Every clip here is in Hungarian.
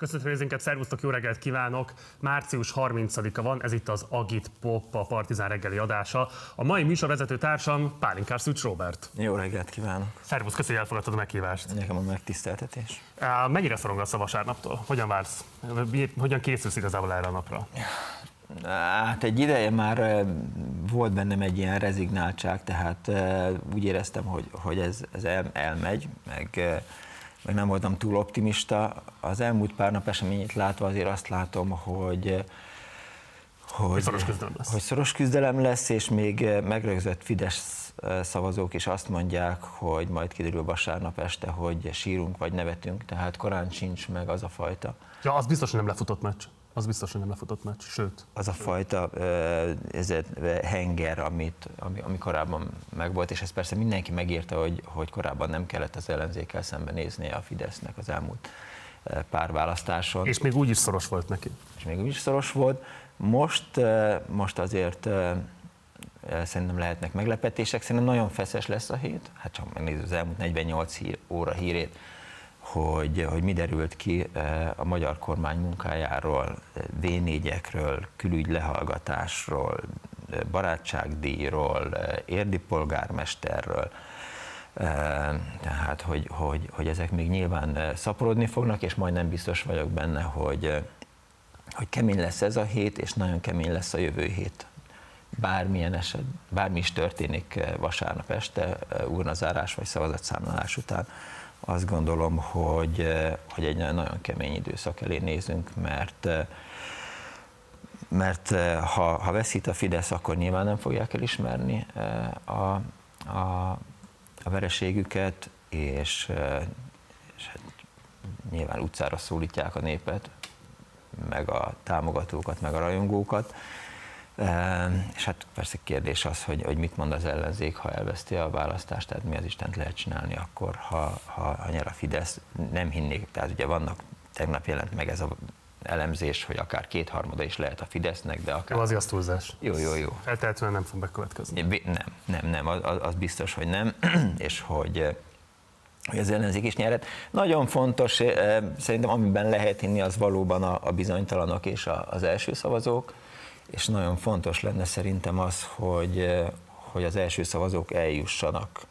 Köszönöm nézőinket, szervusztok, jó reggelt kívánok! Március 30-a van, ez itt az Agit Pop, a Partizán reggeli adása. A mai műsorvezető társam Pálinkás Szűcs Róbert. Jó reggelt kívánok! Szervusz, köszönjük, hogy elfogadtad a meghívást. Nekem a megtiszteltetés. Mennyire szorongasz a vasárnaptól? Hogyan vársz? Hogyan készülsz igazából erre a napra? Hát egy ideje már volt bennem egy ilyen rezignáltság, tehát úgy éreztem, hogy ez elmegy, meg nem voltam túl optimista. Az elmúlt pár nap eseményét látva azért azt látom, hogy szoros küzdelem lesz, és még megrögzött Fidesz szavazók is azt mondják, hogy majd kiderül vasárnap este, hogy sírunk vagy nevetünk, tehát korán sincs meg az a fajta. Ja, az biztos, hogy nem lefutott meccs. Az biztos, hogy nem lefutott meccs, sőt. Az a fajta henger, ami korábban megvolt, és ezt persze mindenki megírta, hogy korábban nem kellett az ellenzékkel szembenéznie a Fidesznek az elmúlt pár választáson. És még úgy is szoros volt neki. És még úgy is szoros volt. Most azért szerintem lehetnek meglepetések, szerintem nagyon feszes lesz a hét, hát csak megnézzük az elmúlt 48 óra hírét, hogy mi derült ki a magyar kormány munkájáról, V4-ekről, külügy lehallgatásról, barátságdíjról, érdi polgármesterről, tehát hogy ezek még nyilván szaporodni fognak, és majdnem biztos vagyok benne, hogy kemény lesz ez a hét, és nagyon kemény lesz a jövő hét. Bármilyen eset, bármi is történik vasárnap este, urnazárás vagy szavazatszámlálás után, azt gondolom, hogy egy nagyon kemény időszak elé nézünk, mert ha veszít a Fidesz, akkor nyilván nem fogják elismerni a vereségüket, és hát nyilván utcára szólítják a népet, meg a támogatókat, meg a rajongókat. És hát persze kérdés az, hogy mit mond az ellenzék, ha elveszti a választást, tehát mi az Istent lehet csinálni akkor, ha nyer a Fidesz. Nem hinnék, tehát ugye tegnap jelent meg ez az elemzés, hogy akár kétharmada is lehet a Fidesznek, de akár... Jó, azért az túlzás. Jó. Feltehetően nem fog bekövetkezni. Nem, az biztos, hogy nem, és hogy az ellenzék is nyerhet. Nagyon fontos, szerintem amiben lehet hinni, az valóban a bizonytalanok és az első szavazók, és nagyon fontos lenne szerintem az, hogy az első szavazók eljussanak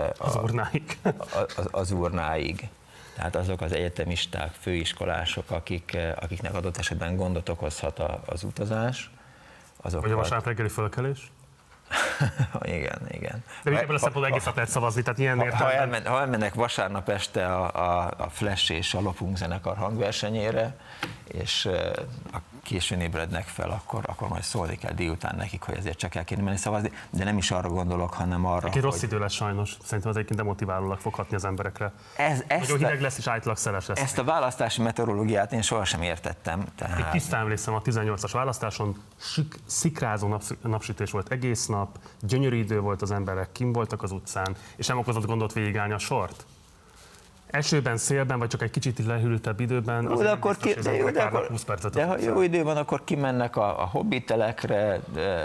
az urnáig. Tehát azok az egyetemisták, főiskolások, akiknek adott esetben gondot okozhat az utazás. Vagy a vasárnap reggeli fölkelés? Igen. De ebből a szempontból egész nap lehet szavazni, tehát ilyen értelemben... Ha elmennek vasárnap este a Flash és a Lopunk zenekar hangversenyére, és későn ébrednek fel, akkor majd szólni kell délután nekik, hogy ezért csak el kéne menni szavazni, de nem is arra gondolok, hanem arra, hogy... rossz idő lesz sajnos, szerintem az egyébként demotiválólag fog hatni az emberekre. Nagyon hideg lesz és állítólag szeles lesz. Ezt a választási meteorológiát én sohasem értettem. Tehát... Én tisztán emlékszem, a 18-as választáson szikrázó napsütés volt egész nap, gyönyörű idő volt, az emberek kim voltak az utcán, és nem okozott gondot végigállni a sort? Esőben, szélben, vagy csak egy kicsit lehűltebb időben, az nem biztos, hogy 20 percet. De ha jó idő van, akkor kimennek a hobbitelekre,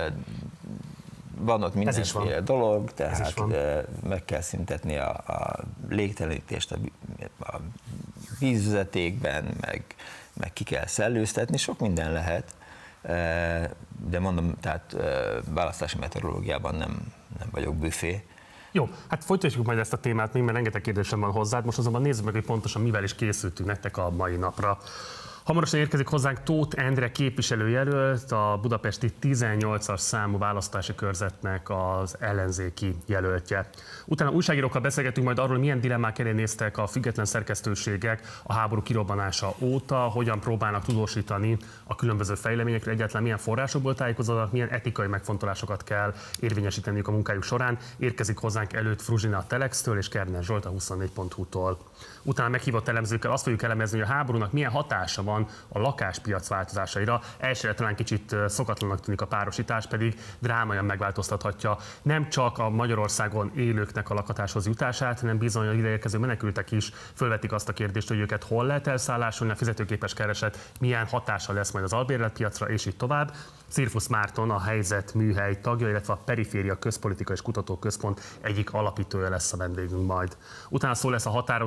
van ott mindenféle dolog, tehát meg kell szüntetni a légtelenítést a vízvezetékben, meg ki kell szellőztetni, sok minden lehet. De mondom, tehát választási meteorológiában nem vagyok büfé. Jó, hát folytatjuk majd ezt a témát még, mert rengeteg kérdésem van hozzád. Most azonban nézzük meg, hogy pontosan mivel is készültünk nektek a mai napra. Hamarosan érkezik hozzánk Tóth Endre képviselőjelölt, a budapesti 18-as számú választási körzetnek az ellenzéki jelöltje. Utána újságírókkal beszélgetünk majd arról, milyen dilemmák elé néztek a független szerkesztőségek a háború kirobbanása óta, hogyan próbálnak tudósítani a különböző fejleményekről, egyáltalán milyen forrásokból tájékozódnak, milyen etikai megfontolásokat kell érvényesíteniük a munkájuk során. Érkezik hozzánk előtt Fruzsina a Telextől és Kerner Zsolt a 24.hu-tól. Utána meghívott elemzőkkel azt fogjuk elemezni, hogy a háborúnak milyen hatása van a lakáspiac változásaira. Elsőre talán kicsit szokatlanak tűnik a párosítás, pedig drámaian megváltoztathatja nem csak a Magyarországon élőknek a lakhatáshoz jutását, hanem bizony az ideérkező menekültek is fölvetik azt a kérdést, hogy őket hol lehet elszállásolni, a fizetőképes kereset milyen hatása lesz majd az albérletpiacra, és így tovább. Cirfusz Márton, a Helyzet műhely tagja, illetve a Periféria Közpolitika és Kutatóközpont egyik alapítója lesz a vendégünk majd. Utána szó lesz a határon túli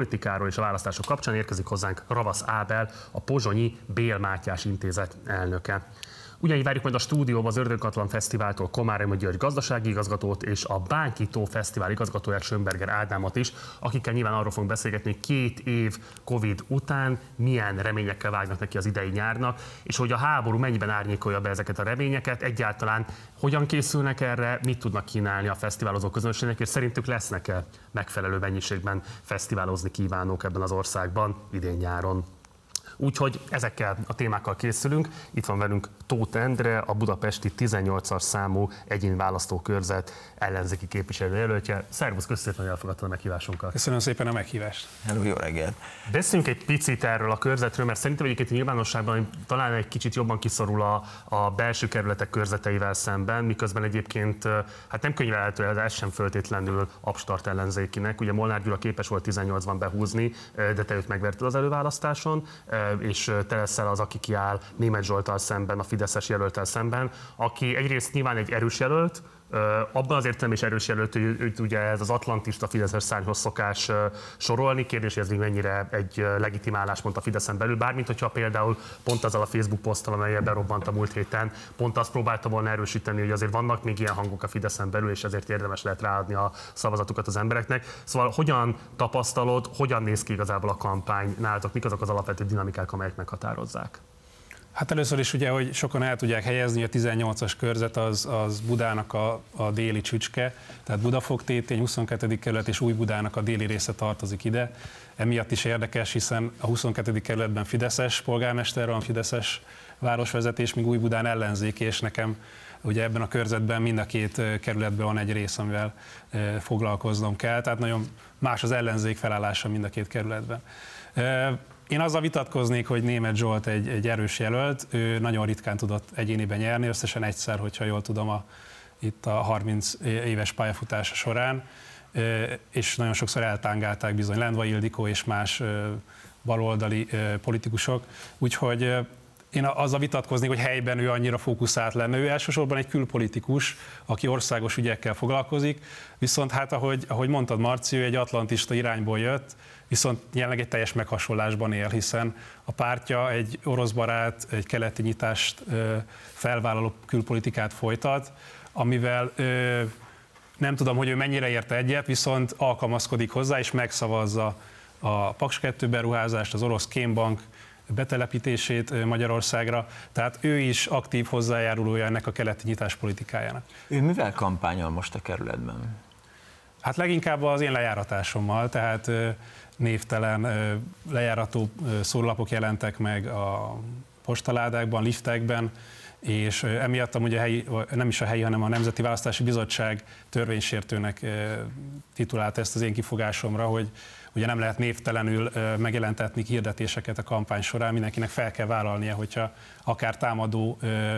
politikáról és a választások kapcsán érkezik hozzánk Ravasz Ábel, a Pozsonyi Bél Mátyás Intézet elnöke. Ugyanígy várjuk majd a stúdióban az Ördögkatlan Fesztiváltól Komáromi György gazdasági igazgatót és a Bánkító Fesztivál igazgatóját, Schönberger Ádámot is, akikkel nyilván arról fogunk beszélgetni, hogy 2 év Covid után milyen reményekkel vágnak neki az idei nyárnak, és hogy a háború mennyiben árnyékolja be ezeket a reményeket, egyáltalán hogyan készülnek erre, mit tudnak kínálni a fesztiválozó közönségnek, és szerintük lesznek-e megfelelő mennyiségben fesztiválozni kívánók ebben az országban idén nyáron. Úgyhogy ezekkel a témákkal készülünk. Itt van velünk Tóth Endre, a budapesti 18-as számú egyéni választókörzet ellenzéki képviselőjelöltje. Szervusz, köszönöm, hogy elfogadtad a meghívásunkat. Köszönöm szépen a meghívást. Hello, jó reggelt! Beszéljünk egy picit erről a körzetről, mert szerintem egyébként nyilvánosságban talán egy kicsit jobban kiszorul a belső kerületek körzeteivel szemben, miközben egyébként hát nem könyvelhető, ez sem föltétlenül abstart ellenzékinek. Ugye Molnár Gyula képes volt 18-ban behúzni, de te őt megverted az előválasztáson, és te leszel az, aki kiáll Németh Zsolttal szemben, a fideszes jelölttel szemben, aki egyrészt nyilván egy erős jelölt, abban az értelemben is erős jelölt, hogy őt ugye ez az atlantista fideszes szárnyhoz szokás sorolni. Kérdés, hogy ez még mennyire egy legitimálás pont a Fideszen belül, bármint hogyha például pont azzal a Facebook poszttal, amelyel berobbant a múlt héten, pont azt próbálta volna erősíteni, hogy azért vannak még ilyen hangok a Fideszen belül, és ezért érdemes lehet ráadni a szavazatukat az embereknek. Szóval hogyan tapasztalod, hogyan néz ki igazából a kampány nálatok, mik azok az alapvető dinamikák, amelyek meghatározzák? Hát először is ugye, hogy sokan el tudják helyezni, a 18-as körzet az Budának a déli csücske, tehát Budafok-Tétény, 22. kerület és Új-Budának a déli része tartozik ide. Emiatt is érdekes, hiszen a 22. kerületben fideszes polgármester van, fideszes városvezetés, míg Új-Budán ellenzéki, és nekem ugye ebben a körzetben mind a 2 kerületben van egy rész, amivel foglalkoznom kell, tehát nagyon más az ellenzék felállása mind a 2 kerületben. Én azzal vitatkoznék, hogy Németh Zsolt egy erős jelölt, ő nagyon ritkán tudott egyéniben nyerni, összesen egyszer, hogyha jól tudom, itt a 30 éves pályafutása során, és nagyon sokszor eltángálták bizony Lendvai Ildikó és más baloldali politikusok, úgyhogy én azzal vitatkoznék, hogy helyben ő annyira fókuszált lenne. Ő elsősorban egy külpolitikus, aki országos ügyekkel foglalkozik, viszont hát ahogy mondtad, Marci, ő egy atlantista irányból jött, viszont jelenleg egy teljes meghasonlásban él, hiszen a pártja egy oroszbarát, egy keleti nyitást felvállaló külpolitikát folytat, amivel nem tudom, hogy ő mennyire érte egyet, viszont alkalmazkodik hozzá és megszavazza a Paks 2 beruházást, az orosz kémbank betelepítését Magyarországra, tehát ő is aktív hozzájárulója ennek a keleti nyitás politikájának. Ő mivel kampányol most a kerületben? Hát leginkább az én lejáratásommal, tehát névtelen lejárató szórólapok jelentek meg a postaládákban, liftekben, és emiatt amúgy nem is a helyi, hanem a Nemzeti Választási Bizottság törvénysértőnek titulálta ezt az én kifogásomra, hogy ugye nem lehet névtelenül megjelentetni hirdetéseket a kampány során, mindenkinek fel kell vállalnia, hogyha akár támadó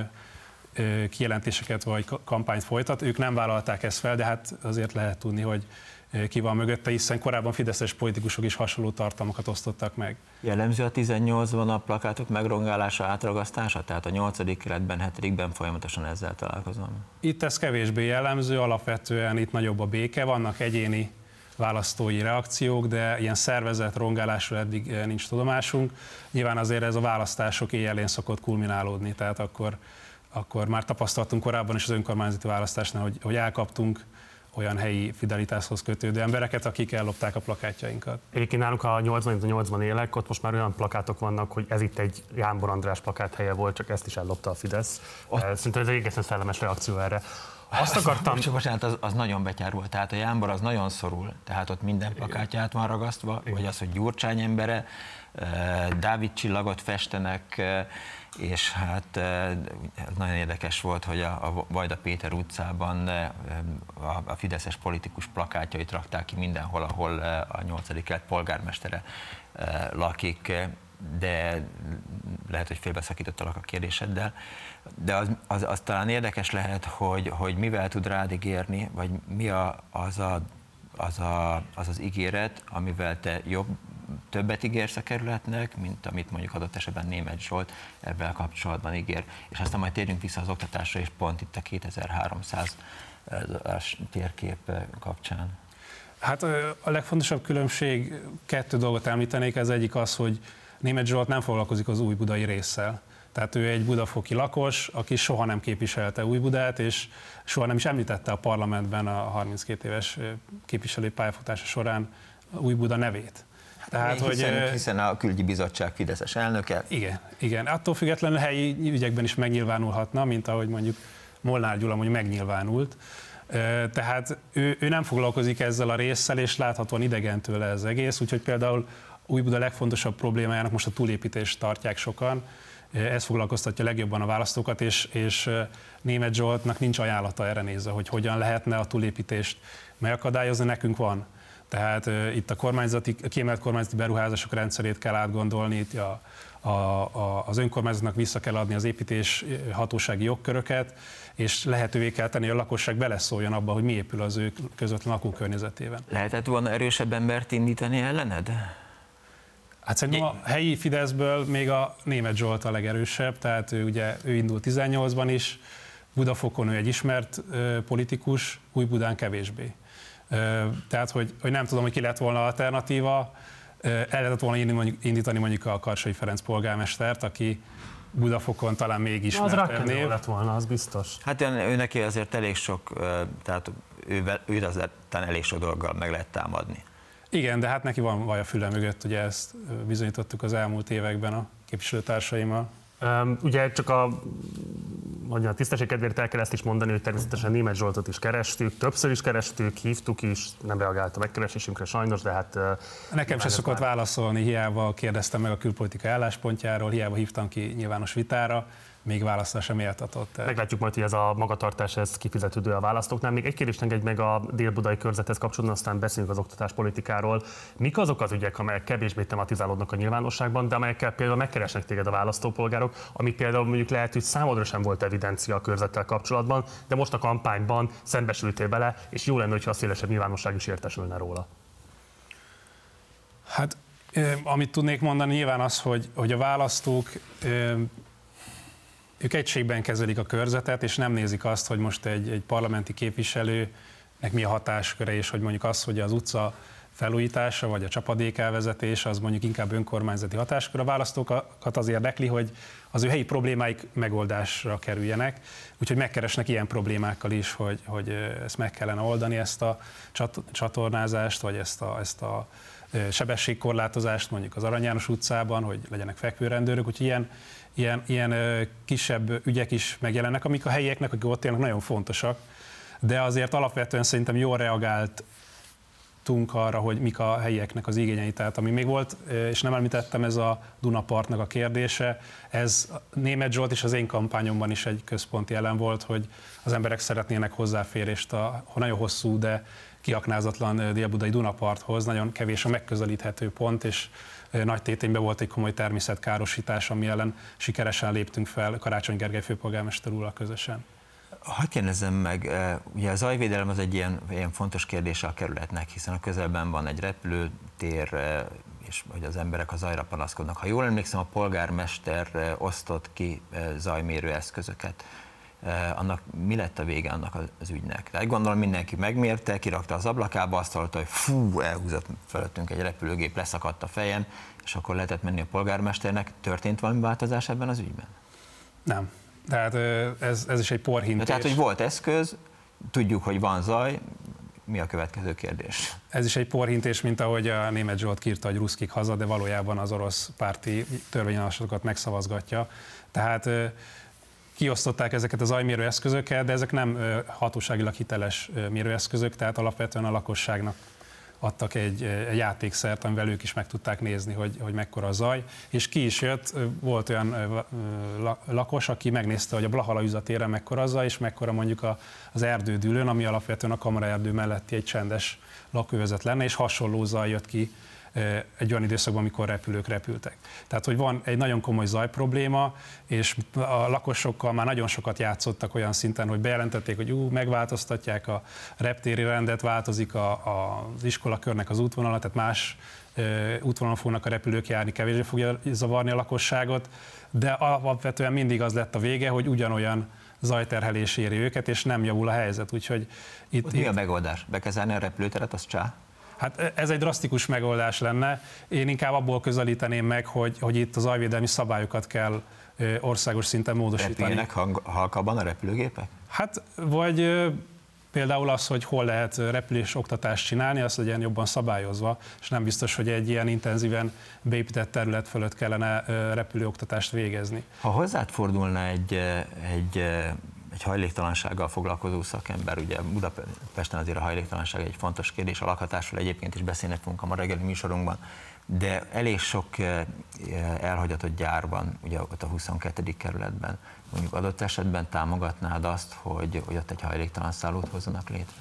kijelentéseket vagy kampányt folytat. Ők nem vállalták ezt fel, de hát azért lehet tudni, hogy ki van mögötte, hiszen korábban fideszes politikusok is hasonló tartalmakat osztottak meg. Jellemző a 18-ban a plakátok megrongálása, átragasztása? Tehát a 8. keretben, 7-ben folyamatosan ezzel találkozom? Itt ez kevésbé jellemző, alapvetően itt nagyobb a béke, vannak egyéni választói reakciók, de ilyen szervezett rongálásról eddig nincs tudomásunk. Nyilván azért ez a választások éjjelén szokott kulminálódni, tehát akkor már tapasztaltunk korábban is az önkormányzati választásnál, hogy elkaptunk olyan helyi fidelitáshoz kötődő embereket, akik ellopták a plakátjainkat. Egyébként nálunk a 80-ban élek, ott most már olyan plakátok vannak, hogy ez itt egy Jámbor András plakáthelye volt, csak ezt is ellopta a Fidesz. Szerintem ez egy egészen szellemes reakció erre. Azt akartam... Bocsánat, az nagyon betyár volt, tehát a Jámbor az nagyon szorul, tehát ott minden plakátját van ragasztva, vagy az, hogy Gyurcsány embere, Dávid csillagot festenek, és hát ez nagyon érdekes volt, hogy a Vajda Péter utcában a fideszes politikus plakátjait rakták ki mindenhol, ahol a 8. kelet polgármestere lakik, de lehet, hogy félbeszakítottalak a kérdéseddel, de az talán érdekes lehet, hogy mivel tud rád ígérni, vagy mi az ígéret, amivel te többet ígérsz a kerületnek, mint amit mondjuk adott esetben Németh Zsolt ebben kapcsolatban ígér. És aztán majd térjünk vissza az oktatásra, és pont itt a 2300 térkép kapcsán. Hát a legfontosabb különbség, 2 dolgot említenék, ez egyik az, hogy Németh Zsolt nem foglalkozik az újbudai résszel. Tehát ő egy budafoki lakos, aki soha nem képviselte Újbudát, és soha nem is említette a parlamentben a 32 éves képviselői pályafutása során Újbuda nevét. Tehát, hiszen a külügyi bizottság fideszes elnöke. Igen. Attól függetlenül helyi ügyekben is megnyilvánulhatna, mint ahogy mondjuk Molnár Gyula mondjuk megnyilvánult. Tehát ő nem foglalkozik ezzel a résszel, és láthatóan idegen tőle ez egész, úgyhogy például Újbuda legfontosabb problémájának most a túlépítést tartják sokan. Ez foglalkoztatja legjobban a választókat, és Németh Zsoltnak nincs ajánlata erre nézve, hogy hogyan lehetne a túlépítést megakadályozni, nekünk van. Tehát itt a kiemelt kormányzati beruházások rendszerét kell átgondolni, itt az önkormányzatnak vissza kell adni az építés hatósági jogköröket, és lehetővé kell tenni, hogy a lakosság beleszóljon abba, hogy mi épül az ő közvetlen lakókörnyezetében. Lehetett volna erősebb embert indítani ellened? Hát szerintem a helyi Fideszből még a Németh Zsolt a legerősebb, tehát ő indult 18-ban is, Budafokon ő egy ismert politikus, Újbudán kevésbé. Tehát, hogy nem tudom, hogy ki lett volna alternatíva, el lehetett volna indítani mondjuk a Karsai Ferenc polgármestert, aki Budafokon talán még ismertebb név. Az lett volna, az biztos. Hát ő neki azért elég sok, tehát őt azért elég sok dologgal meg lehet támadni. Igen, de hát neki van vaj a füle mögött, ugye ezt bizonyítottuk az elmúlt években a képviselőtársaimmal. Ugye csak a tisztesség kedvéért el kell ezt is mondani, hogy természetesen Németh Zsoltot is kerestük, többször is kerestük, hívtuk is, nem reagált a megkeresésünkre sajnos, de hát... Nekem se szokott válaszolni, hiába kérdeztem meg a külpolitikai álláspontjáról, hiába hívtam ki nyilvános vitára, még válaszra sem éltatott. Meglátjuk majd, hogy ez a magatartás ez kifizetődő a választóknál. Még egy kérdést engedj meg a dél-budai körzethez kapcsolatban, aztán beszélünk az oktatáspolitikáról. Mik azok az ügyek, amelyek kevésbé tematizálódnak a nyilvánosságban, de amelyekkel például megkeresnek téged a választópolgárok, ami például mondjuk lehet, hogy számodra sem volt evidencia a körzettel kapcsolatban, de most a kampányban szembesültél bele, és jó lenne, hogyha a szélesebb nyilvánosság is értesülne róla. Hát, amit tudnék mondani nyilván az, hogy a választók ők egységben kezelik a körzetet, és nem nézik azt, hogy most egy parlamenti képviselőnek mi a hatásköre, és hogy mondjuk az, hogy az utca felújítása, vagy a csapadék elvezetése, az mondjuk inkább önkormányzati hatáskör. A választókat az érdekli, hogy az ő helyi problémáik megoldásra kerüljenek, úgyhogy megkeresnek ilyen problémákkal is, hogy ezt meg kellene oldani, ezt a csatornázást, vagy ezt a sebességkorlátozást mondjuk az Arany János utcában, hogy legyenek fekvőrendőrök, úgyhogy ilyen kisebb ügyek is megjelennek, amik a helyieknek, akik ott élnek, nagyon fontosak, de azért alapvetően szerintem jól reagáltunk arra, hogy mik a helyieknek az igényei. Tehát ami még volt, és nem említettem, ez a Dunapartnak a kérdése, ez Németh Zsolt és az én kampányomban is egy központi elem volt, hogy az emberek szeretnének hozzáférést a nagyon hosszú, de kiaknázatlan dél-budai Dunaparthoz, nagyon kevés a megközelíthető pont, és nagy tétényben volt egy komoly természetkárosítás, ami ellen sikeresen léptünk fel Karácsony Gergely főpolgármester úrral közösen. Hadd kérdezzem meg, ugye a zajvédelem az egy ilyen fontos kérdése a kerületnek, hiszen a közelben van egy repülőtér, és hogy az emberek a zajra panaszkodnak. Ha jól emlékszem, a polgármester osztott ki zajmérő eszközöket. Annak mi lett a vége annak az ügynek? Tehát gondolom mindenki megmérte, kirakta az ablakába, azt hallott, hogy fú, elhúzott fölöttünk egy repülőgép, leszakadt a fejen, és akkor lehetett menni a polgármesternek. Történt valami változás ebben az ügyben? Nem. Tehát ez is egy porhintés. Tehát, hogy volt eszköz, tudjuk, hogy van zaj, mi a következő kérdés? Ez is egy porhintés, mint ahogy a Németh Zsolt kírta, hogy ruszkik haza, de valójában az orosz párti törvényjavaslatokat megszavazgatja. Tehát kiosztották ezeket az zajmérő eszközöket, de ezek nem hatóságilag hiteles mérőeszközök, tehát alapvetően a lakosságnak adtak egy játékszert, amivel ők is meg tudták nézni, hogy mekkora a zaj, és ki is jött, volt olyan lakos, aki megnézte, hogy a Blahala üzletéren mekkora a zaj, és mekkora mondjuk az erdődülön, ami alapvetően a kamaraerdő melletti egy csendes lakóövezet lenne, és hasonló zaj jött ki egy olyan időszakban, amikor repülők repültek. Tehát, hogy van egy nagyon komoly zajprobléma, és a lakosokkal már nagyon sokat játszottak olyan szinten, hogy bejelentették, hogy megváltoztatják a reptéri rendet, változik az iskolakörnek az útvonala, tehát más útvonalon fognak a repülők járni, kevésbé fogja zavarni a lakosságot, de alapvetően mindig az lett a vége, hogy ugyanolyan zajterhelés éri őket, és nem javul a helyzet. Úgyhogy mi a megoldás? Be kell zárni a repülőteret, az csá? Hát ez egy drasztikus megoldás lenne. Én inkább abból közelíteném meg, hogy itt az zajvédelmi szabályokat kell országos szinten módosítani. Repüljenek halkabban a repülőgépek? Hát, vagy például az, hogy hol lehet repülés oktatást csinálni, azt legyen jobban szabályozva, és nem biztos, hogy egy ilyen intenzíven beépített terület fölött kellene repülőoktatást végezni. Ha hozzád fordulna egy hajléktalansággal foglalkozó szakember, ugye Budapesten azért a hajléktalanság egy fontos kérdés, a lakhatásról egyébként is beszélni fogunk a ma reggeli műsorunkban, de elég sok elhagyatott gyárban, ugye ott a 22. kerületben, mondjuk adott esetben támogatnád azt, hogy ott egy hajléktalan szállót hozzanak létre?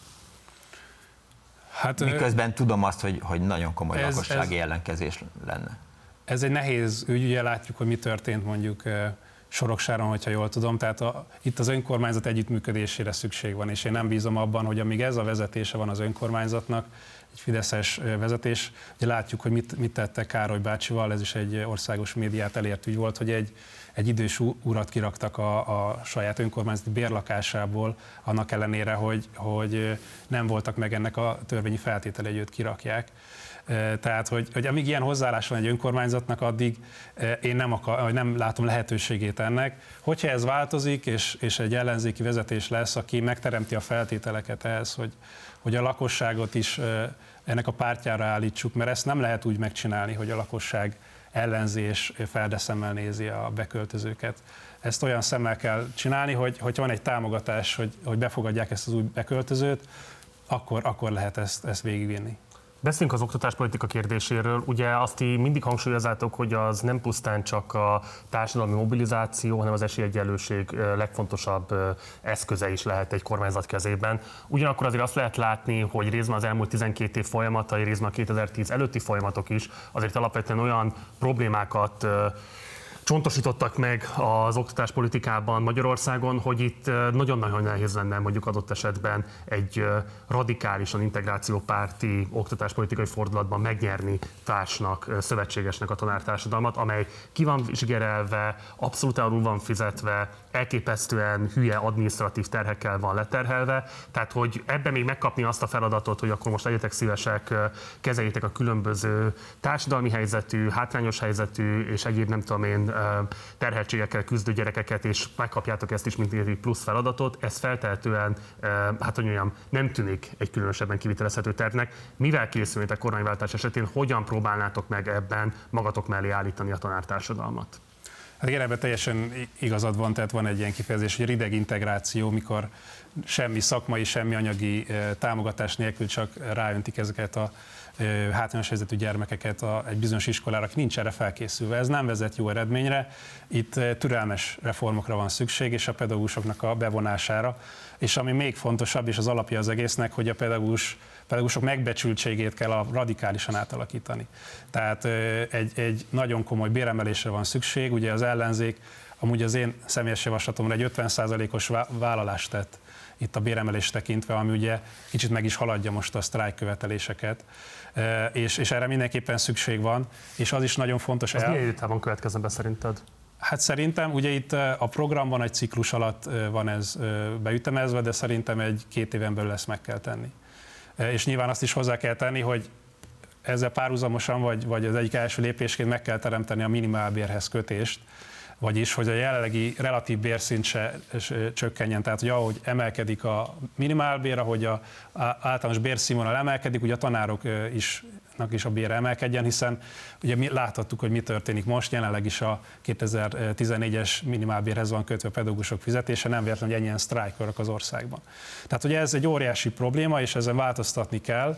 Hát, miközben tudom azt, hogy nagyon komoly lakossági ellenkezés lenne. Ez egy nehéz ügy, ugye látjuk, hogy mi történt mondjuk Soroksáron, hogyha jól tudom, tehát itt az önkormányzat együttműködésére szükség van, és én nem bízom abban, hogy amíg ez a vezetése van az önkormányzatnak, egy fideszes vezetés, ugye látjuk, hogy mit tettek Károly bácsival, ez is egy országos médiát elért ügy volt, hogy egy idős urat kiraktak a saját önkormányzati bérlakásából, annak ellenére, hogy nem voltak meg ennek a törvényi feltételei, hogy őt kirakják. Tehát, hogy amíg ilyen hozzáállás van egy önkormányzatnak, addig én nem látom lehetőségét ennek. Hogyha ez változik, és egy ellenzéki vezetés lesz, aki megteremti a feltételeket ehhez, hogy a lakosságot is ennek a pártjára állítsuk, mert ezt nem lehet úgy megcsinálni, hogy a lakosság ellenzi és feldeszemmel nézi a beköltözőket. Ezt olyan szemmel kell csinálni, hogy van egy támogatás, hogy befogadják ezt az új beköltözőt, akkor lehet ezt végigvinni. Beszéljünk az oktatáspolitika kérdéséről. Ugye azt mindig hangsúlyozzátok, hogy az nem pusztán csak a társadalmi mobilizáció, hanem az esélyegyenlőség legfontosabb eszköze is lehet egy kormányzat kezében. Ugyanakkor azért azt lehet látni, hogy részben az elmúlt 12 év folyamatai, részben a 2010 előtti folyamatok is azért alapvetően olyan problémákat csontosítottak meg az oktatáspolitikában Magyarországon, hogy itt nagyon-nagyon nehéz lenne mondjuk adott esetben egy radikálisan integrációpárti oktatáspolitikai fordulatban megnyerni társnak, szövetségesnek a tanártársadalmat, amely ki van zsigerelve, abszolút alul van fizetve, elképesztően hülye adminisztratív terhekkel van leterhelve, tehát hogy ebben még megkapni azt a feladatot, hogy akkor most legyetek szívesek, kezeljétek a különböző társadalmi helyzetű, hátrányos helyzetű és egyéb nem tudom én terheltségekkel küzdő gyerekeket, és megkapjátok ezt is, mint egy plusz feladatot, ez feltehetően, hát hogy mondjam, nem tűnik egy különösebben kivitelezhető tervnek. Mivel készülnétek kormányváltás esetén, hogyan próbálnátok meg ebben magatok mellé állítani a tanártársadalmat? Hát igen, ebben teljesen igazad van, tehát van egy ilyen kifejezés, hogy rideg integráció, mikor semmi szakmai, semmi anyagi támogatás nélkül csak ráöntik ezeket a hátrányos helyzetű gyermekeket egy bizonyos iskolára, aki nincs erre felkészülve. Ez nem vezet jó eredményre. Itt türelmes reformokra van szükség, és a pedagógusoknak a bevonására. És ami még fontosabb, és az alapja az egésznek, hogy a pedagógusok megbecsültségét kell radikálisan átalakítani. Tehát egy nagyon komoly béremelésre van szükség. Ugye az ellenzék, amúgy az én személyes javaslatomra egy 50%-os vállalást tett itt a béremelés tekintve, ami ugye kicsit meg is haladja most a sztrájk követeléseket, és erre mindenképpen szükség van, és az is nagyon fontos. Ez milyen időtávon következne be szerinted? Hát szerintem ugye itt a programban egy ciklus alatt van ez beütemezve, de szerintem 1-2 éven belül ezt meg kell tenni. És nyilván azt is hozzá kell tenni, hogy ezzel párhuzamosan, vagy az egyik első lépésként meg kell teremteni a minimálbérhez kötést, vagyis, hogy a jelenlegi relatív bérszint se csökkenjen, tehát hogy ahogy emelkedik a minimálbér, ahogy az általános bérszínvonal emelkedik, ugye a tanárok is a bére emelkedjen, hiszen ugye mi láthattuk, hogy mi történik most, jelenleg is a 2014-es minimálbérhez van kötve a pedagógusok fizetése, nem véletlenül, hogy ennyien sztrájkolnak az országban. Tehát ugye ez egy óriási probléma, és ezen változtatni kell,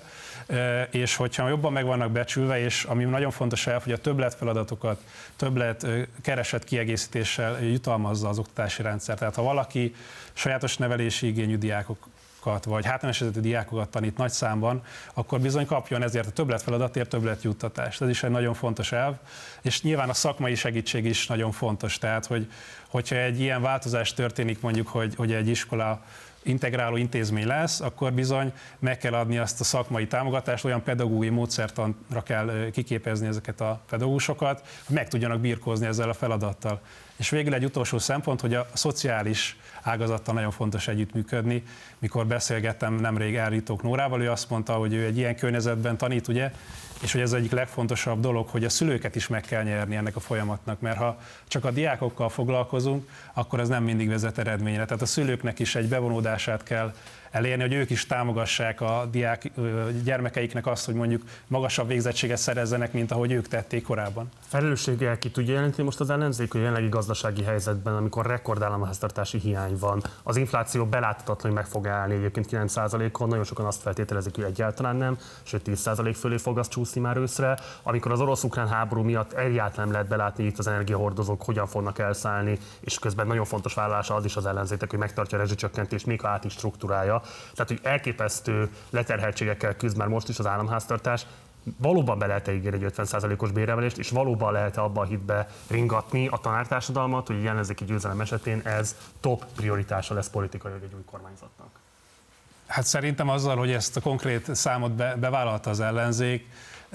és hogyha jobban meg vannak becsülve, és ami nagyon fontos hogy a többletfeladatokat, többlet keresett kiegészítéssel jutalmazza az oktatási rendszer. Tehát ha valaki sajátos nevelési igényű diákokat, vagy hátrányos helyzetű diákokat tanít nagy számban, akkor bizony kapjon ezért a többletfeladatért többletjuttatást. Ez is egy nagyon fontos elv, és nyilván a szakmai segítség is nagyon fontos. Tehát, hogyha egy ilyen változás történik, mondjuk, hogy egy iskola integráló intézmény lesz, akkor bizony meg kell adni azt a szakmai támogatást, olyan pedagógiai módszertanra kell kiképezni ezeket a pedagógusokat, hogy meg tudjanak birkózni ezzel a feladattal. És végül egy utolsó szempont, hogy a szociális ágazattal nagyon fontos együttműködni. Mikor beszélgettem nemrég Elritók Nórával, ő azt mondta, hogy ő egy ilyen környezetben tanít, ugye, és hogy ez egyik legfontosabb dolog, hogy a szülőket is meg kell nyerni ennek a folyamatnak, mert ha csak a diákokkal foglalkozunk, akkor ez nem mindig vezet eredményre. Tehát a szülőknek is egy bevonódását kell elérni, hogy ők is támogassák a gyermekeiknek azt, hogy mondjuk magasabb végzettséget szerezzenek, mint ahogy ők tették korábban. Felelősséggel ki tudja jelenteni most az ellenzék, hogy a jelenlegi gazdasági helyzetben, amikor rekordállamháztartási hiány van, az infláció beláthatatlanul meg fog állni egyébként 9%-on, nagyon sokan azt feltételezik, hogy egyáltalán nem, sőt 10% fölé fog az csúszni már őszre, amikor az orosz-ukrán háború miatt egyáltalán nem lehet belátni itt az energiahordozók hogyan fognak elszállni, és közben nagyon fontos vállalása az is az ellenzéknek, hogy megtartja a rezsicsökkentést, még ha át is struktúrája. Tehát, hogy elképesztő leterheltségekkel küzd már most is az államháztartás. Valóban be lehet-e ígérni egy 50%-os béremelést, és valóban lehet-e abba a hitbe ringatni a tanártársadalmat, hogy ellenzéki győzelem esetén ez top prioritása lesz politikailag egy új kormányzatnak? Hát szerintem azzal, hogy ezt a konkrét számot bevállalta az ellenzék,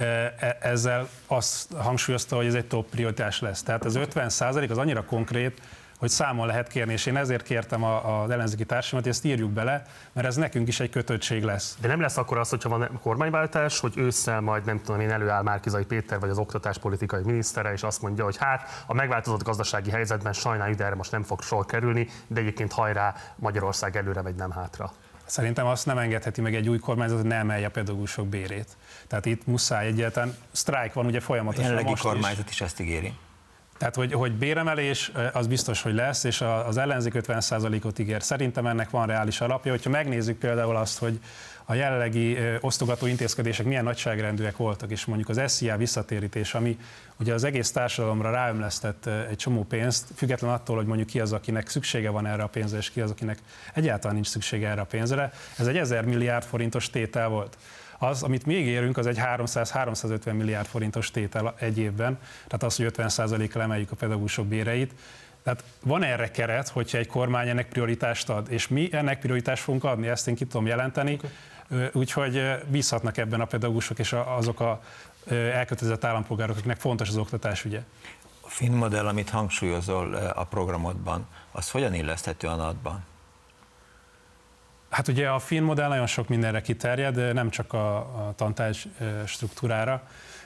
ezzel azt hangsúlyozta, hogy ez egy top prioritás lesz. Tehát az 50% az annyira konkrét, hogy számon lehet kérni, és én ezért kértem az ellenzéki társamat, hogy ezt írjuk bele, mert ez nekünk is egy kötöttség lesz. De nem lesz akkor az, hogyha van kormányváltás, hogy ősszel majd nem tudom én előáll Márki-Zay Péter vagy az oktatáspolitikai minisztere, és azt mondja, hogy hát a megváltozott gazdasági helyzetben sajnáljuk, de erre most nem fog sor kerülni, de egyébként hajrá, Magyarország előre megy, nem hátra. Szerintem azt nem engedheti meg egy új kormányzat, hogy ne emelje a pedagógusok bérét. Tehát itt muszáj egyáltalán, sztrájk van ugye folyamatosan. A jelenlegi kormányzat is ezt ígéri. Tehát, hogy béremelés, az biztos, hogy lesz, és az ellenzék 50%-ot ígér. Szerintem ennek van reális alapja. Hogyha megnézzük például azt, hogy a jelenlegi osztogató intézkedések milyen nagyságrendűek voltak, és mondjuk az SZIA visszatérítés, ami ugye az egész társadalomra ráömlesztett egy csomó pénzt, független attól, hogy mondjuk ki az, akinek szüksége van erre a pénzre, és ki az, akinek egyáltalán nincs szüksége erre a pénzre, ez egy 1000 milliárd forintos tétel volt. Az, amit még érünk, az egy 300-350 milliárd forintos tétel egy évben, tehát az, hogy 50%-kal emeljük a pedagógusok béreit. Tehát van erre keret, hogyha egy kormány ennek prioritást ad, és mi ennek prioritást fogunk adni, ezt én ki tudom jelenteni, úgyhogy bízhatnak ebben a pedagógusok és azok a elkötelezett állampolgárok, akiknek fontos az oktatás ügye. A finn modell, amit hangsúlyozol a programodban, az hogyan illeszthető a NAD-ban? Hát ugye a finn modell nagyon sok mindenre kiterjed, nem csak a tantárgy struktúrára.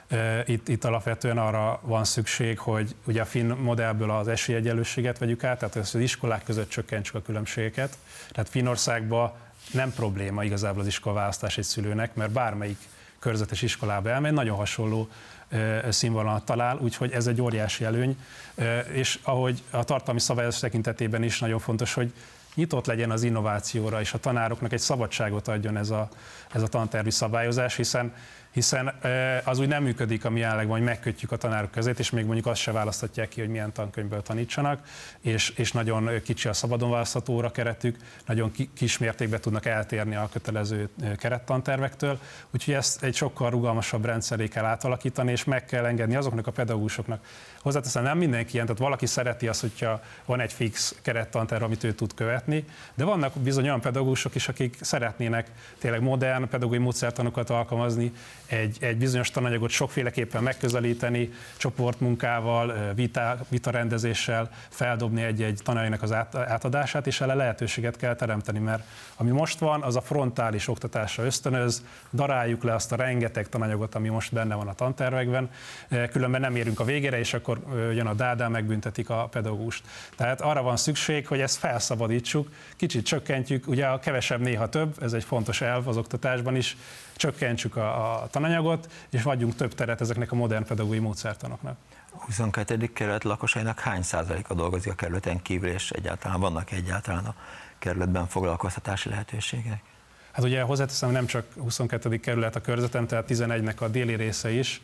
Itt alapvetően arra van szükség, hogy ugye a finn modellből az esélyegyenlőséget vegyük át, tehát az iskolák között csökkentsük a különbségeket. Tehát Finnországban nem probléma igazából az iskolaválasztás egy szülőnek, mert bármelyik körzetes iskolába elmegy, nagyon hasonló színvonalat talál, úgyhogy ez egy óriási előny. És ahogy a tartalmi szabályozás tekintetében is nagyon fontos, hogy nyitott legyen az innovációra, és a tanároknak egy szabadságot adjon ez a tantervi szabályozás, hiszen az úgy nem működik, ami jelenleg van, hogy megkötjük a tanárok között, és még mondjuk azt se választhatják ki, hogy milyen tankönyvből tanítsanak, és nagyon kicsi a szabadon választható órakeretük, nagyon kis mértékben tudnak eltérni a kötelező kerettantervektől, úgyhogy ezt egy sokkal rugalmasabb rendszeré kell átalakítani, és meg kell engedni azoknak a pedagógusoknak. Hozzáteszem, nem mindenki ilyen, tehát valaki szereti azt, hogyha van egy fix kerettanterv, amit ő tud követni, de vannak bizony olyan pedagógusok is, akik szeretnének tényleg modern pedagógiai módszertanokat alkalmazni, egy bizonyos tananyagot sokféleképpen megközelíteni, csoportmunkával, vitarendezéssel feldobni egy tananyagnak az átadását, és erre lehetőséget kell teremteni, mert ami most van, az a frontális oktatásra ösztönöz, daráljuk le azt a rengeteg tananyagot, ami most benne van a tantervekben, különben nem érünk a végére, és akkor jön a dádá, megbüntetik a pedagógust. Tehát arra van szükség, hogy ezt felszabadítsuk, kicsit csökkentjük, ugye a kevesebb néha több, ez egy fontos elv az oktatásban is, csökkentsük a tananyagot, és adjunk több teret ezeknek a modern pedagógiai módszertanoknak. A 22. kerület lakosainak hány százaléka dolgozik a kerületen kívül, és egyáltalán vannak egyáltalán a kerületben foglalkoztatási lehetőségek? Hát ugye hozzáteszem, nem csak 22. kerület a körzetem, tehát 11-nek a déli része is.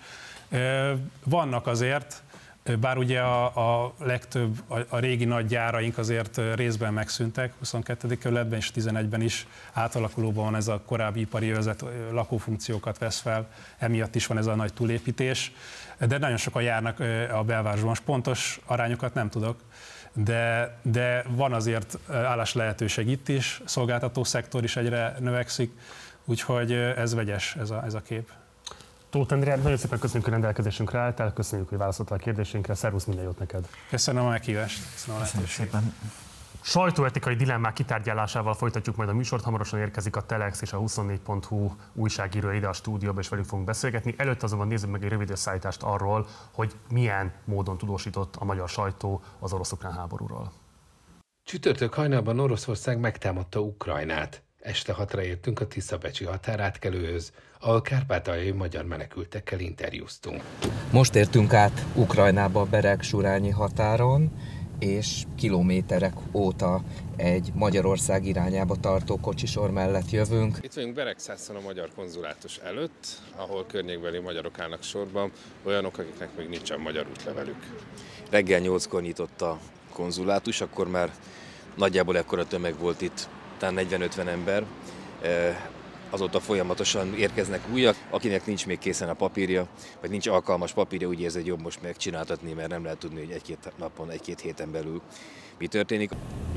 Vannak azért, bár ugye a legtöbb, a régi nagy gyáraink azért részben megszűntek, 22. kerületben és 11-ben is átalakulóban van ez a korábbi ipari övezet, lakófunkciókat vesz fel, emiatt is van ez a nagy túlépítés, de nagyon sokan járnak a belvárosban, most pontos arányokat nem tudok, de van azért állás lehetőség itt is, szolgáltató szektor is egyre növekszik, úgyhogy ez vegyes ez a kép. Tóth Endre, nagyon szépen köszönjük, hogy rendelkezésünkre álltál, köszönjük, hogy válaszoltál a kérdésünkre, szervusz, minden jót neked! Köszönöm a meghívást! Köszönöm szépen! Sajtóetikai dilemmák kitárgyalásával folytatjuk majd a műsort, hamarosan érkezik a Telex és a 24.hu újságíró ide a stúdióba, és velük fogunk beszélgetni. Előtt azonban nézzük meg egy rövid összeállítást arról, hogy milyen módon tudósított a magyar sajtó az orosz-ukrán háborúról. Csütörtök hajnalban Oroszország megtámadta Ukrajnát. Este 6-ra értünk a Tiszabecsi határátkelőhöz, ahol kárpátaljai magyar menekültekkel interjúztunk. Most értünk át Ukrajnába a Bereg-Surányi határon, és kilométerek óta egy Magyarország irányába tartó kocsisor mellett jövünk. Itt vagyunk Beregszászon a magyar konzulátus előtt, ahol környékbeli magyarok állnak sorban, olyanok, akiknek még nincsen magyar útlevelük. Reggel 8-kor nyitott a konzulátus, akkor már nagyjából ekkora tömeg volt itt, talán 40-50 ember. Azóta folyamatosan érkeznek újak, akinek nincs még készen a papírja, vagy nincs alkalmas papírja, úgy érzi, hogy jobb most megcsináltatni, mert nem lehet tudni, hogy egy-két napon, egy-két héten belül mi történik.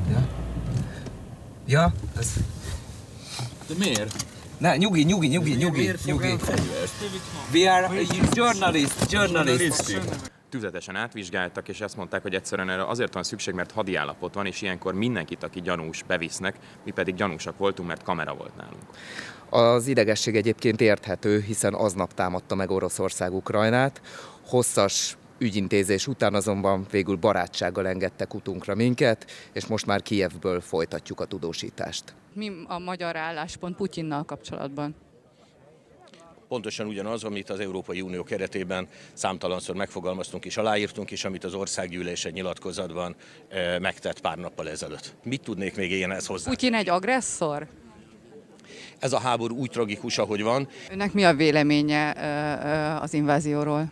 Ja, ez... De miért? Ne, nyugi. We are journalists. Tüzetesen átvizsgáltak, és azt mondták, hogy egyszerűen erre azért van szükség, mert hadi állapot van, és ilyenkor mindenkit, aki gyanús, bevisznek, mi pedig gyanúsak voltunk, mert kamera volt nálunk. Az idegesség egyébként érthető, hiszen aznap támadta meg Oroszország Ukrajnát. Hosszas ügyintézés után azonban végül barátsággal engedtek utunkra minket, és most már Kijevből folytatjuk a tudósítást. Mi a magyar álláspont Putyinnal kapcsolatban? Pontosan ugyanaz, amit az Európai Unió keretében számtalanszor megfogalmaztunk és aláírtunk, és amit az országgyűlés egy nyilatkozatban megtett pár nappal ezelőtt. Mit tudnék még én ezt hozzá? Putyin egy agresszor? Ez a háború úgy tragikus, ahogy van. Önnek mi a véleménye az invázióról?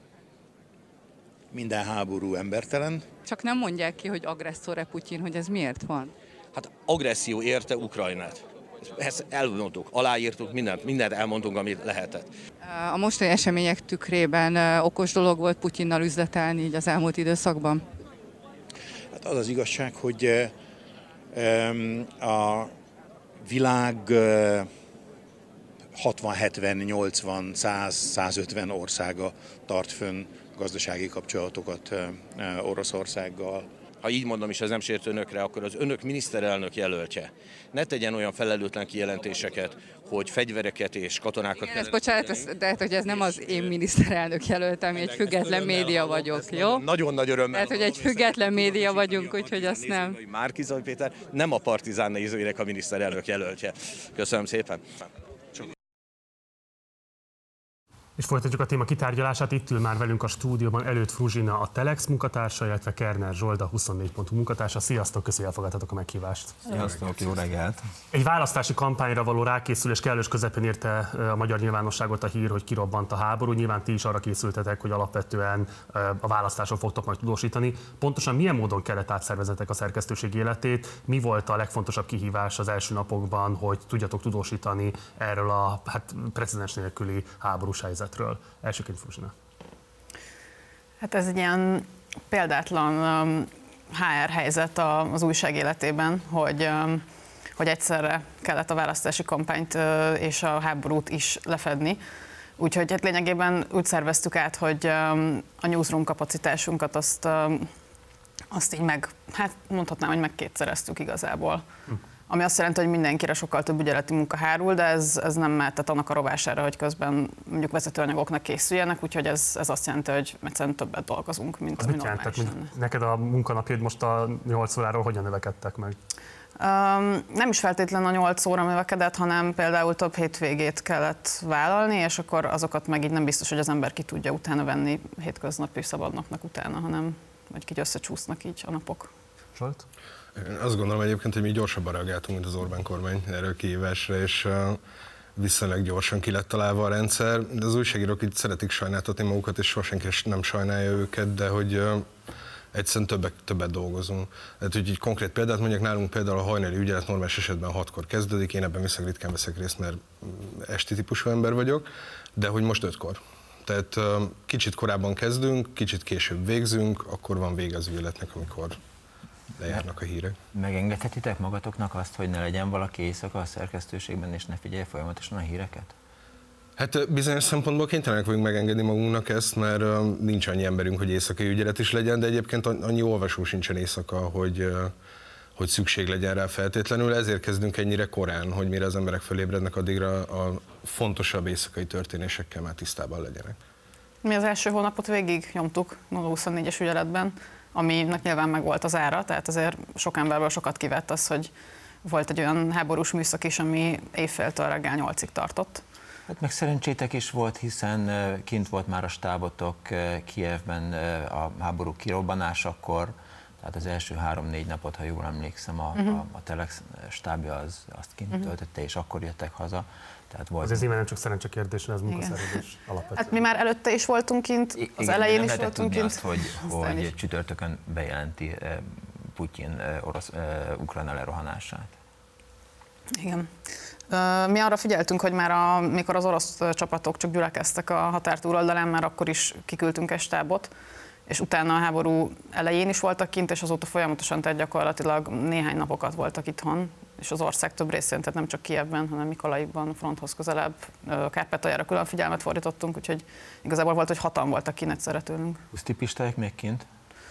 Minden háború embertelen. Csak nem mondják ki, hogy agresszor-e Putyin, hogy ez miért van? Hát agresszió érte Ukrajnát. Ezt elmondtuk, aláírtuk, mindent elmondtunk, amit lehetett. A mostani események tükrében okos dolog volt Putyinnal üzletelni így az elmúlt időszakban? Hát az az igazság, hogy a világ 60, 70, 80, 100, 150 országa tart fönn gazdasági kapcsolatokat Oroszországgal. Ha így mondom, és ez nem sért önökre, akkor az önök miniszterelnök jelöltje ne tegyen olyan felelőtlen kijelentéseket, hogy fegyvereket és katonákat... Igen, bocsánat, de hogy ez nem az én miniszterelnök jelöltem, egy független média vagyok, jó? Nagyon nagy örömmel. Tehát, hogy egy független média vagyunk, úgyhogy azt nem. Márki-Zay Péter nem a Partizán nézőinek a miniszterelnök jelöltje. Köszönöm szépen. És folytatjuk a téma kitárgyalását, itt ül már velünk a stúdióban Előtt Fruzsina, a Telex munkatársa, illetve Kerner Zsolt, a 24.hu munkatársa. Sziasztok, köszönjük, elfogadtatok a meghívást. Sziasztok, jó reggelt! Egy választási kampányra való rákészülés kellős közepén érte a magyar nyilvánosságot a hír, hogy kirobbant a háború. Nyilván ti is arra készültetek, hogy alapvetően a választáson fogtok majd tudósítani. Pontosan milyen módon kellett átszervezetek a szerkesztőség életét? Mi volt a legfontosabb kihívás az első napokban, hogy tudjatok tudósítani erről a precedens nélküli háborús helyzetről? Elsőként Fruzsina. Hát ez egy ilyen példátlan HR helyzet az újság életében, hogy egyszerre kellett a választási kampányt és a háborút is lefedni. Úgyhogy hát lényegében úgy szerveztük át, hogy a newsroom kapacitásunkat azt így mondhatnám, hogy megkétszereztük igazából. Ami azt jelenti, hogy mindenkire sokkal több ügyeleti munka hárul, de ez nem mehetett annak a rovására, hogy közben mondjuk vezetőanyagoknak készüljenek, nem is azt jelenti, hogy egyszerűen többet dolgozunk, mint ami normális lenne. Neked a munkanapjaid most a 8 óráról hogyan növekedtek meg? Nem is feltétlenül a 8 óra növekedett, hanem például több hétvégét kellett vállalni, és akkor azokat meg így nem biztos, hogy az ember ki tudja utána venni hétköznapi szabadnapnak utána, hanem vagy így összecsúsznak így a napok. Zsolt? Én azt gondolom egyébként, hogy mi gyorsabban reagáltunk, mint az Orbán kormány erre a kihívásra, és viszonylag gyorsan ki lett találva a rendszer. De az újságírók így szeretik sajnáltatni magukat, és soha senki nem sajnálja őket, de hogy egyszerűen többet dolgozunk. Tehát, hogy egy konkrét példát mondjak, nálunk például a hajnali ügyelet normális esetben 6-kor kezdődik, én ebben viszonylag ritkán veszek részt, mert esti típusú ember vagyok, de hogy most 5-kor. Tehát kicsit korábban kezdünk, kicsit később végzünk, akkor van vége az ügyeletnek, amikor lejárnak a hírek. Megengedhetitek magatoknak azt, hogy ne legyen valaki éjszaka a szerkesztőségben, és ne figyelje folyamatosan a híreket? Hát bizonyos szempontból kénytelenek vagyunk megengedni magunknak ezt, mert nincs annyi emberünk, hogy éjszakai ügyelet is legyen, de egyébként annyi olvasó sincsen éjszaka, hogy szükség legyen rá feltétlenül. Ezért kezdünk ennyire korán, hogy mire az emberek fölébrednek, addigra a fontosabb éjszakai történésekkel már tisztában legyenek. Mi az első hónapot végig nyomtuk 0-24-es ügyeletben, aminek nyilván meg volt az ára, tehát azért sok emberből sokat kivett az, hogy volt egy olyan háborús műszak is, ami éjféltől reggel 8-ig tartott. Hát meg szerencsétek is volt, hiszen kint volt már a stábotok Kijevben a háború kirobbanásakor, tehát az első 3-4 napot, ha jól emlékszem, a Telex stábja azt kint töltötte, és akkor jöttek haza. Tehát volt... Ez nyilván nem csak szerencse kérdés, ez munkaszerződés alapvetően. Hát mi már előtte is voltunk kint, az elején is voltunk kint. Azt, hogy csütörtökön bejelenti Putyin Ukrajna lerohanását. Igen. Mi arra figyeltünk, hogy már mikor az orosz csapatok csak gyülekeztek a határ túloldalán, már akkor is kiküldtünk egy stábot, és utána a háború elején is voltak kint, és azóta folyamatosan, tehát gyakorlatilag néhány napokat voltak itthon, és az ország több részén, tehát nem csak Kijevben, hanem Mikolajivban, a fronthoz közelebb, Kárpátaljára külön figyelmet fordítottunk, úgyhogy igazából volt, hogy 6-an voltak kint egyszerre tőlünk. Pusztipistáik még kint?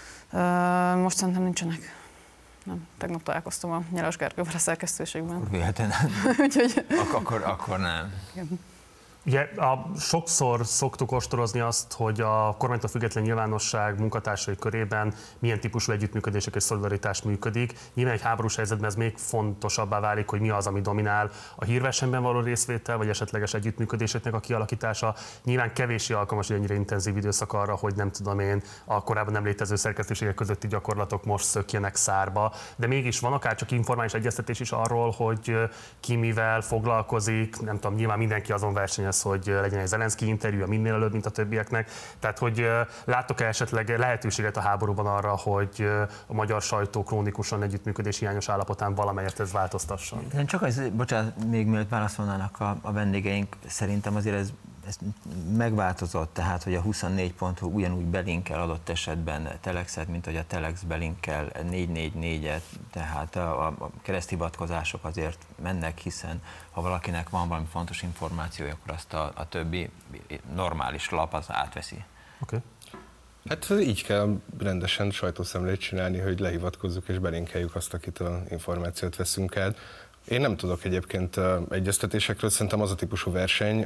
Most szerintem nincsenek. Nem, tegnap találkoztam a Nyeles Gergővel a szerkesztőségben. Úgyhogy... akkor nem. Igen. Ugye sokszor szoktuk ostorozni azt, hogy a kormánytól független nyilvánosság munkatársai körében milyen típusú együttműködések és szolidaritás működik. Nyilván egy háborús helyzetben ez még fontosabbá válik, hogy mi az, ami dominál, a hírversenyben való részvétel, vagy esetleges együttműködéseknek a kialakítása. Nyilván kevéssé alkalmas egy ennyire intenzív időszak arra, hogy nem tudom én, a korábban nem létező szerkesztőségek közötti gyakorlatok most szökjenek szárba. De mégis van akár csak informális egyeztetés is arról, hogy ki mivel foglalkozik, nem tudom, nyilván mindenki azon versenyez, hogy legyen egy Zelenszky interjú minél előbb, mint a többieknek. Tehát, hogy láttok-e esetleg lehetőséget a háborúban arra, hogy a magyar sajtó krónikusan együttműködés hiányos állapotán valamelyet ez változtasson? Csak az, bocsánat, még mielőtt válaszolnának a vendégeink, szerintem azért ez megváltozott, tehát, hogy a 24.hu ugyanúgy belinkel adott esetben Telexet, mint hogy a Telex belinkel 444-et, tehát a kereszthivatkozások azért mennek, hiszen ha valakinek van valami fontos információja, akkor azt a többi normális lap az átveszi. Okay. Hát így kell rendesen sajtószemlét csinálni, hogy lehivatkozzuk és belinkeljük azt, akitől információt veszünk át. Én nem tudok egyébként egyeztetésekről, szerintem az a típusú verseny,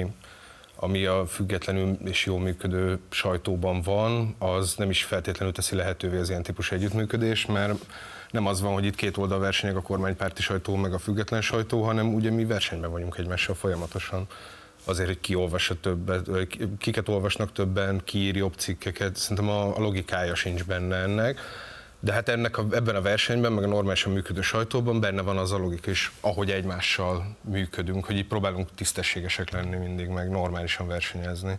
ami a függetlenül és jól működő sajtóban van, az nem is feltétlenül teszi lehetővé az ilyen típusú együttműködés, mert nem az van, hogy itt két oldal versenyek, a kormánypárti sajtó meg a független sajtó, hanem ugye mi versenyben vagyunk egymással folyamatosan. Azért, hogy ki olvassa többet, kiket olvasnak többen, ki ír jobb cikkeket, szerintem a logikája sincs benne ennek. De hát ebben a versenyben, meg a normálisan működő sajtóban benne van az a logika is, ahogy egymással működünk, hogy így próbálunk tisztességesek lenni mindig, meg normálisan versenyezni.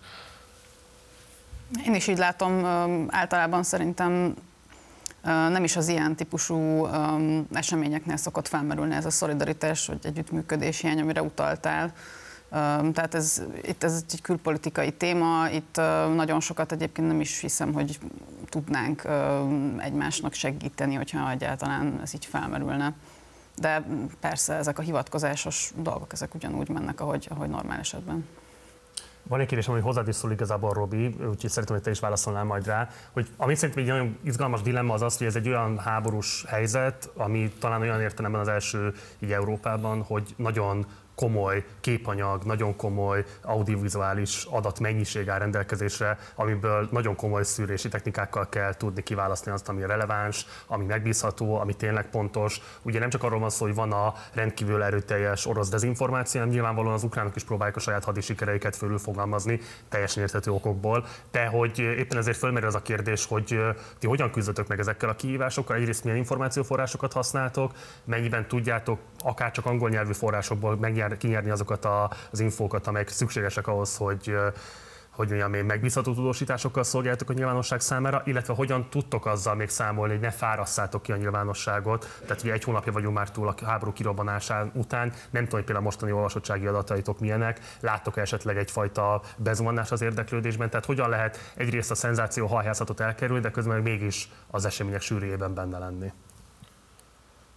Én is így látom, általában szerintem nem is az ilyen típusú eseményeknél szokott felmerülni ez a szolidaritás, vagy együttműködés hiány, amire utaltál. Tehát ez egy külpolitikai téma, itt nagyon sokat egyébként nem is hiszem, hogy tudnánk egymásnak segíteni, hogyha egyáltalán ez így felmerülne. De persze ezek a hivatkozásos dolgok, ezek ugyanúgy mennek, ahogy normál esetben. Van egy kérdésem, hogy hozzád is szól igazából, Robi, úgyhogy szerintem, hogy te is válaszolnál majd rá, hogy ami szerintem egy nagyon izgalmas dilemma az az, hogy ez egy olyan háborús helyzet, ami talán olyan értelemben az első így Európában, hogy nagyon komoly képanyag, nagyon komoly audiovizuális adatmennyiség áll rendelkezésre, amiből nagyon komoly szűrési technikákkal kell tudni kiválasztani azt, ami releváns, ami megbízható, ami tényleg pontos. Ugye nem csak arról van szó, hogy van a rendkívül erőteljes orosz dezinformáció, hanem nyilvánvalóan az ukránok is próbálják a saját hadisikereiket fölülfogalmazni teljesen érthető okokból. De hogy éppen ezért fölmerül az a kérdés, hogy ti hogyan küzdötök meg ezekkel a kihívásokkal, egyrészt milyen információforrásokat használtok, mennyiben tudjátok akár csak angol nyelvű forrásokból kinyerni azokat az infókat, amelyek szükségesek ahhoz, hogy még megbízható tudósításokkal szolgáljatok a nyilvánosság számára, illetve hogyan tudtok azzal még számolni, hogy ne fárasszátok ki a nyilvánosságot. Tehát ugye egy hónapja vagyunk már túl a háború kirobbanásán után, nem tudom, hogy például mostani olvasottsági adataitok milyenek, láttok esetleg egyfajta bezuhanás az érdeklődésben, tehát hogyan lehet egyrészt a szenzáció hajhászatot elkerülni, de közben mégis az események sűrűjében benne lenni.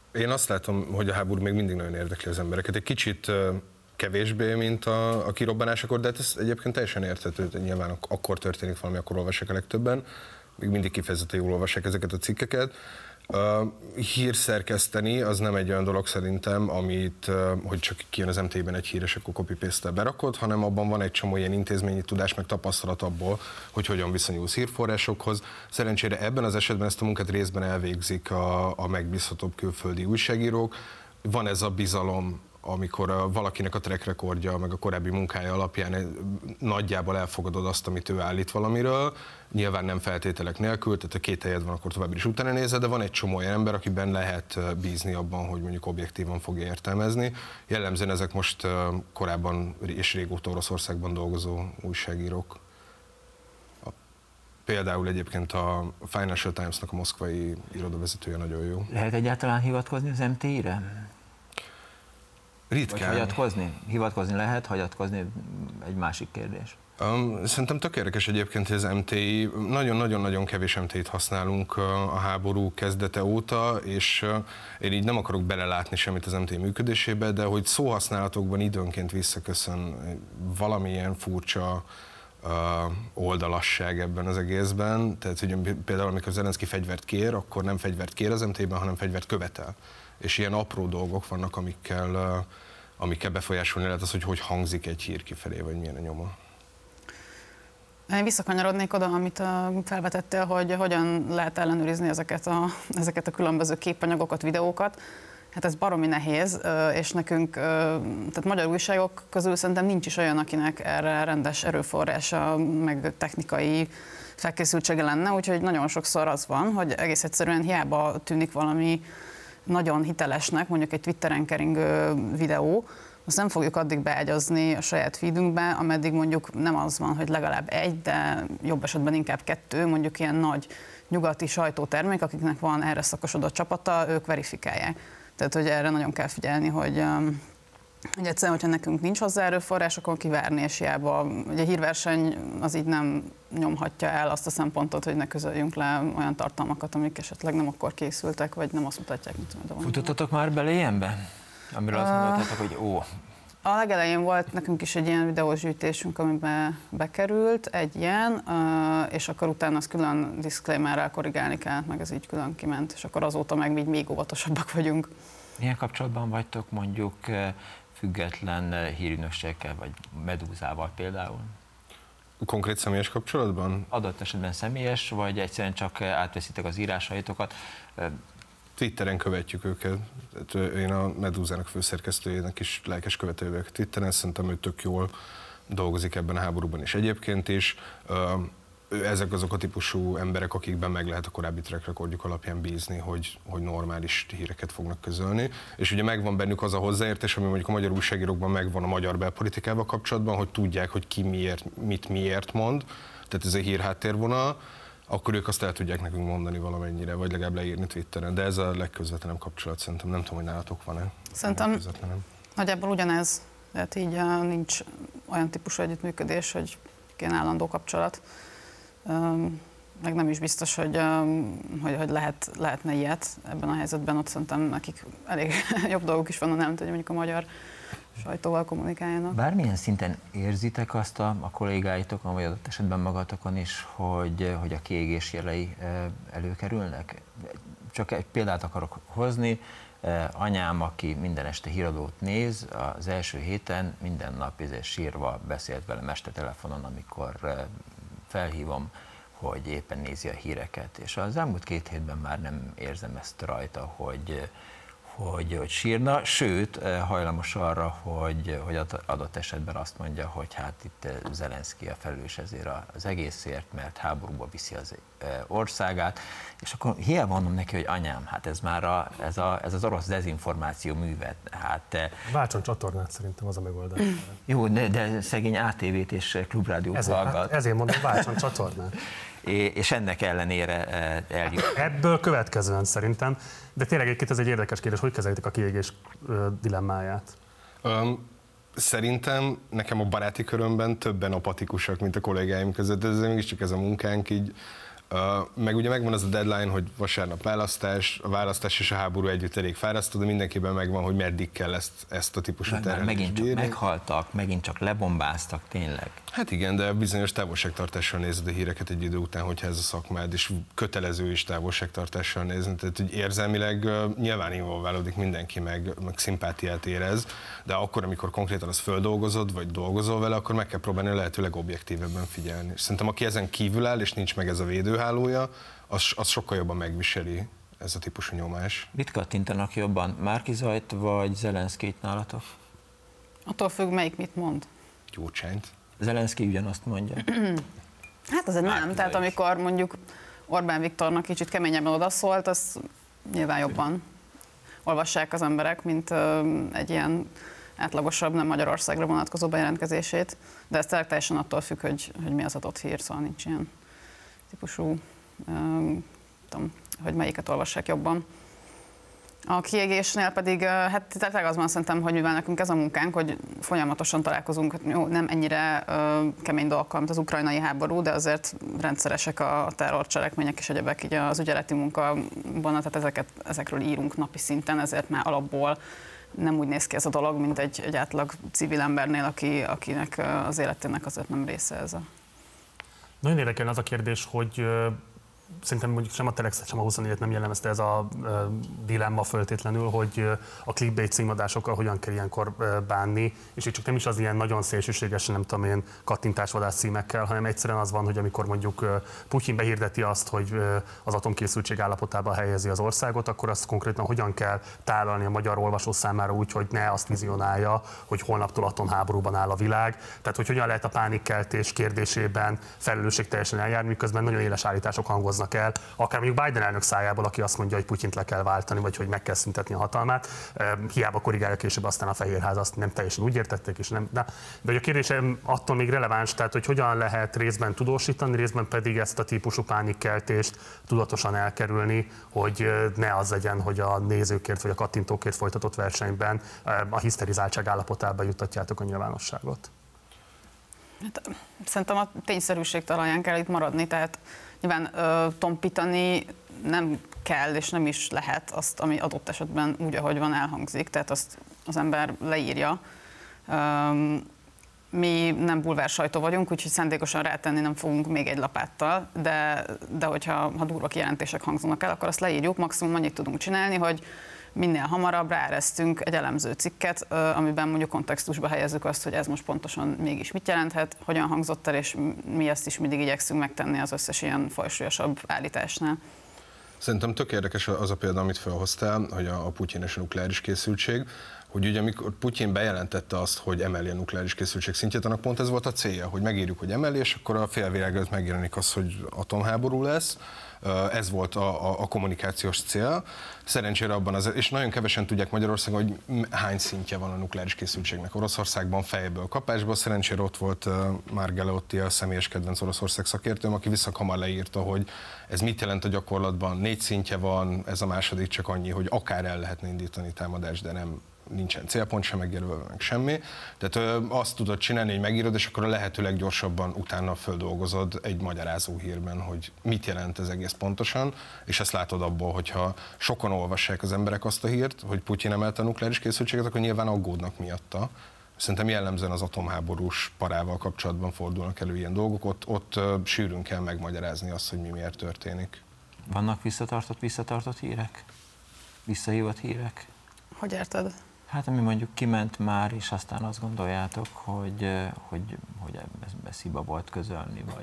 Én azt látom, hogy a háború még mindig nagyon érdekli az embereket. Egy kicsit kevésbé, mint a kirobbanásakor, de hát ez egyébként teljesen érthető. Nyilván akkor történik valami, akkor olvassák a legtöbben. Még mindig kifejezetten jól olvassák ezeket a cikkeket. Hírszerkeszteni az nem egy olyan dolog szerintem, amit, hogy csak kijön az MT-ben egy hír, és akkor copy-paste-tel berakod, hanem abban van egy csomó ilyen intézményi tudás, meg tapasztalat abból, hogy hogyan viszonyulsz hírforrásokhoz. Szerencsére ebben az esetben ezt a munkát részben elvégzik a megbízhatóbb külföldi újságírók. Van ez a bizalom, amikor valakinek a track recordja, meg a korábbi munkája alapján nagyjából elfogadod azt, amit ő állít valamiről, nyilván nem feltételek nélkül, tehát ha két helyed van, akkor tovább is utána nézed, de van egy csomó olyan ember, akiben lehet bízni abban, hogy mondjuk objektívan fogja értelmezni. Jellemzően ezek most korábban és régóta Oroszországban dolgozó újságírók. Például egyébként a Financial Times-nak a moszkvai irodavezetője nagyon jó. Lehet egyáltalán hivatkozni az MTI-re? Ritkán. Vagy hagyatkozni? Hivatkozni lehet, hagyatkozni egy másik kérdés. Szerintem tök érdekes egyébként, hogy az MTI, nagyon-nagyon kevés MTI-t használunk a háború kezdete óta, és én így nem akarok belelátni semmit az MTI működésébe, de hogy szóhasználatokban időnként visszaköszön valamilyen furcsa oldalasság ebben az egészben. Tehát, hogy például amikor Zelenszky fegyvert kér, akkor nem fegyvert kér az MTI-ben, hanem fegyvert követel. És ilyen apró dolgok vannak, amikkel befolyásolni lehet az, hogy hangzik egy hír kifelé, vagy milyen a nyoma. Én visszakanyarodnék oda, amit felvetettél, hogy hogyan lehet ellenőrizni ezeket a különböző képanyagokat, videókat. Hát ez baromi nehéz, és nekünk, tehát magyar újságok közül szerintem nincs is olyan, akinek erre rendes erőforrása, meg technikai felkészültsége lenne, úgyhogy nagyon sokszor az van, hogy egész egyszerűen hiába tűnik valami nagyon hitelesnek, mondjuk egy Twitteren keringő videó, azt nem fogjuk addig beágyazni a saját feedünkbe, ameddig mondjuk nem az van, hogy legalább egy, de jobb esetben inkább kettő, mondjuk ilyen nagy nyugati sajtótermék, akiknek van erre szakosodott csapata, ők verifikálják. Tehát, hogy erre nagyon kell figyelni, hogy egyszerűen, hogyha nekünk nincs hozzá erőforrás, akkor kivárni, és hiába. Ugye a hírverseny az így nem nyomhatja el azt a szempontot, hogy ne közöljünk le olyan tartalmakat, amik esetleg nem akkor készültek, vagy nem azt mutatják, mint tudom. Futottatok már bele ilyenbe? Amiről azt mondtátok, hogy A legelején volt nekünk is egy ilyen videózsűjtésünk, amiben bekerült egy ilyen, és akkor utána azt külön disclaimerrel korrigálni kellett, meg ez így külön kiment, és akkor azóta meg még óvatosabbak vagyunk. Milyen kapcsolatban vagytok mondjuk független hírügynökségekkel, vagy Medúzával például? Konkrét személyes kapcsolatban? Adott esetben személyes, vagy egyszerűen csak átveszitek az írásaitokat? Twitteren követjük őket. Én a Medúzának főszerkesztőjének is lelkes követő vagyok Twitteren, szerintem ő tök jól dolgozik ebben a háborúban, és egyébként is ezek azok a típusú emberek, akikben meg lehet a korábbi track recordjuk alapján bízni, hogy normális híreket fognak közölni. És ugye megvan bennük az a hozzáértés, ami mondjuk a magyar újságírókban megvan a magyar belpolitikával kapcsolatban, hogy tudják, hogy ki miért mond, tehát ez a hír háttérvonal, akkor ők azt el tudják nekünk mondani valamennyire, vagy legalább leírni Twitteren, de ez a legközvetlenebb kapcsolat szerintem. Nem tudom, hogy nálatok van-e. Szerintem nagyjából ugyanez, tehát így nincs olyan típusú együttműködés, hogy ilyen állandó kapcsolat. Meg nem is biztos, hogy lehetne ilyet ebben a helyzetben, ott szerintem nekik elég jobb dolgok is van, nem tudom, hogy mondjuk a magyar sajtóval kommunikáljanak. Bármilyen szinten érzitek azt a kollégáitok, vagy adott esetben magatokon is, hogy a kiégés jelei előkerülnek? Csak egy példát akarok hozni. Anyám, aki minden este híradót néz, az első héten minden nap sírva beszélt velem este telefonon, amikor felhívom, hogy éppen nézi a híreket. És az elmúlt 2 hétben már nem érzem ezt rajta, hogy sírna, sőt, hajlamos arra, hogy adott esetben azt mondja, hogy hát itt Zelenszky a felelős ezért az egészért, mert háborúba viszi az országát, és akkor hiába mondom neki, hogy anyám, hát ez már ez az orosz dezinformáció művet. Hát, váltson csatornát, szerintem az a megoldás. Jó, de szegény ATV-t és Klubrádiót hallgat. Ezért mondom, váltson csatornát. És ennek ellenére eljut. Ebből következően szerintem, de tényleg egyébként ez egy érdekes kérdés, hogy kezeljétek a kiégés dilemmáját? Szerintem nekem a baráti körömben többen apatikusak, mint a kollégáim között, de ez mégiscsak ez a munkánk így. Meg ugye megvan az a deadline, hogy vasárnap választás, a választás és a háború együtt elég fárasztó, de mindenkiben megvan, hogy meddig kell ezt a típusú terhelést megint csak bírni. meghaltak, megint csak lebombáztak, tényleg. Hát igen, de bizonyos távolságtartással nézed a híreket egy idő után, hogyha ez a szakmád, és kötelező is távolságtartással nézni. Tehát, hogy érzelmileg nyilván involválódik mindenki, meg szimpátiát érez, de akkor, amikor konkrétan azt földolgozod, vagy dolgozol vele, akkor meg kell próbálni lehetőleg objektívebben figyelni. És szerintem, aki ezen kívül áll, és nincs meg ez a védőhálója, az sokkal jobban megviseli ez a típusú nyomás. Mit kattintanak jobban, Márki-Zajt vagy Zelenszkijt nálatok? Attól függ, melyik mit mond. Gyurcsányt. Zelenszkij ugyanazt mondja. Hát azért nem, tehát amikor mondjuk Orbán Viktornak kicsit keményebben odaszólt, az nyilván jobban olvassák az emberek, mint egy ilyen átlagosabb, nem Magyarországra vonatkozó bejelentkezését, de ez teljesen attól függ, hogy mi az adott hír, szóval nincs ilyen típusú, tudom, hogy melyiket olvassák jobban. A kiégésnél pedig, hát tényleg az van szerintem, hogy mivel nekünk ez a munkánk, hogy folyamatosan találkozunk, jó, nem ennyire kemény dolgokkal, mint az ukrajnai háború, de azért rendszeresek a terrorcselekmények és egyebek így az ügyeleti munkában, tehát ezekről írunk napi szinten, ezért már alapból nem úgy néz ki ez a dolog, mint egy átlag civil embernél, akinek az életének azért nem része ez a... Nagyon érdekelne az a kérdés, hogy szerintem mondjuk sem a Telex, sem a 24-et nem jellemezte ez a dilemma föltétlenül, hogy a clickbait címadásokkal hogyan kell ilyenkor bánni, és itt csak nem is az ilyen nagyon szélsőségesen, nem tudom én, kattintásvadász címekkel, hanem egyszerűen az van, hogy amikor mondjuk Putyin behirdeti azt, hogy az atomkészültség állapotába helyezi az országot, akkor azt konkrétan hogyan kell tálalni a magyar olvasó számára úgy, hogy ne azt vizionálja, hogy holnaptól atomháborúban áll a világ. Tehát, hogy hogyan lehet a pánikkeltés kérdésében felelősségteljesen eljárni, miközben nagyon éles állítások hangoznak el, akár mondjuk Biden elnök szájából, aki azt mondja, hogy Putyint le kell váltani, vagy hogy meg kell szüntetni a hatalmát. Hiába korrigálja később aztán a Fehérház, azt nem teljesen úgy értették, és nem. De hogy a kérdésem attól még releváns, tehát hogy hogyan lehet részben tudósítani, részben pedig ezt a típusú pánikkeltést tudatosan elkerülni, hogy ne az legyen, hogy a nézőkért vagy a kattintókért folytatott versenyben a hiszterizáltság állapotába juttatjátok a nyilvánosságot. Hát, szerintem a tényszerűség talaján kell itt maradni, tehát nyilván tompítani nem kell, és nem is lehet azt, ami adott esetben úgy, ahogy van, elhangzik, tehát azt az ember leírja. Mi nem bulvár sajtó vagyunk, úgyhogy szándékosan rátenni nem fogunk még egy lapáttal, de hogyha durva kijelentések hangzanak el, akkor azt leírjuk, maximum annyit tudunk csinálni, hogy minél hamarabb ráeresztünk egy elemző cikket, amiben mondjuk kontextusba helyezzük azt, hogy ez most pontosan mégis mit jelenthet, hogyan hangzott el, és mi ezt is mindig igyekszünk megtenni az összes ilyen fajsúlyosabb állításnál. Szerintem tök érdekes az a példa, amit felhoztál, hogy a Putyin és a nukleáris készültség, hogy ugye amikor Putyin bejelentette azt, hogy emeli a nukleáris készültség szintjét, annak pont ez volt a célja, hogy megírjuk, hogy emeli, és akkor a félvilág előtt megjelenik az, hogy atomháború lesz. Ez volt a kommunikációs cél. Szerencsére abban és nagyon kevesen tudják Magyarországon, hogy hány szintje van a nukleáris készültségnek. Oroszországban fejből kapásból, szerencsére ott volt Mark Galeotti, a személyes kedvenc Oroszország szakértőm, aki viszont leírta, hogy ez mit jelent a gyakorlatban, 4 szintje van, ez a második csak annyi, hogy akár el lehetne indítani támadást, de nincsen célpont sem megjelölve, meg semmi. Tehát azt tudod csinálni, hogy megírod, és akkor a lehető leggyorsabban utána földolgozod egy magyarázó hírben, hogy mit jelent ez egész pontosan, és ezt látod abból, hogyha sokan olvassák az emberek azt a hírt, hogy Putyin emelte a nukleáris készültséget, akkor nyilván aggódnak miatta. Szerintem jellemzően az atomháborús parával kapcsolatban fordulnak elő ilyen dolgok, ott sűrűn kell megmagyarázni azt, hogy mi miért történik. Vannak visszatartott hírek? Visszahívott hírek? Hogy érted? Hát ami mondjuk kiment már, és aztán azt gondoljátok, hogy ez hiba volt közölni, vagy...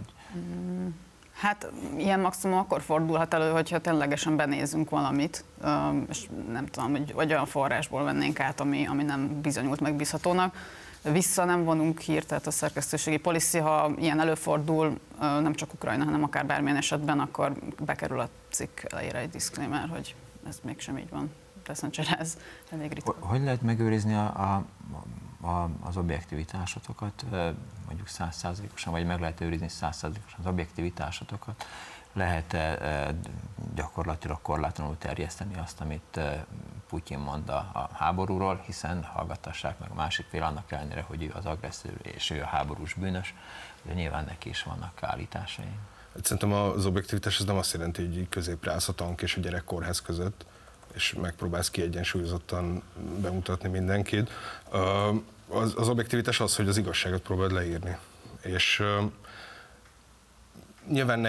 Hát ilyen maximum akkor fordulhat elő, hogyha ténylegesen benézzünk valamit, és nem tudom, hogy olyan forrásból vennénk át, ami nem bizonyult megbízhatónak. Vissza nem vonunk hírt, tehát a szerkesztőségi policy, ha ilyen előfordul, nem csak Ukrajna, hanem akár bármilyen esetben, akkor bekerül a cikk elejére egy disclaimer, hogy ez mégsem így van. Ez elég ritka. Hogy lehet megőrizni az objektivitásotokat, mondjuk 100%-osan, vagy meg lehet őrizni 100%-osan az objektivitásotokat? Lehet-e gyakorlatilag korlátlanul terjeszteni azt, amit Putyin mond a háborúról, hiszen hallgattassák meg a másik fél annak ellenére, hogy ő az agresszor és ő a háborús bűnös, de nyilván neki is vannak állításai. Szerintem az objektivitás ez nem azt jelenti, hogy így középre állsz a tank és a gyerekkórház között, és megpróbálsz kiegyensúlyozottan bemutatni mindenkit. Az objektivitás az, hogy az igazságot próbáld leírni. És nyilván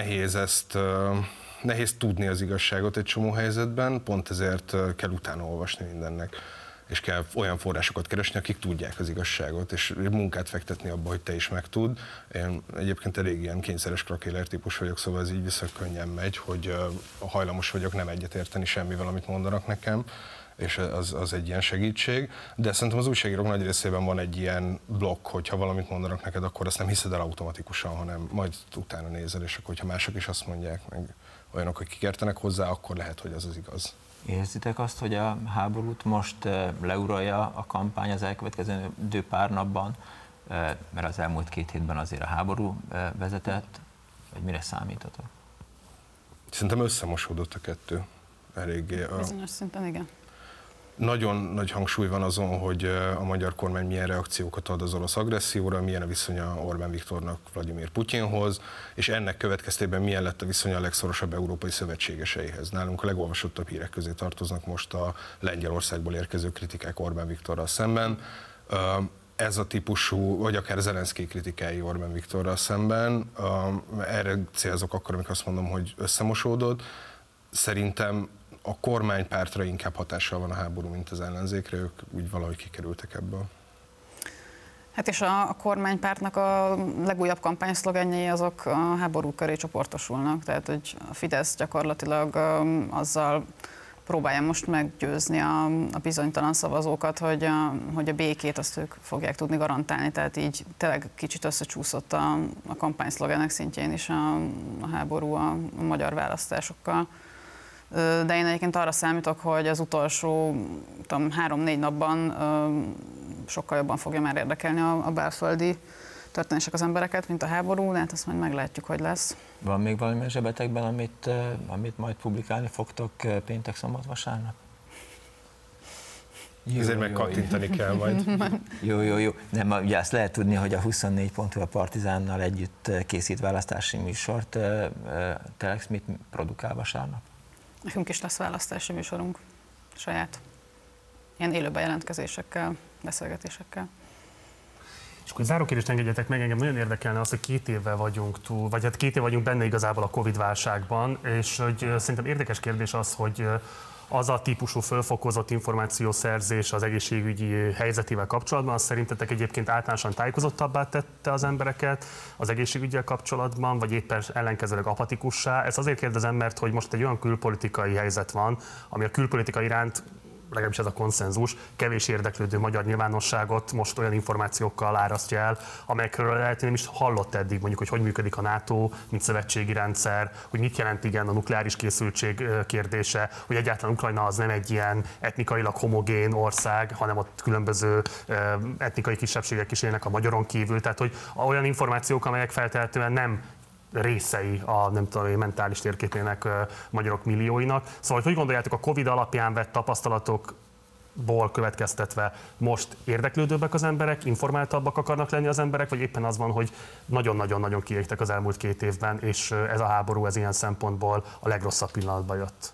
nehéz tudni az igazságot egy csomó helyzetben, pont ezért kell utána olvasni mindennek, és kell olyan forrásokat keresni, akik tudják az igazságot, és munkát fektetni abba, hogy te is megtudd. Én egyébként elég ilyen kényszeres krakéler típus vagyok, szóval ez így viszont könnyen megy, hogy hajlamos vagyok nem egyetérteni semmivel, amit mondanak nekem, és az egy ilyen segítség. De szerintem az újságírók nagy részében van egy ilyen blokk, hogyha valamit mondanak neked, akkor azt nem hiszed el automatikusan, hanem majd utána nézel, és akkor, hogyha mások is azt mondják, meg olyanok, akik értenek hozzá, akkor lehet, hogy az az igaz. Érzitek azt, hogy a háborút most leuralja a kampány az elkövetkező pár napban, mert az elmúlt 2 hétben azért a háború vezetett, vagy mire számítotok? Szerintem összemosódott a kettő eléggé. Bizonyos szinten igen. Nagyon nagy hangsúly van azon, hogy a magyar kormány milyen reakciókat ad az orosz agresszióra, milyen a viszonya Orbán Viktornak Vladimir Putyinhoz, és ennek következtében milyen lett a viszonya a legszorosabb európai szövetségeseihez. Nálunk a legolvasottabb hírek közé tartoznak most a Lengyelországból érkező kritikák Orbán Viktorral szemben. Ez a típusú, vagy akár Zelenszkij kritikái Orbán Viktorral szemben, erre célzok akkor, amikor azt mondom, hogy összemosódott. Szerintem a kormánypártra inkább hatással van a háború, mint az ellenzékre, ők úgy valahogy kikerültek ebből. Hát és a kormánypártnak a legújabb kampányszlogenjei azok a háború köré csoportosulnak, tehát hogy a Fidesz gyakorlatilag azzal próbálja most meggyőzni a bizonytalan szavazókat, hogy a békét azt ők fogják tudni garantálni, tehát így tényleg kicsit összecsúszott a kampányszlogenek szintjén is a háború a magyar választásokkal. De én egyébként arra számítok, hogy az utolsó 3-4 napban sokkal jobban fogja már érdekelni a belföldi történések az embereket, mint a háború, de hát azt majd meglátjuk, hogy lesz. Van még valami a zsebetekben, amit majd publikálni fogtok péntek, szombat, vasárnap? Ezért megkattintani kell majd. Jó. Nem, ugye azt lehet tudni, hogy a 24.hu a Partizánnal együtt készít választási műsort. Telex mit produkál vasárnap? Nekünk is lesz választási műsorunk, saját. Ilyen élő bejelentkezésekkel, beszélgetésekkel. És akkor záró kérdést engedjetek meg, engem nagyon érdekelne az, hogy 2 éve vagyunk túl, vagy hát 2 éve vagyunk benne igazából a Covid-válságban, és hogy szerintem érdekes kérdés az, hogy az a típusú fölfokozott információszerzés az egészségügyi helyzetével kapcsolatban, az szerintetek egyébként általánosan tájékozottabbá tette az embereket az egészségüggyel kapcsolatban, vagy éppen ellenkezőleg apatikussá? Ezt azért kérdezem, mert hogy most egy olyan külpolitikai helyzet van, ami a külpolitika iránt, legalábbis ez a konszenzus, kevés érdeklődő magyar nyilvánosságot most olyan információkkal árasztja el, amelyekről lehet nem is hallott eddig, mondjuk, hogy működik a NATO, mint szövetségi rendszer, hogy mit jelent igen a nukleáris készültség kérdése, hogy egyáltalán Ukrajna az nem egy ilyen etnikailag homogén ország, hanem ott különböző etnikai kisebbségek is élnek a magyaron kívül, tehát hogy olyan információk, amelyek feltehetően nem részei a nem tudom, mentális térképének magyarok millióinak. Szóval, hogy gondoljátok, a Covid alapján vett tapasztalatokból következtetve most érdeklődőbbek az emberek, informáltabbak akarnak lenni az emberek, vagy éppen az van, hogy nagyon-nagyon-nagyon kiégtek az elmúlt 2 évben, és ez a háború ez ilyen szempontból a legrosszabb pillanatban jött?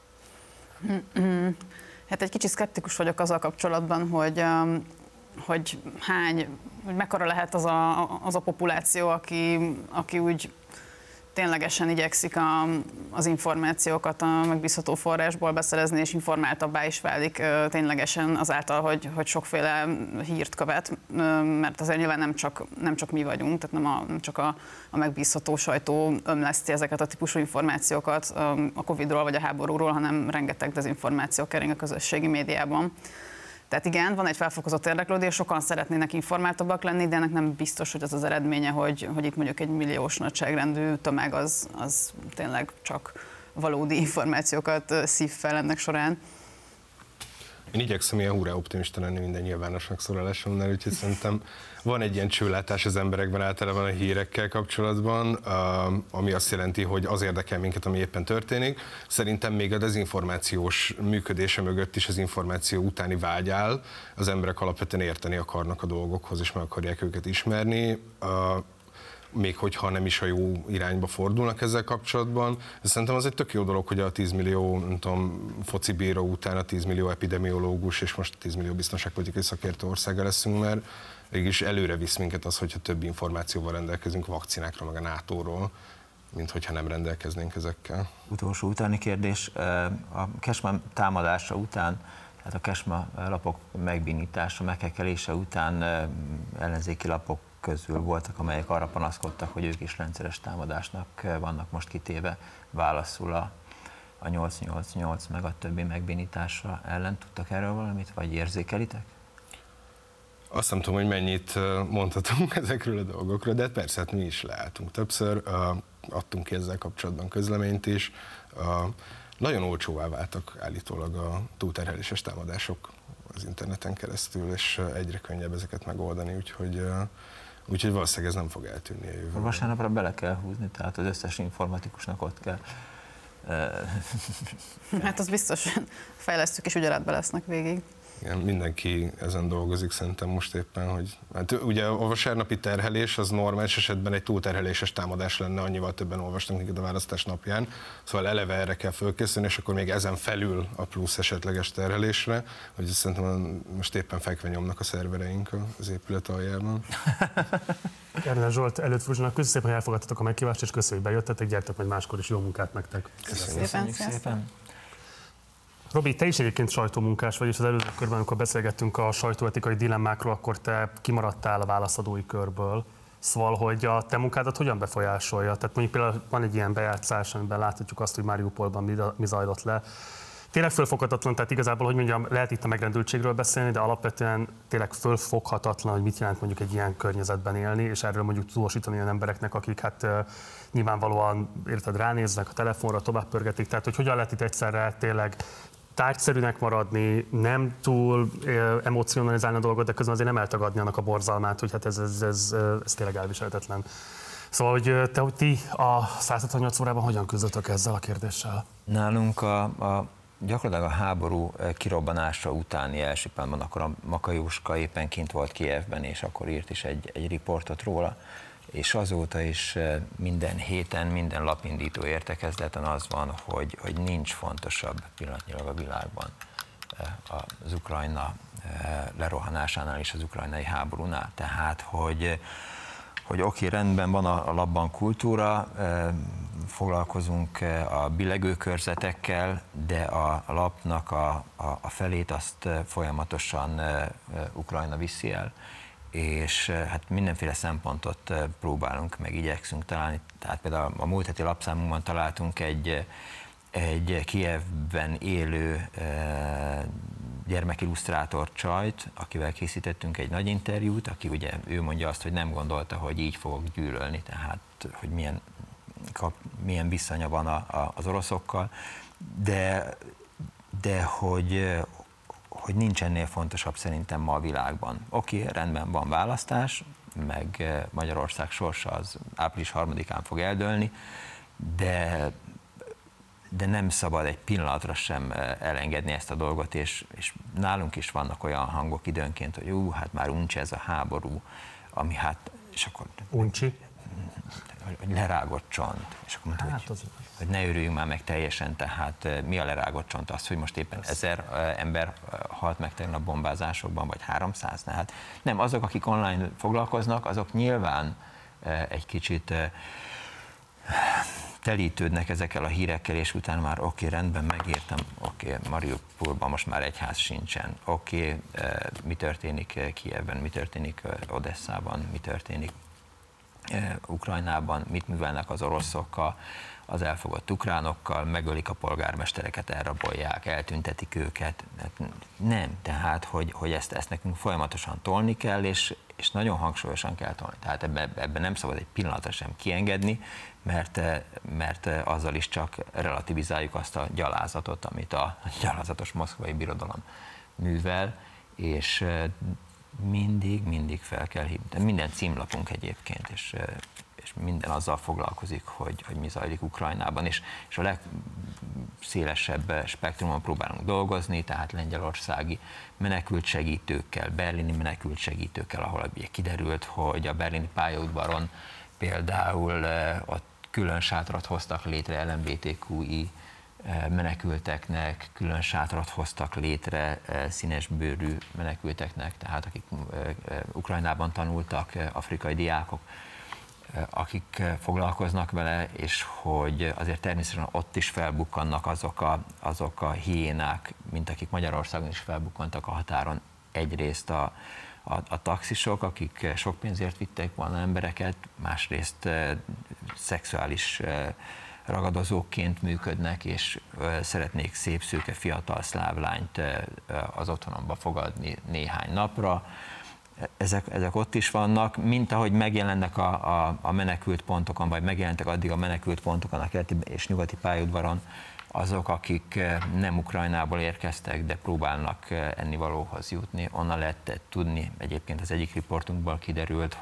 Hát egy kicsit szkeptikus vagyok azzal kapcsolatban, hogy mekkora lehet az a populáció, aki úgy ténylegesen igyekszik az információkat a megbízható forrásból beszerezni, és informáltabbá is válik ténylegesen azáltal, hogy sokféle hírt követ, mert azért nyilván nem csak mi vagyunk, tehát nem csak a megbízható sajtó ömleszti ezeket a típusú információkat a Covid-ról vagy a háborúról, hanem rengeteg dezinformáció kering a közösségi médiában. Tehát igen, van egy felfokozott érdeklődés, sokan szeretnének informáltabbak lenni, de ennek nem biztos, hogy az az eredménye, hogy itt mondjuk egy milliós nagyságrendű tömeg az tényleg csak valódi információkat szív fel ennek során. Én igyekszem ilyen hurrá optimista lenni minden nyilvános megszólalásomnál, úgyhogy szerintem van egy ilyen csőlátás az emberekben általában a hírekkel kapcsolatban, ami azt jelenti, hogy az érdekel minket, ami éppen történik. Szerintem még a dezinformációs működése mögött is az információ utáni vágy áll. Az emberek alapvetően érteni akarnak a dolgokhoz, és meg akarják őket ismerni. még hogyha nem is a jó irányba fordulnak ezzel kapcsolatban. De szerintem az egy tök jó dolog, hogy a 10 millió, nem tudom, focibíró után a 10 millió epidemiológus és most 10 millió biztonságpolitikai szakértő országa leszünk, mert mégis előre visz minket az, hogyha több információval rendelkezünk vakcinákról, meg a NATO-ról, mint hogyha nem rendelkeznénk ezekkel. Utolsó utáni kérdés. A Kesma támadása után, tehát a Kesma lapok megbénítása, meghekkelése után ellenzéki lapok közül voltak, amelyek arra panaszkodtak, hogy ők is rendszeres támadásnak vannak most kitéve, válaszul a 888 meg a többi megbénítása ellen. Tudtak erről valamit, vagy érzékelitek? Azt nem tudom, hogy mennyit mondhatunk ezekről a dolgokról, de persze hát mi is leálltunk többször, adtunk ki ezzel kapcsolatban közleményt is. Nagyon olcsóvá váltak állítólag a túlterheléses támadások az interneten keresztül, és egyre könnyebb ezeket megoldani, úgyhogy valószínűleg ez nem fog eltűnni a jövőben. Vasárnapra bele kell húzni, tehát az összes informatikusnak ott kell. Hát az biztos, fejlesztők is ugyanátban lesznek végig. Igen, mindenki ezen dolgozik szerintem most éppen, hogy hát ugye a vasárnapi terhelés az normális esetben egy túlterheléses támadás lenne, annyival többen olvastunk minket a választás napján, szóval eleve erre kell fölkészülni, és akkor még ezen felül a plusz esetleges terhelésre, hogy szerintem most éppen fekve nyomnak a szervereink az épület aljában. Erdős Zsolt, Előtt-Fruzsnak, köszönöm szépen, hogy elfogadtatok a meghívást, és köszönjük, hogy bejöttetek, gyertek majd máskor is, jó munkát nektek. Köszönjük szépen. Robi, te is egyébként sajtómunkás vagy, és az előző körben, amikor beszélgettünk a sajtóetikai dilemmákról, akkor te kimaradtál a válaszadói körből. Szóval, hogy a te munkádat hogyan befolyásolja? Tehát mondjuk például van egy ilyen bejátszás, amiben láthatjuk azt, hogy Mariupolban mi zajlott le. Tényleg fölfoghatatlan, tehát igazából, hogy mondjam, lehet itt a megrendültségről beszélni, de alapvetően tényleg fölfoghatatlan, hogy mit jelent mondjuk egy ilyen környezetben élni, és erről mondjuk tudósítani olyan embereknek, akik hát nyilvánvalóan érted, ránéznek a telefonra, tovább pörgetik, tehát hogy hogyan lehet itt egyszerre tényleg tárgyszerűnek maradni, nem túl emocionalizálni a dolgot, de közben azért nem eltagadni annak a borzalmát, hogy hát ez tényleg elviselhetetlen. Szóval, hogy ti a 168 órában hogyan küzdötök ezzel a kérdéssel? Nálunk gyakorlatilag a háború kirobbanása utáni első pillanatban, akkor a Maka Jóska éppen kint volt Kijevben, és akkor írt is egy riportot róla, és azóta is minden héten, minden lapindító értekezleten az van, hogy nincs fontosabb pillanatnyilag a világban az Ukrajna lerohanásánál és az ukrajnai háborúnál. Tehát, hogy oké, rendben van a lapban kultúra, foglalkozunk a billegőkörzetekkel, de a lapnak a felét azt folyamatosan Ukrajna viszi el, és hát mindenféle szempontot próbálunk, meg igyekszünk találni. Tehát például a múlt heti lapszámunkban találtunk egy Kijevben élő gyermekillusztrátor csajt, akivel készítettünk egy nagy interjút, aki ugye ő mondja azt, hogy nem gondolta, hogy így fogok gyűlölni, tehát hogy milyen viszonya van az oroszokkal, de hogy nincs ennél fontosabb szerintem ma a világban. Oké, rendben van választás, meg Magyarország sorsa az április 3-án fog eldőlni, de nem szabad egy pillanatra sem elengedni ezt a dolgot, és nálunk is vannak olyan hangok időnként, hogy hát már uncsi ez a háború, ami hát, és akkor... Uncsi? Hogy lerágott csont, és akkor mondta, hogy ne örüljünk már meg teljesen, tehát mi a lerágott csont? Az, hogy most éppen 1000 ember halt meg tegnap bombázásokban, vagy 300? Hát nem, azok, akik online foglalkoznak, azok nyilván egy kicsit telítődnek ezekkel a hírekkel, és utána már oké, rendben, megértem, Mariupolban most már egyház sincsen, mi történik Kijevben, mi történik Odesszában, mi történik Ukrajnában, mit művelnek az oroszok az elfogott ukránokkal, megölik a polgármestereket, elrabolják, eltüntetik őket. Nem, tehát, hogy ezt nekünk folyamatosan tolni kell, és nagyon hangsúlyosan kell tolni. Tehát ebben nem szabad egy pillanatra sem kiengedni, mert azzal is csak relativizáljuk azt a gyalázatot, amit a gyalázatos moszkvai birodalom művel, és mindig fel kell hívni. Minden címlapunk egyébként, és minden azzal foglalkozik, hogy mi zajlik Ukrajnában, és a legszélesebb spektrumon próbálunk dolgozni, tehát lengyelországi menekült segítőkkel, berlini menekült segítőkkel, ahol ugye kiderült, hogy a berlini pályaudvaron például ott külön sátrat hoztak létre LMBTQI menekülteknek, külön sátrat hoztak létre színesbőrű menekülteknek, tehát akik Ukrajnában tanultak, afrikai diákok, akik foglalkoznak vele, és hogy azért természetesen ott is felbukkannak azok a hiénák, mint akik Magyarországon is felbukkantak a határon. Egyrészt a taxisok, akik sok pénzért vitték volna embereket, másrészt szexuális ragadozóként működnek, és szeretnék szép, szőke, fiatal szláv lányt az otthonomba fogadni néhány napra. Ezek ott is vannak, mint ahogy megjelennek a menekült pontokon, vagy megjelentek addig a menekült pontokon, a keleti és nyugati pályaudvaron azok, akik nem Ukrajnából érkeztek, de próbálnak ennivalóhoz jutni. Onnan lehet tudni, egyébként az egyik riportunkból kiderült,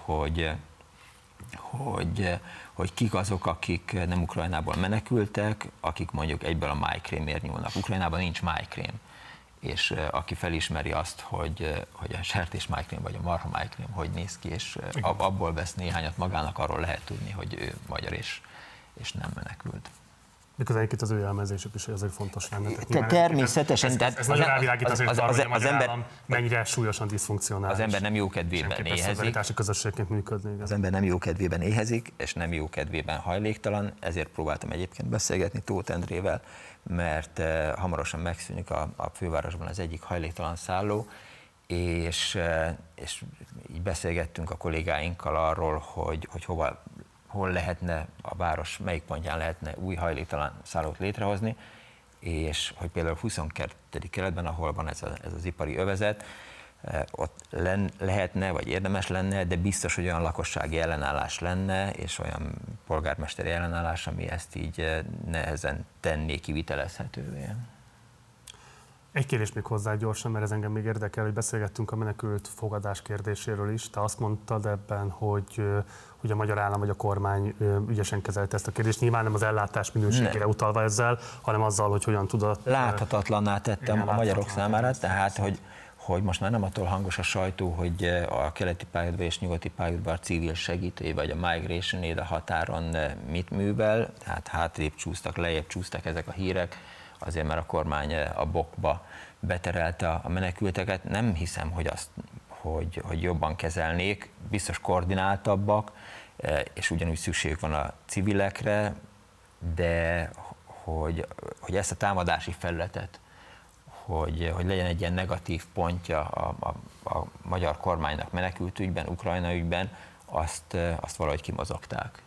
hogy kik azok, akik nem Ukrajnából menekültek, akik mondjuk egyből a májkrémért nyúlnak. Ukrajnában nincs májkrém, és aki felismeri azt, hogy a sertés májkrém vagy a marha májkrém hogy néz ki, és abból vesz néhányat magának, arról lehet tudni, hogy ő magyar és nem menekült. Miközben egyébként az ő jelmezésük is azért fontos lenne. Természetesen. Ez nagyon rávilágít azért arra, hogy a magyar állam mennyire súlyosan diszfunkcionális. Az ember nem jókedvében éhezik. Közösségként működni. Az ember nem jókedvében éhezik, és nem jókedvében hajléktalan, ezért próbáltam egyébként beszélgetni Tóth Endrével, mert hamarosan megszűnik a fővárosban az egyik hajléktalan szálló, és így beszélgettünk a kollégáinkkal arról, hogy hol lehetne a város, melyik pontján lehetne új hajléktalan szállót létrehozni, és hogy például 22. kerületben, ahol van ez az ipari övezet, ott lehetne, vagy érdemes lenne, de biztos, hogy olyan lakossági ellenállás lenne, és olyan polgármesteri ellenállás, ami ezt így nehezen tenné kivitelezhetővé. Egy kérdés még hozzá gyorsan, mert ez engem még érdekel, hogy beszélgettünk a menekült fogadás kérdéséről is. Te azt mondtad ebben, hogy a magyar állam vagy a kormány ügyesen kezelte ezt a kérdést. Nyilván nem az ellátás minőségére utalva ezzel, hanem azzal, hogy hogyan tudott... Láthatatlanná tettem a magyarok számára, tehát hogy most már nem attól hangos a sajtó, hogy a keleti pályaudvar és nyugati pályaudvar civil segítői, vagy a Migration Aid a határon mit művel, tehát hátrébb csúsztak, lejjebb csúsztak ezek a hírek, azért mert a kormány a bokba beterelte a menekülteket. Nem hiszem, hogy jobban kezelnék, biztos koordináltabbak, és ugyanúgy szükségük van a civilekre, de hogy ezt a támadási felületet, hogy legyen egy ilyen negatív pontja a magyar kormánynak menekült ügyben, Ukrajna ügyben, azt valahogy kimozogták.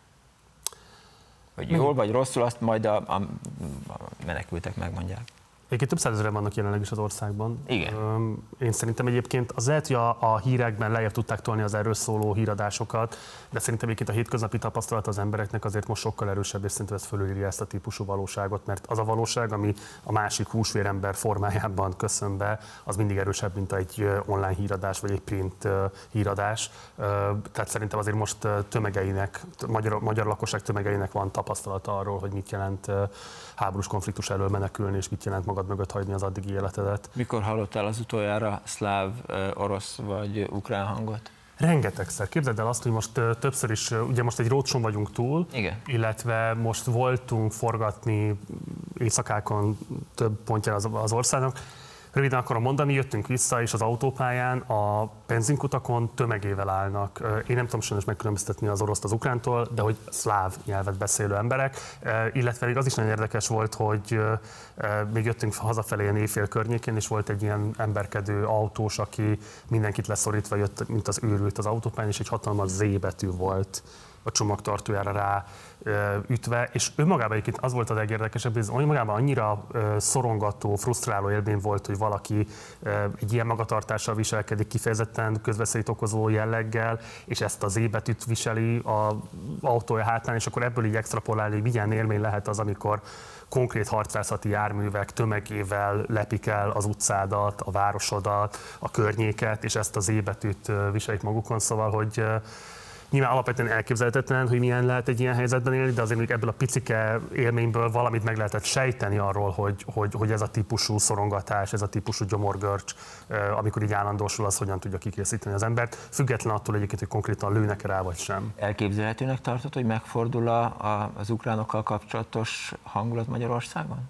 Hogy jól vagy rosszul, azt majd a menekültek megmondják. Egyébként több százezren vannak jelenleg is az országban. Igen. Én szerintem egyébként az lehet, hogy a hírekben lejjebb tudták tolni az erről szóló híradásokat, de szerintem egyébként a hétköznapi tapasztalat az embereknek azért most sokkal erősebb, és szerintem ez fölülírja ezt a típusú valóságot, mert az a valóság, ami a másik húsvérember formájában köszön be, az mindig erősebb, mint egy online híradás, vagy egy print híradás. Tehát szerintem azért most tömegeinek, magyar lakosság tömegeinek van tapasztalata arról, hogy mit jelent háborús konfliktus elől menekülni, és mit jelent magad mögött hagyni az addigi életedet. Mikor hallottál az utoljára szláv, orosz vagy ukrán hangot? Rengetegszer. Képzeld el azt, hogy most többször is, ugye most egy roadshowon vagyunk túl, igen, illetve most voltunk forgatni éjszakákon több pontján az országnak. Röviden akarom mondani, jöttünk vissza, és az autópályán a benzinkutakon tömegével állnak. Én nem tudom sajnos megkülönböztetni az oroszt az ukrántól, de hogy szláv nyelvet beszélő emberek. Illetve még az is nagyon érdekes volt, hogy még jöttünk hazafelé ilyen éjfél környékén, és volt egy ilyen emberkedő autós, aki mindenkit leszorítva jött, mint az őrült az autópályán, és egy hatalmas Z betű volt a csomagtartójára rá ütve, és önmagában egyébként az volt a legérdekesebb, hogy ez önmagában annyira szorongató, frusztráló élmény volt, hogy valaki egy ilyen magatartással viselkedik, kifejezetten közveszélyt okozó jelleggel, és ezt az Z-betűt viseli az autója hátán, és akkor ebből így extrapolálni, hogy milyen élmény lehet az, amikor konkrét harcászati járművek tömegével lepik el az utcádat, a városodat, a környéket, és ezt az Z-betűt viselik magukon, szóval, hogy Nyilván alapvetően elképzelhetetlen, hogy milyen lehet egy ilyen helyzetben élni, de azért még ebből a picike élményből valamit meg lehetett sejteni arról, hogy ez a típusú szorongatás, ez a típusú gyomorgörcs, amikor így állandósul, az hogyan tudja kikészíteni az embert, független attól egyébként, hogy konkrétan lőnek rá vagy sem. Elképzelhetőnek tartod, hogy megfordul az ukránokkal kapcsolatos hangulat Magyarországon?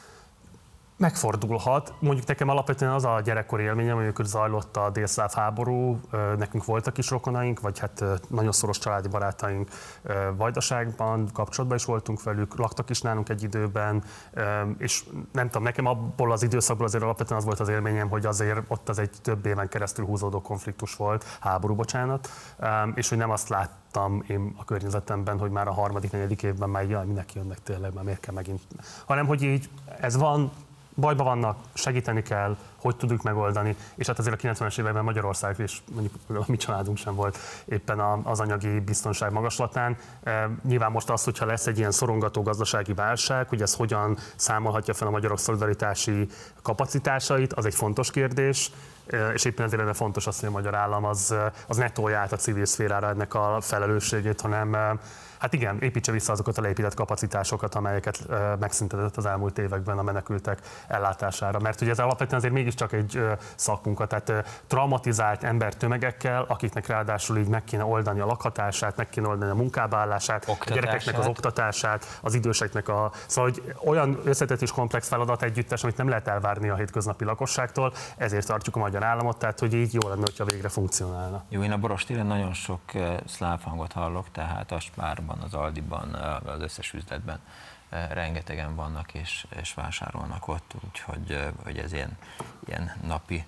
Megfordulhat. Mondjuk nekem alapvetően az a gyerekkori élményem, amikor zajlott a délszláv háború, nekünk voltak is rokonaink, vagy hát nagyon szoros családi barátaink Vajdaságban, kapcsolatban is voltunk velük, laktak is nálunk egy időben, és nem tudom, nekem abból az időszakból azért alapvetően az volt az élményem, hogy azért ott az egy több éven keresztül húzódó konfliktus volt, háború, bocsánat, és hogy nem azt láttam én a környezetemben, hogy már a harmadik, negyedik évben már jaj, mindenki jönnek tényleg, már miért kell megint, hanem hogy így ez van, bajba vannak, segíteni kell, hogy tudjuk megoldani, és hát azért a 90-es években Magyarország, és mondjuk a mi családunk sem volt éppen az anyagi biztonság magaslatán. Nyilván most az, hogyha lesz egy ilyen szorongató gazdasági válság, hogy ez hogyan számolhatja fel a magyarok szolidaritási kapacitásait, az egy fontos kérdés, és éppen ezért lenne fontos az, hogy a magyar állam az ne tolja át a civil szférára ennek a felelősségét, hanem hát igen, építse vissza azokat a leépített kapacitásokat, amelyeket megszüntetett az elmúlt években a menekültek ellátására. Mert ugye ez alapvetően azért mégiscsak egy szakmunka, tehát traumatizált embertömegekkel, akiknek ráadásul így meg kéne oldani a lakhatását, meg kéne oldani a munkába állását, a gyerekeknek az oktatását, az időseknek a... Szóval hogy olyan összetett és komplex feladat együttes, amit nem lehet elvárni a hétköznapi lakosságtól, ezért tartjuk a magyar államot, tehát hogy így jó lenne, hogyha végre funkcionálna. Jó, én a Borostéren nagyon sok szláv hangot hallok, tehát a Spárban, az Aldiban, az összes üzletben rengetegen vannak és vásárolnak ott, úgyhogy hogy ez ilyen napi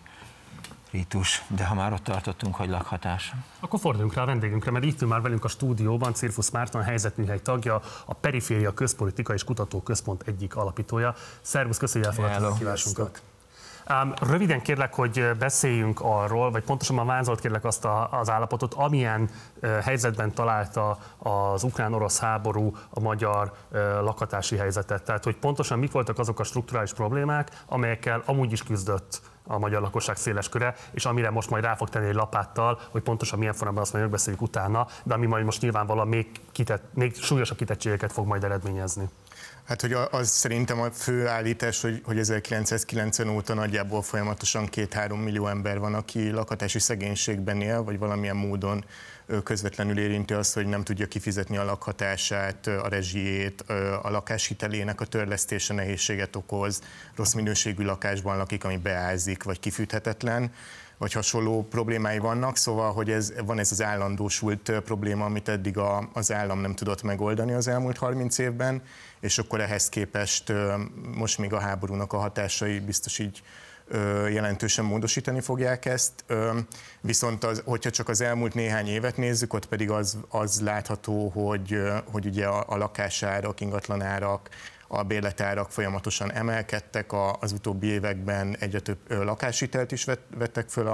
ritus. De ha már ott tartottunk, hogy lakhatás. Akkor forduljunk rá a vendégünkre, mert itt ül már velünk a stúdióban Cirfusz Márton, helyzetműhely tagja, a Periféria Közpolitika és Kutatóközpont egyik alapítója. Szervusz, köszönjük, hogy elfogadtad a kívásunkat. Röviden kérlek, hogy beszéljünk arról, vagy pontosabban vázolt kérlek azt az állapotot, amilyen helyzetben találta az ukrán-orosz háború a magyar lakhatási helyzetet. Tehát, hogy pontosan mik voltak azok a strukturális problémák, amelyekkel amúgy is küzdött a magyar lakosság széles köre, és amire most majd rá fog tenni egy lapáttal, hogy pontosan milyen formában azt majd megbeszéljük utána, de ami majd most nyilvánvalóan még súlyosabb kitettségeket fog majd eredményezni. Hát, hogy az szerintem a fő állítás, hogy 1990 óta nagyjából folyamatosan 2-3 millió ember van, aki lakhatási szegénységben él, vagy valamilyen módon közvetlenül érinti azt, hogy nem tudja kifizetni a lakhatását, a rezsijét, a lakáshitelének a törlesztése nehézséget okoz, rossz minőségű lakásban lakik, ami beázik, vagy kifűthetetlen, vagy hasonló problémái vannak, szóval, hogy van ez az állandósult probléma, amit eddig az állam nem tudott megoldani az elmúlt 30 évben, és akkor ehhez képest most még a háborúnak a hatásai biztos így jelentősen módosítani fogják ezt. Viszont hogyha csak az elmúlt néhány évet nézzük, ott pedig az látható, hogy ugye a lakásárak, ingatlanárak, a bérletárak folyamatosan emelkedtek, az utóbbi években egyre több lakáshitelt is vettek föl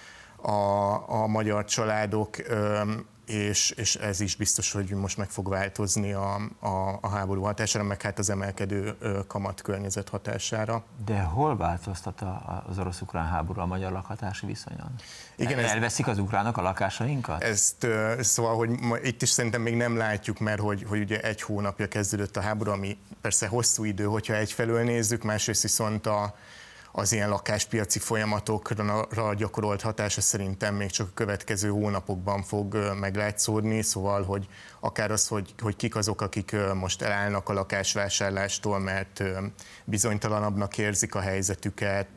a magyar családok, és ez is biztos, hogy most meg fog változni a háború hatására, meg hát az emelkedő kamat környezet hatására. De hol változtat az orosz-ukrán háború a magyar lakhatási viszonyon? Igen, elveszik az ukránok a lakásainkat? Szóval, hogy itt is szerintem még nem látjuk, mert hogy ugye 1 hónapja kezdődött a háború, ami persze hosszú idő, hogyha egyfelől nézzük, másrészt viszont az ilyen lakáspiaci folyamatokra gyakorolt hatása szerintem még csak a következő hónapokban fog meglátszódni, szóval, hogy akár az, hogy kik azok, akik most elállnak a lakásvásárlástól, mert bizonytalanabbnak érzik a helyzetüket,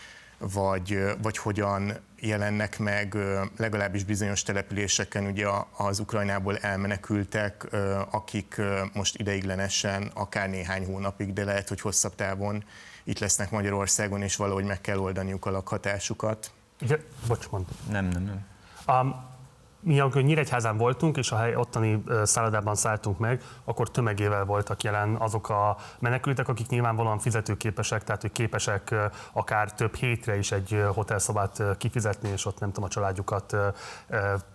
vagy hogyan jelennek meg legalábbis bizonyos településeken ugye az Ukrajnából elmenekültek, akik most ideiglenesen akár néhány hónapig, de lehet, hogy hosszabb távon itt lesznek Magyarországon, és valahogy meg kell oldaniuk a lakhatásukat. Igen, bocs, mondtam. Nem. Mi amikor Nyíregyházán voltunk, és a ottani szállodában szálltunk meg, akkor tömegével voltak jelen azok a menekültek, akik nyilvánvalóan fizetőképesek, tehát hogy képesek akár több hétre is egy hotelszobát kifizetni, és ott nem tudom, a családjukat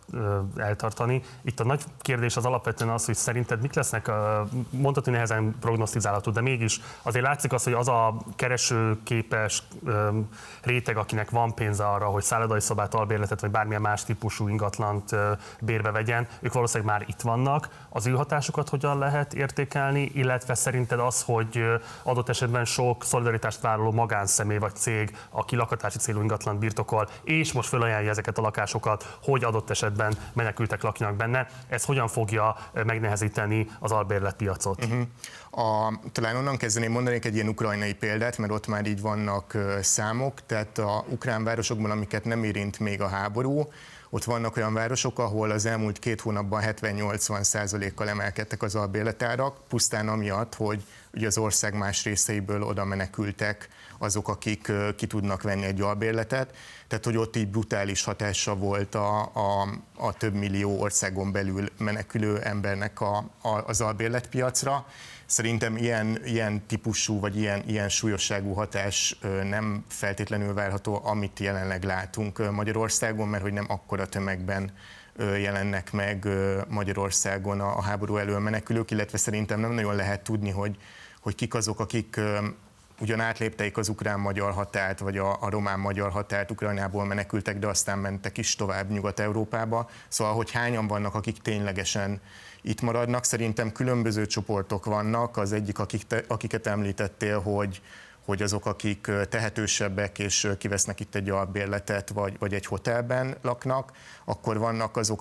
eltartani. Itt a nagy kérdés az alapvetően az, hogy szerinted mik lesznek, mondhatni nehezen prognosztizálható, de mégis azért látszik az, hogy az a keresőképes réteg, akinek van pénze arra, hogy szállodai szobát, albérletet vagy bármilyen más típusú ingatlant bérbe vegyen, ők valószínűleg már itt vannak. Az ő hatásukat hogyan lehet értékelni, illetve szerinted az, hogy adott esetben sok szolidaritást vállaló magánszemély vagy cég, aki lakhatási célú ingatlant birtokol, és most felajánlja ezeket a lakásokat, hogy adott esetben menekültek lakjanak benne, ez hogyan fogja megnehezíteni az albérletpiacot? Talán onnan kezdeném, mondanék egy ilyen ukrajnai példát, mert ott már így vannak számok, tehát a ukrán városokban, amiket nem érint még a háború, ott vannak olyan városok, ahol az elmúlt 2 hónapban 70-80%-kal emelkedtek az albérletárak, pusztán amiatt, hogy ugye az ország más részeiből oda menekültek azok, akik ki tudnak venni egy albérletet. Tehát, hogy ott így brutális hatása volt a több millió országon belül menekülő embernek az albérletpiacra. Szerintem ilyen típusú, vagy ilyen súlyosságú hatás nem feltétlenül várható, amit jelenleg látunk Magyarországon, mert hogy nem akkora tömegben jelennek meg Magyarországon a háború elől menekülők, illetve szerintem nem nagyon lehet tudni, hogy kik azok, akik ugyan átlépték az ukrán-magyar határt, vagy a román-magyar határt, Ukrajnából menekültek, de aztán mentek is tovább Nyugat-Európába. Szóval, hogy hányan vannak, akik ténylegesen itt maradnak, szerintem különböző csoportok vannak. Az egyik, akiket említettél, hogy azok, akik tehetősebbek, és kivesznek itt egy albérletet, vagy egy hotelben laknak, akkor vannak azok,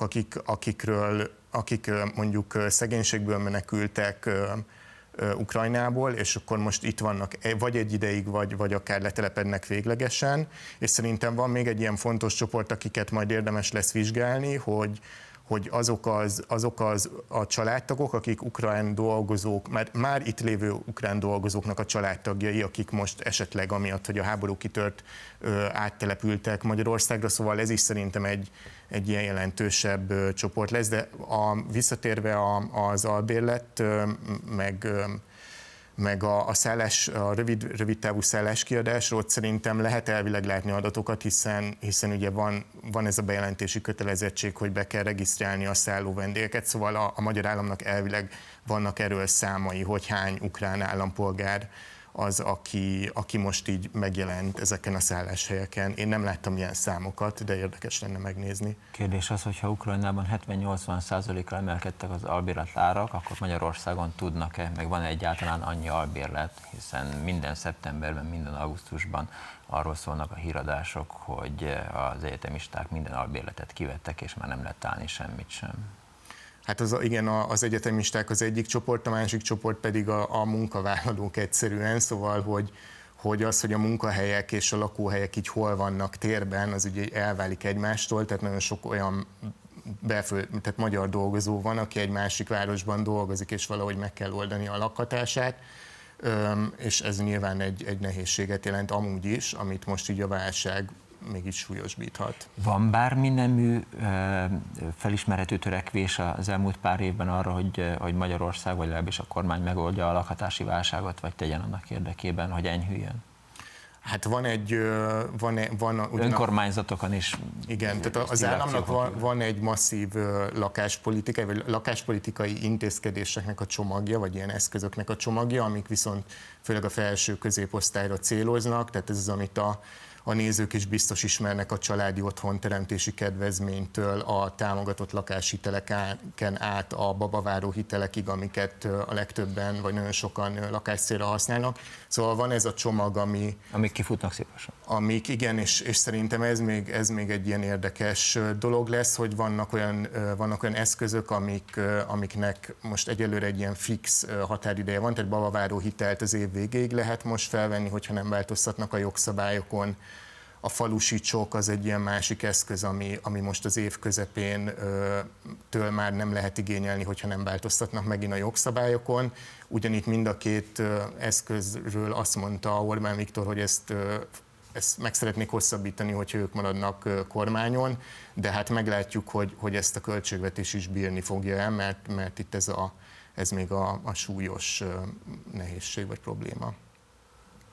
akik mondjuk szegénységből menekültek Ukrajnából, és akkor most itt vannak vagy egy ideig, vagy akár letelepednek véglegesen, és szerintem van még egy ilyen fontos csoport, akiket majd érdemes lesz vizsgálni, hogy azok a családtagok, akik ukrán dolgozók, már itt lévő ukrán dolgozóknak a családtagjai, akik most esetleg amiatt, hogy a háború kitört, áttelepültek Magyarországra, szóval ez is szerintem egy ilyen jelentősebb csoport lesz, de visszatérve az albérlet, meg a rövid távú szálláskiadásról, ott szerintem lehet elvileg látni adatokat, hiszen ugye van ez a bejelentési kötelezettség, hogy be kell regisztrálni a szálló vendégeket, szóval a magyar államnak elvileg vannak erről számai, hogy hány ukrán állampolgár az, aki most így megjelent ezeken a szálláshelyeken. Én nem láttam ilyen számokat, de érdekes lenne megnézni. Kérdés az, hogyha Ukrajnában 70-80%-ra emelkedtek az albérlet árak, akkor Magyarországon tudnak-e, meg van egyáltalán annyi albérlet, hiszen minden szeptemberben, minden augusztusban arról szólnak a híradások, hogy az egyetemisták minden albérletet kivettek, és már nem lett állni semmit sem. Hát az egyetemisták az egyik csoport, a másik csoport pedig a munkavállalók egyszerűen, szóval, hogy a munkahelyek és a lakóhelyek így hol vannak térben, az ugye elválik egymástól, tehát nagyon sok olyan tehát magyar dolgozó van, aki egy másik városban dolgozik, és valahogy meg kell oldani a lakhatását, és ez nyilván egy nehézséget jelent amúgy is, amit most így a válság mégis súlyosbíthat. Van bármi nemű felismerhető törekvés az elmúlt pár évben arra, hogy Magyarország, vagy legalábbis a kormány megoldja a lakhatási válságot, vagy tegyen annak érdekében, hogy enyhüljön? Hát van önkormányzatokon is. Igen, tehát az államnak van egy masszív lakáspolitikai, vagy lakáspolitikai intézkedéseknek a csomagja, vagy ilyen eszközöknek a csomagja, amik viszont főleg a felső középosztályra céloznak, tehát ez az, amit a nézők is biztos ismernek a családi otthonteremtési kedvezménytől a támogatott lakáshiteleken át a babaváró hitelekig, amiket a legtöbben vagy nagyon sokan lakáscélra használnak. Szóval van ez a csomag, amik kifutnak szépen. Amik igen, és szerintem ez még egy ilyen érdekes dolog lesz, hogy vannak olyan eszközök, amiknek most egyelőre egy ilyen fix határideje van, tehát babaváró hitelt az év végéig lehet most felvenni, hogyha nem változtatnak a jogszabályokon. A falusi csok az egy ilyen másik eszköz, ami most az év közepén től már nem lehet igényelni, hogyha nem változtatnak megint a jogszabályokon. Ugyanitt mind a két eszközről azt mondta Orbán Viktor, hogy ezt meg szeretnék hosszabbítani, hogyha ők maradnak kormányon, de hát meglátjuk, hogy ezt a költségvetés is bírni fogja el, mert itt ez még a súlyos nehézség vagy probléma.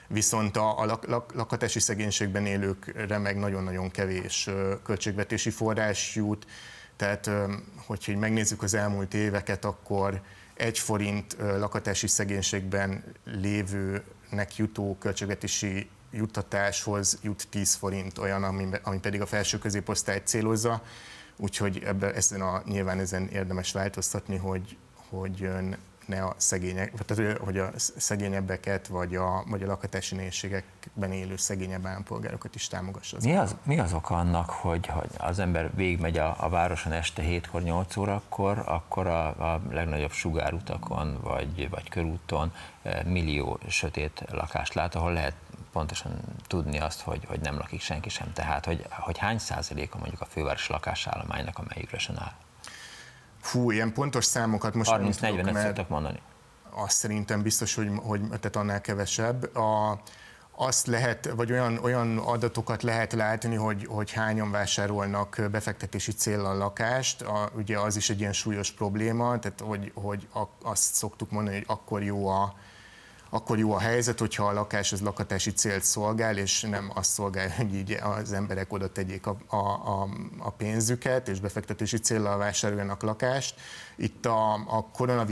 Viszont a lakhatási szegénységben élőkre meg nagyon-nagyon kevés költségvetési forrás jut, tehát hogyha megnézzük az elmúlt éveket, akkor 1 forint lakhatási szegénységben lévőnek jutó költségvetési juttatáshoz jut 10 forint olyan, ami pedig a felső középosztályt célozza, úgyhogy nyilván ezen érdemes változtatni, hogy ne a szegények, tehát hogy a szegényebbeket, vagy a lakhatási nehézségekben élő szegényebb állampolgárokat is támogassa. Mi az oka annak, hogy az ember végigmegy a városon este 7-kor, 8 órakor, akkor a legnagyobb sugárutakon, vagy körúton millió sötét lakást lát, ahol lehet pontosan tudni azt, hogy nem lakik senki sem. Tehát, hogy hány százaléka mondjuk a fővárosi lakásállománynak, amely üresen áll? Fú, ilyen pontos számokat most 30-40-et szoktak mondani. Azt szerintem biztos, hogy tehát annál kevesebb. Azt lehet, vagy olyan adatokat lehet látni, hogy hányan vásárolnak befektetési céllal lakást. Ugye az is egy ilyen súlyos probléma, tehát hogy azt szoktuk mondani, hogy akkor jó a helyzet, hogyha a lakás az lakhatási célt szolgál, és nem azt szolgál, hogy így az emberek oda tegyék a pénzüket, és befektetési céllal vásároljanak lakást. Itt a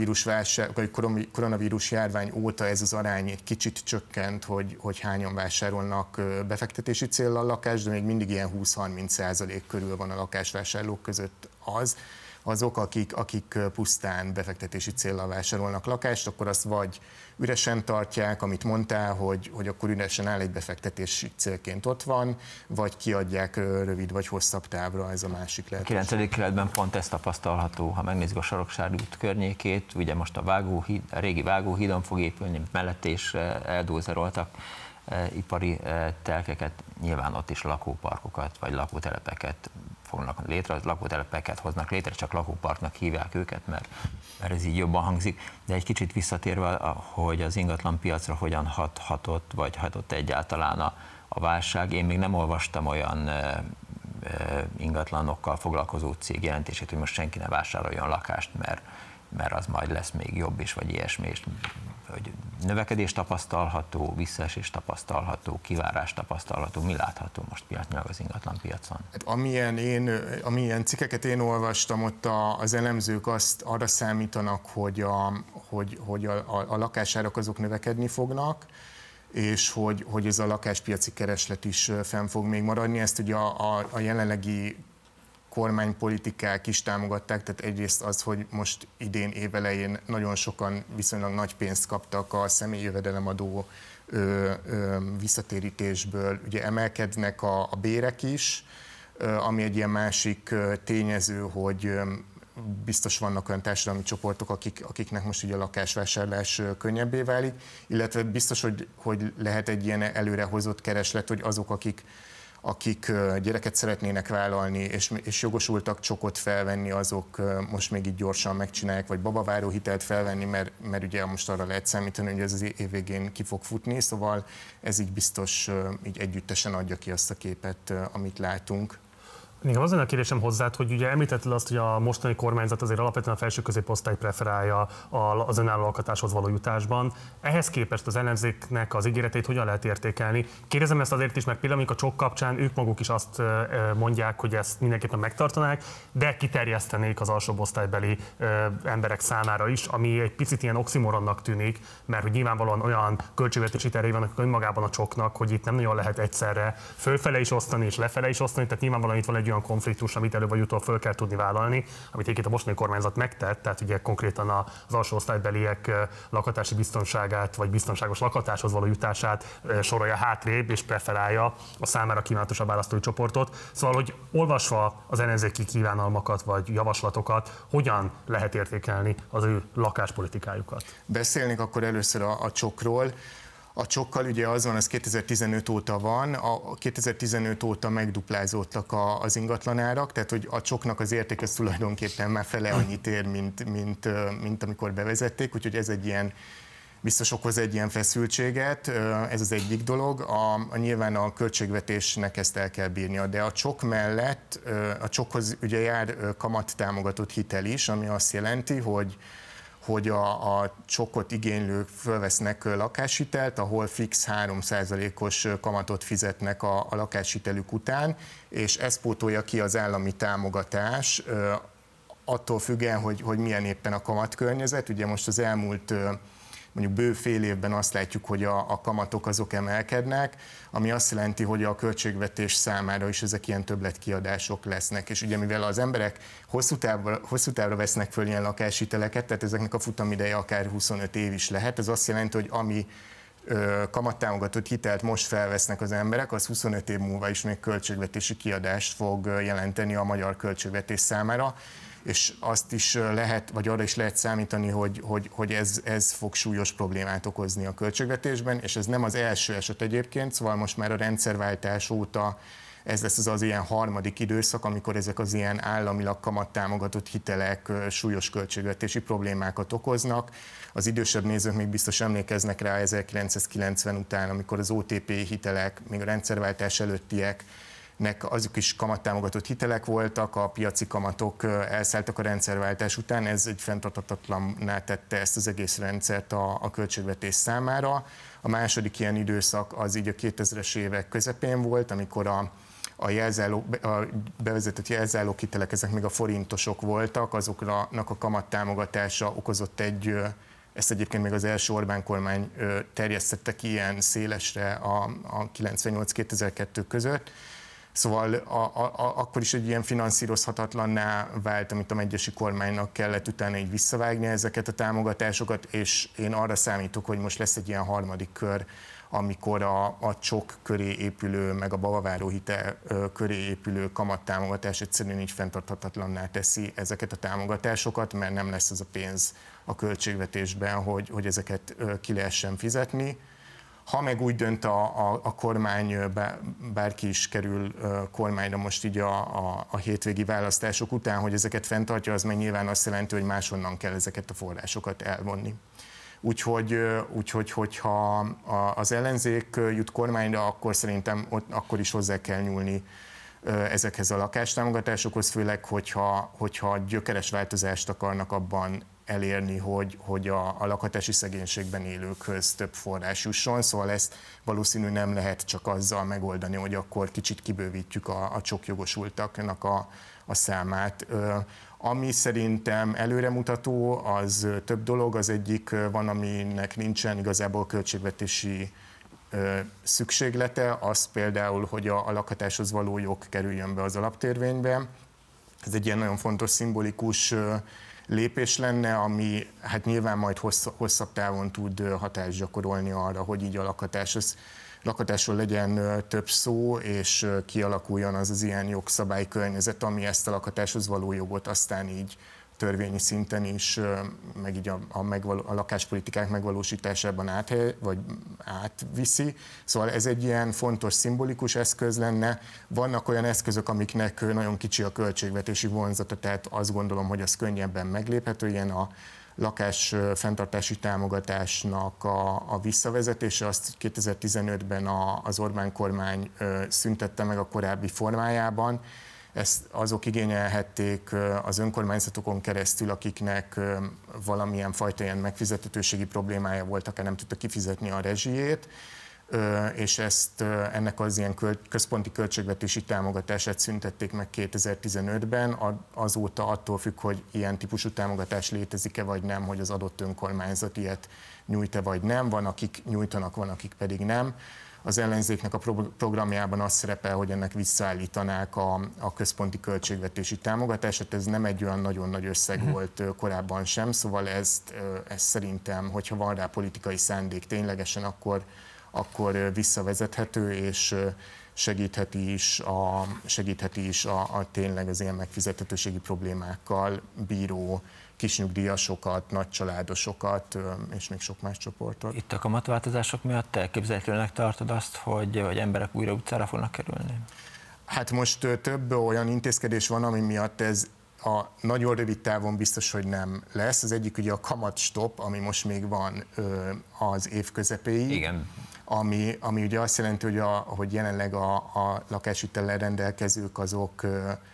koronavírus járvány óta ez az arány egy kicsit csökkent, hogy hányan vásárolnak befektetési céllal lakást, de még mindig ilyen 20-30% körül van a lakásvásárlók között azok, akik pusztán befektetési céllal vásárolnak lakást, akkor azt vagy üresen tartják, amit mondtál, hogy akkor üresen áll, egy befektetési célként ott van, vagy kiadják rövid vagy hosszabb távra, ez a másik lehetőség. A 9. kerületben pont ez tapasztalható, ha megnézzük a Soroksári út környékét, ugye most a régi Vágóhídon fog épülni, mellette is eldózeroltak ipari telkeket, nyilván ott is lakóparkokat vagy lakótelepeket fognak létre, lakótelepeket hoznak létre, csak lakóparknak hívják őket, mert ez így jobban hangzik. De egy kicsit visszatérve, hogy az ingatlan piacra hogyan hatott, vagy hatott egyáltalán a válság, én még nem olvastam olyan ingatlanokkal foglalkozó cég jelentését, hogy most senki ne vásároljon lakást, mert az majd lesz még jobb is, vagy ilyesmi, és hogy növekedés tapasztalható, visszaesés tapasztalható, kivárás tapasztalható, mi látható most pillanatnyilag az ingatlan piacon? Hát, amilyen cikkeket én olvastam, ott az elemzők arra számítanak, hogy a lakásárak azok növekedni fognak, és hogy ez a lakáspiaci kereslet is fenn fog még maradni. Ezt ugye a jelenlegi kormánypolitikák is támogatták, tehát egyrészt az, hogy most idén évelején nagyon sokan viszonylag nagy pénzt kaptak a személyi jövedelemadó visszatérítésből, ugye emelkednek a bérek is, ami egy ilyen másik tényező, hogy biztos vannak olyan társadalmi csoportok, akiknek most ugye a lakásvásárlás könnyebbé válik, illetve biztos, hogy lehet egy ilyen előrehozott kereslet, hogy azok, akik gyereket szeretnének vállalni, és jogosultak csokot felvenni, azok most még így gyorsan megcsinálják, vagy babaváró hitelt felvenni, mert ugye most arra lehet számítani, hogy ez az év végén ki fog futni, szóval ez így biztos így együttesen adja ki azt a képet, amit látunk. Még az lenne a kérdésem hozzád, hogy ugye említetted azt, hogy a mostani kormányzat azért alapvetően a felső középosztály preferálja az önálló lakhatáshoz való jutásban. Ehhez képest az ellenzéknek az ígéreteit hogyan lehet értékelni? Kérdezem ezt azért is, mert például a csok kapcsán ők maguk is azt mondják, hogy ezt mindenképpen megtartanák, de kiterjesztenék az alsóbb osztálybeli emberek számára is, ami egy picit ilyen oximoronnak tűnik, mert hogy nyilvánvalóan olyan költségvetési tervei vannak önmagában a csoknak, hogy itt nem nagyon lehet egyszerre fölfele is osztani és lefele is osztani, tehát nyilvánvalóan itt van egy olyan konfliktus, amit előbb vagy utóbb föl kell tudni vállalni, amit egyébként a mostani kormányzat megtett, tehát ugye konkrétan az alsó osztálybeliek lakhatási biztonságát, vagy biztonságos lakhatáshoz való jutását sorolja hátrébb, és preferálja a számára kívánatosabb választói csoportot. Szóval, hogy olvasva az ellenzéki kívánalmakat, vagy javaslatokat, hogyan lehet értékelni az ő lakáspolitikájukat? Beszélnék akkor először a csokról. A csokkal ugye az van, az 2015 óta van, a 2015 óta megduplázódtak az ingatlanárak, tehát hogy a csoknak az értéke tulajdonképpen már fele annyit ér, mint amikor bevezették, úgyhogy ez egy ilyen, biztos okoz egy ilyen feszültséget, ez az egyik dolog. Nyilván a költségvetésnek ezt el kell bírnia, de a csok mellett, a csokhoz ugye jár kamattámogatott hitel is, ami azt jelenti, hogy a csokot igénylők fölvesznek lakáshitelt, ahol fix 3%-os kamatot fizetnek a lakáshitelük után, és ezt pótolja ki az állami támogatás, attól függően, hogy milyen éppen a kamatkörnyezet. Ugye most az elmúlt mondjuk bő fél évben azt látjuk, hogy a kamatok azok emelkednek, ami azt jelenti, hogy a költségvetés számára is ezek ilyen többletkiadások lesznek. És ugye mivel az emberek hosszú távra vesznek föl ilyen lakáshiteleket, tehát ezeknek a futamideje akár 25 év is lehet, ez azt jelenti, hogy ami kamattámogatott hitelt most felvesznek az emberek, az 25 év múlva is még költségvetési kiadást fog jelenteni a magyar költségvetés számára, és azt is lehet, vagy arra is lehet számítani, hogy ez fog súlyos problémát okozni a költségvetésben, és ez nem az első eset egyébként, szóval most már a rendszerváltás óta ez lesz az ilyen harmadik időszak, amikor ezek az ilyen államilag kamattámogatott hitelek súlyos költségvetési problémákat okoznak. Az idősebb nézők még biztos emlékeznek rá 1990 után, amikor az OTP hitelek, még a rendszerváltás előttiek, azok is kamattámogatott hitelek voltak, a piaci kamatok elszálltak a rendszerváltás után, ez egy fenntarthatatlanná tette ezt az egész rendszert a költségvetés számára. A második ilyen időszak az így a 2000-es évek közepén volt, amikor a bevezetett jelzálók hitelek, ezek még a forintosok voltak, azoknak a kamattámogatása okozott ezt egyébként még az első Orbán kormány terjesztette ki ilyen szélesre a 98-2002 között. Szóval akkor is egy ilyen finanszírozhatatlanná vált, amit a megyesi kormánynak kellett utána így visszavágni ezeket a támogatásokat, és én arra számítok, hogy most lesz egy ilyen harmadik kör, amikor a csok köré épülő, meg a babaváró hitel köré épülő kamattámogatás egyszerűen így fenntarthatatlanná teszi ezeket a támogatásokat, mert nem lesz az a pénz a költségvetésben, hogy ezeket ki lehessen fizetni. Ha meg úgy dönt a kormány, bárki is kerül kormányra most így a hétvégi választások után, hogy ezeket fenntartja, az meg nyilván azt jelenti, hogy máshonnan kell ezeket a forrásokat elvonni. Úgyhogy hogyha az ellenzék jut kormányra, akkor szerintem akkor is hozzá kell nyúlni ezekhez a lakástámogatásokhoz, főleg, hogyha gyökeres változást akarnak abban elérni, hogy a lakhatási szegénységben élőkhöz több forrás jusson, szóval ezt valószínű nem lehet csak azzal megoldani, hogy akkor kicsit kibővítjük a csokjogosultaknak a számát. Ami szerintem előremutató, az több dolog, az egyik van, aminek nincsen igazából költségvetési szükséglete, az például, hogy a lakhatáshoz való jog kerüljön be az alaptörvénybe. Ez egy ilyen nagyon fontos, szimbolikus lépés lenne, ami hát nyilván majd hosszabb távon tud hatást gyakorolni arra, hogy így a lakhatásról legyen több szó, és kialakuljon az ilyen jogszabálykörnyezet, ami ezt a lakhatáshoz való jogot aztán így törvényi szinten is, meg így a lakáspolitikák megvalósításában átviszi. Szóval ez egy ilyen fontos, szimbolikus eszköz lenne. Vannak olyan eszközök, amiknek nagyon kicsi a költségvetési vonzata, tehát azt gondolom, hogy az könnyebben megléphető, ilyen a lakás fenntartási támogatásnak a visszavezetése, azt 2015-ben az Orbán kormány szüntette meg a korábbi formájában. Ezt azok igényelhették az önkormányzatokon keresztül, akiknek valamilyen fajta ilyen megfizethetőségi problémája volt, akár nem tudta kifizetni a rezsijét, és ennek az ilyen központi költségvetési támogatását szüntették meg 2015-ben. Azóta attól függ, hogy ilyen típusú támogatás létezik-e vagy nem, hogy az adott önkormányzat ilyet nyújt-e vagy nem. Van, akik nyújtanak, van, akik pedig nem. Az ellenzéknek a programjában az szerepel, hogy ennek visszaállítanák a központi költségvetési támogatását. Ez nem egy olyan nagyon nagy összeg volt korábban sem, szóval ez szerintem, hogyha van rá politikai szándék ténylegesen, akkor visszavezethető, és segítheti is a tényleg az ilyen megfizethetőségi problémákkal bíró kisnyugdíjasokat, nagycsaládosokat, és még sok más csoportot. Itt a kamatváltozások miatt elképzelhetőnek tartod azt, hogy emberek újra utcára fognak kerülni? Hát most több olyan intézkedés van, ami miatt ez a nagyon rövid távon biztos, hogy nem lesz. Az egyik ugye a kamatstop, ami most még van az év közepéig. Igen. Ami ugye azt jelenti, hogy jelenleg a lakáshitellel rendelkezők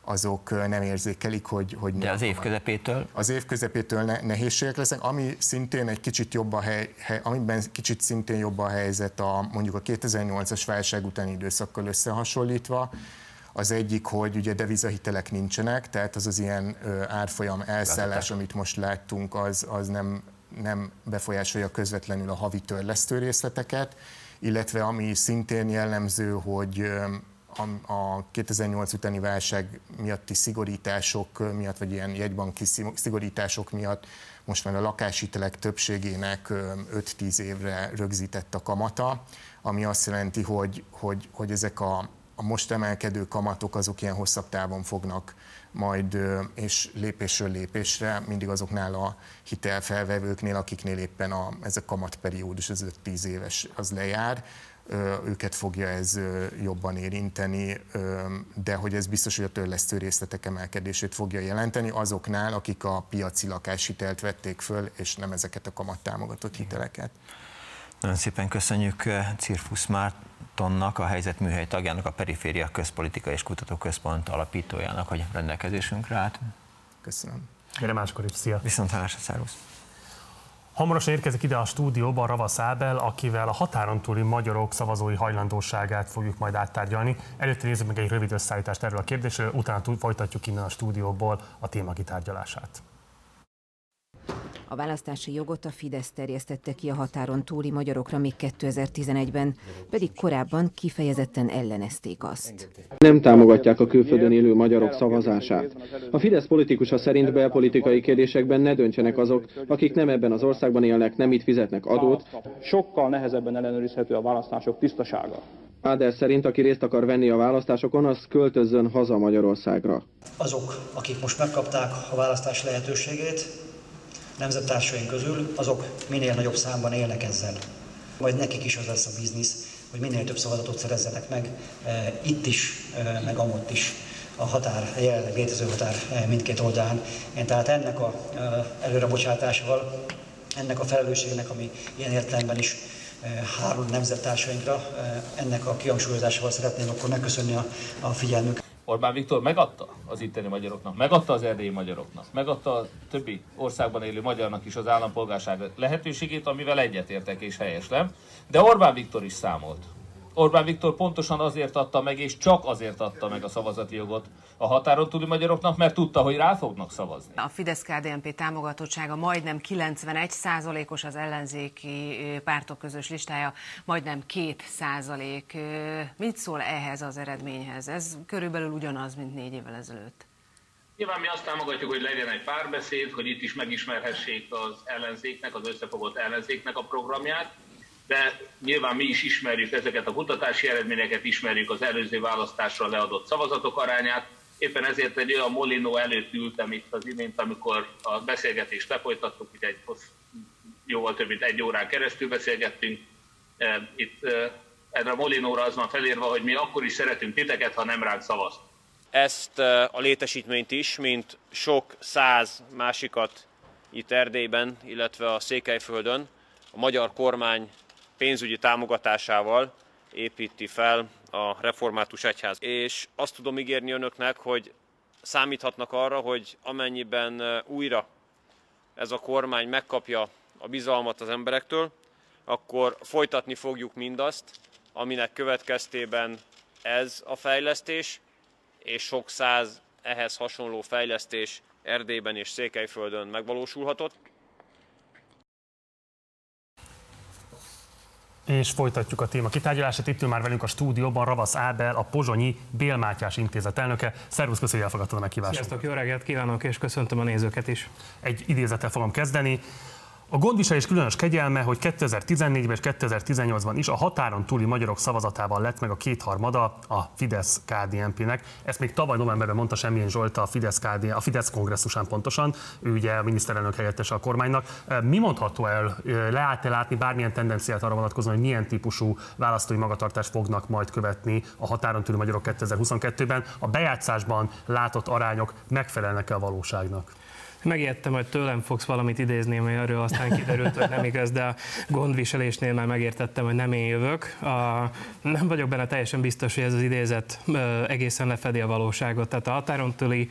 azok nem érzékelik, hogy de az év közepétől? Az év közepétől nehézségek lesznek, ami szintén egy kicsit jobb amiben kicsit szintén jobb a helyzet mondjuk a 2008-as válság utáni időszakkal összehasonlítva. Az egyik, hogy ugye devizahitelek nincsenek, tehát az ilyen árfolyam elszállás, amit most láttunk, az nem befolyásolja közvetlenül a havi törlesztő részleteket, illetve ami szintén jellemző, hogy a 2008 utáni válság miatti szigorítások miatt, vagy ilyen jegybanki szigorítások miatt most már a lakáshitelek többségének 5-10 évre rögzített a kamata, ami azt jelenti, hogy ezek a most emelkedő kamatok azok ilyen hosszabb távon fognak majd, és lépésről lépésre mindig azoknál a hitelfelvevőknél, akiknél éppen ez a kamatperiódus, ez 5-10 éves, az lejár, őket fogja ez jobban érinteni, de hogy ez biztos, hogy a törlesztő részletek emelkedését fogja jelenteni azoknál, akik a piaci lakáshitelt vették föl, és nem ezeket a kamattámogatott hiteleket. Nagyon szépen köszönjük Cirfusz Mártonnak, a Helyzet műhely tagjának, a Periféria Közpolitika és Kutatóközpont alapítójának, hogy rendelkezésünkre állt. Köszönöm. Gyere máskor is, szia! Viszonthallásra, szervusz! Hamarosan érkezik ide a stúdióba Ravasz Ábel, akivel a határon túli magyarok szavazói hajlandóságát fogjuk majd áttárgyalni. Előtte nézzük meg egy rövid összeállítást erről a kérdésről, utána folytatjuk innen a stúdióból a téma kitárgyalását. A választási jogot a Fidesz terjesztette ki a határon túli magyarokra még 2011-ben, pedig korábban kifejezetten ellenezték azt. Nem támogatják a külföldön élő magyarok szavazását. A Fidesz politikusa szerint belpolitikai kérdésekben ne döntsenek azok, akik nem ebben az országban élnek, nem itt fizetnek adót. Sokkal nehezebben ellenőrizhető a választások tisztasága. Áder szerint, aki részt akar venni a választásokon, az költözzön haza Magyarországra. Azok, akik most megkapták a választás lehetőségét, nemzettársaink közül, azok minél nagyobb számban élnek ezzel. Majd nekik is az lesz a biznisz, hogy minél több szavazatot szerezzenek meg itt is, meg amott is a jelenleg létező határ mindkét oldalán. Tehát ennek a előrebocsátásával, ennek a felelősségnek, ami ilyen értelemben is hárul nemzettársainkra, ennek a kihangsúlyozásával szeretném akkor megköszönni a figyelmüket. Orbán Viktor megadta az itteni magyaroknak, megadta az erdélyi magyaroknak, megadta a többi országban élő magyarnak is az állampolgárság lehetőségét, amivel egyetértek és helyeslem, de Orbán Viktor is számolt. Orbán Viktor pontosan azért adta meg, és csak azért adta meg a szavazati jogot a határon túli magyaroknak, mert tudta, hogy rá fognak szavazni. A Fidesz-KDNP támogatottsága majdnem 91%-os, az ellenzéki pártok közös listája majdnem 2%. Mit szól ehhez az eredményhez? Ez körülbelül ugyanaz, mint 4 évvel ezelőtt. Nyilván mi azt támogatjuk, hogy legyen egy párbeszéd, hogy itt is megismerhessék az ellenzéknek, az összefogott ellenzéknek a programját, de nyilván mi is ismerjük ezeket a kutatási eredményeket, ismerjük az előző választásra leadott szavazatok arányát. Éppen ezért egy olyan molinó előtt ültem itt az imént, amikor a beszélgetést lefolytattuk, ugye jóval több mint 1 órán keresztül beszélgettünk. Itt erre a molinóra az van felírva, hogy mi akkor is szeretünk titeket, ha nem ránk szavaztok. Ezt a létesítményt is, mint sok 100 másikat itt Erdélyben, illetve a Székelyföldön a magyar kormány pénzügyi támogatásával építi fel a református egyház. És azt tudom ígérni önöknek, hogy számíthatnak arra, hogy amennyiben újra ez a kormány megkapja a bizalmat az emberektől, akkor folytatni fogjuk mindazt, aminek következtében ez a fejlesztés és sok 100 ehhez hasonló fejlesztés Erdélyben és Székelyföldön megvalósulhatott. És folytatjuk a téma kitárgyalását. Itt ül már velünk a stúdióban Ravasz Ábel, a Pozsonyi Bél Mátyás Intézet elnöke. Szervusz, köszönjük, hogy elfogadtad a meghívást. Sziasztok, jó reggelt kívánok, és köszöntöm a nézőket is. Egy idézettel fogom kezdeni. A gondviselés különös kegyelme, hogy 2014-ben és 2018-ban is a határon túli magyarok szavazatával lett meg a 2/3 a Fidesz-KDNP-nek. Ezt még tavaly novemberben mondta Semjén Zsolt a Fidesz kongresszusán pontosan, ő ugye a miniszterelnök helyettese a kormánynak. Mi mondható el, lehet-e látni bármilyen tendenciát arra vonatkozóan, hogy milyen típusú választói magatartást fognak majd követni a határon túli magyarok 2022-ben? A bejátszásban látott arányok megfelelnek-e a valóságnak? Megijedtem, hogy tőlem fogsz valamit idézni, ami erről aztán kiderült, hogy nem igaz, de a gondviselésnél már megértettem, hogy nem én jövök. Nem vagyok benne teljesen biztos, hogy ez az idézet egészen lefedi a valóságot. Tehát a határon túli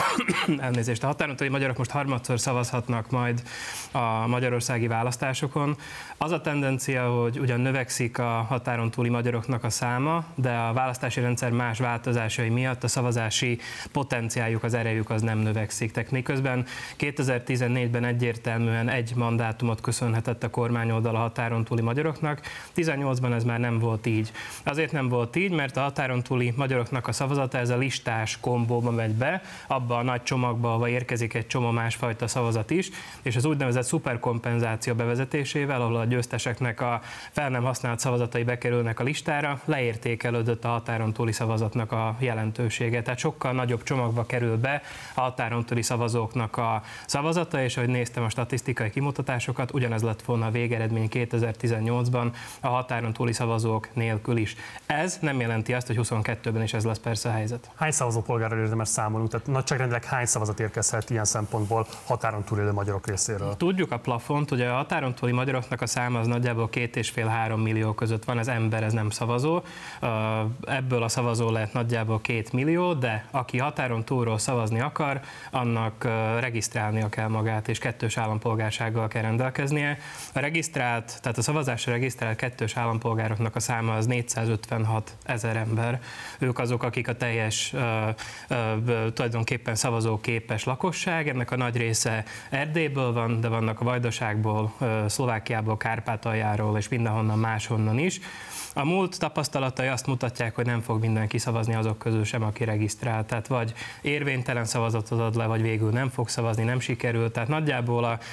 magyarok most harmadszor szavazhatnak majd a magyarországi választásokon. Az a tendencia, hogy ugyan növekszik a határon túli magyaroknak a száma, de a választási rendszer más változásai miatt a szavazási potenciáljuk, az erejük az nem növekszik. Tehát miközben 2014-ben egyértelműen egy mandátumot köszönhetett a kormányoldal a határon túli magyaroknak, 18-ban ez már nem volt így. Azért nem volt így, mert a határon túli magyaroknak a szavazata ez a listás kombóba megy be, abba a nagy csomagba, ahol érkezik egy csomó másfajta szavazat is, és az úgynevezett szuperkompenzáció bevezetésével, ahol a győzteseknek a fel nem használt szavazatai bekerülnek a listára, leértékelődött a határon túli szavazatnak a jelentősége. Tehát sokkal nagyobb csomagba kerül be a határon túli szavazóknak a szavazata, és ahogy néztem a statisztikai kimutatásokat, ugyanez lett volna a végeredmény 2018-ban a határon túli szavazók nélkül is. Ez nem jelenti azt, hogy 22-ben is ez lesz persze a helyzet. Hány szavazópolgárral érdemes számolni? Tehát nagyságrendileg hány szavazat érkezhet ilyen szempontból határon túl élő magyarok részéről? Tudjuk a plafont, hogy a határon túli magyaroknak a száma az nagyjából 2,5-3 millió között van, ez ember, ez nem szavazó. Ebből a szavazó lehet nagyjából 2 millió, de aki határon túlról szavazni akar, annak regisztrálnia kell magát, és kettős állampolgársággal kell rendelkeznie. A regisztrált, tehát a szavazásra regisztrált kettős állampolgároknak a száma az 456 000 ember. Ők azok, akik a teljes tulajdonképpen szavazóképes lakosság. Ennek a nagy része Erdélyből van, de vannak a Vajdaságból, Szlovákiából, Kárpátaljáról és mindenhonnan máshonnan is. A múlt tapasztalatai azt mutatják, hogy nem fog mindenki szavazni azok közül sem, aki regisztrál. Tehát vagy érvénytelen szavazatot ad le, vagy végül nem fog szavazni, nem sikerül. Tehát nagyjából a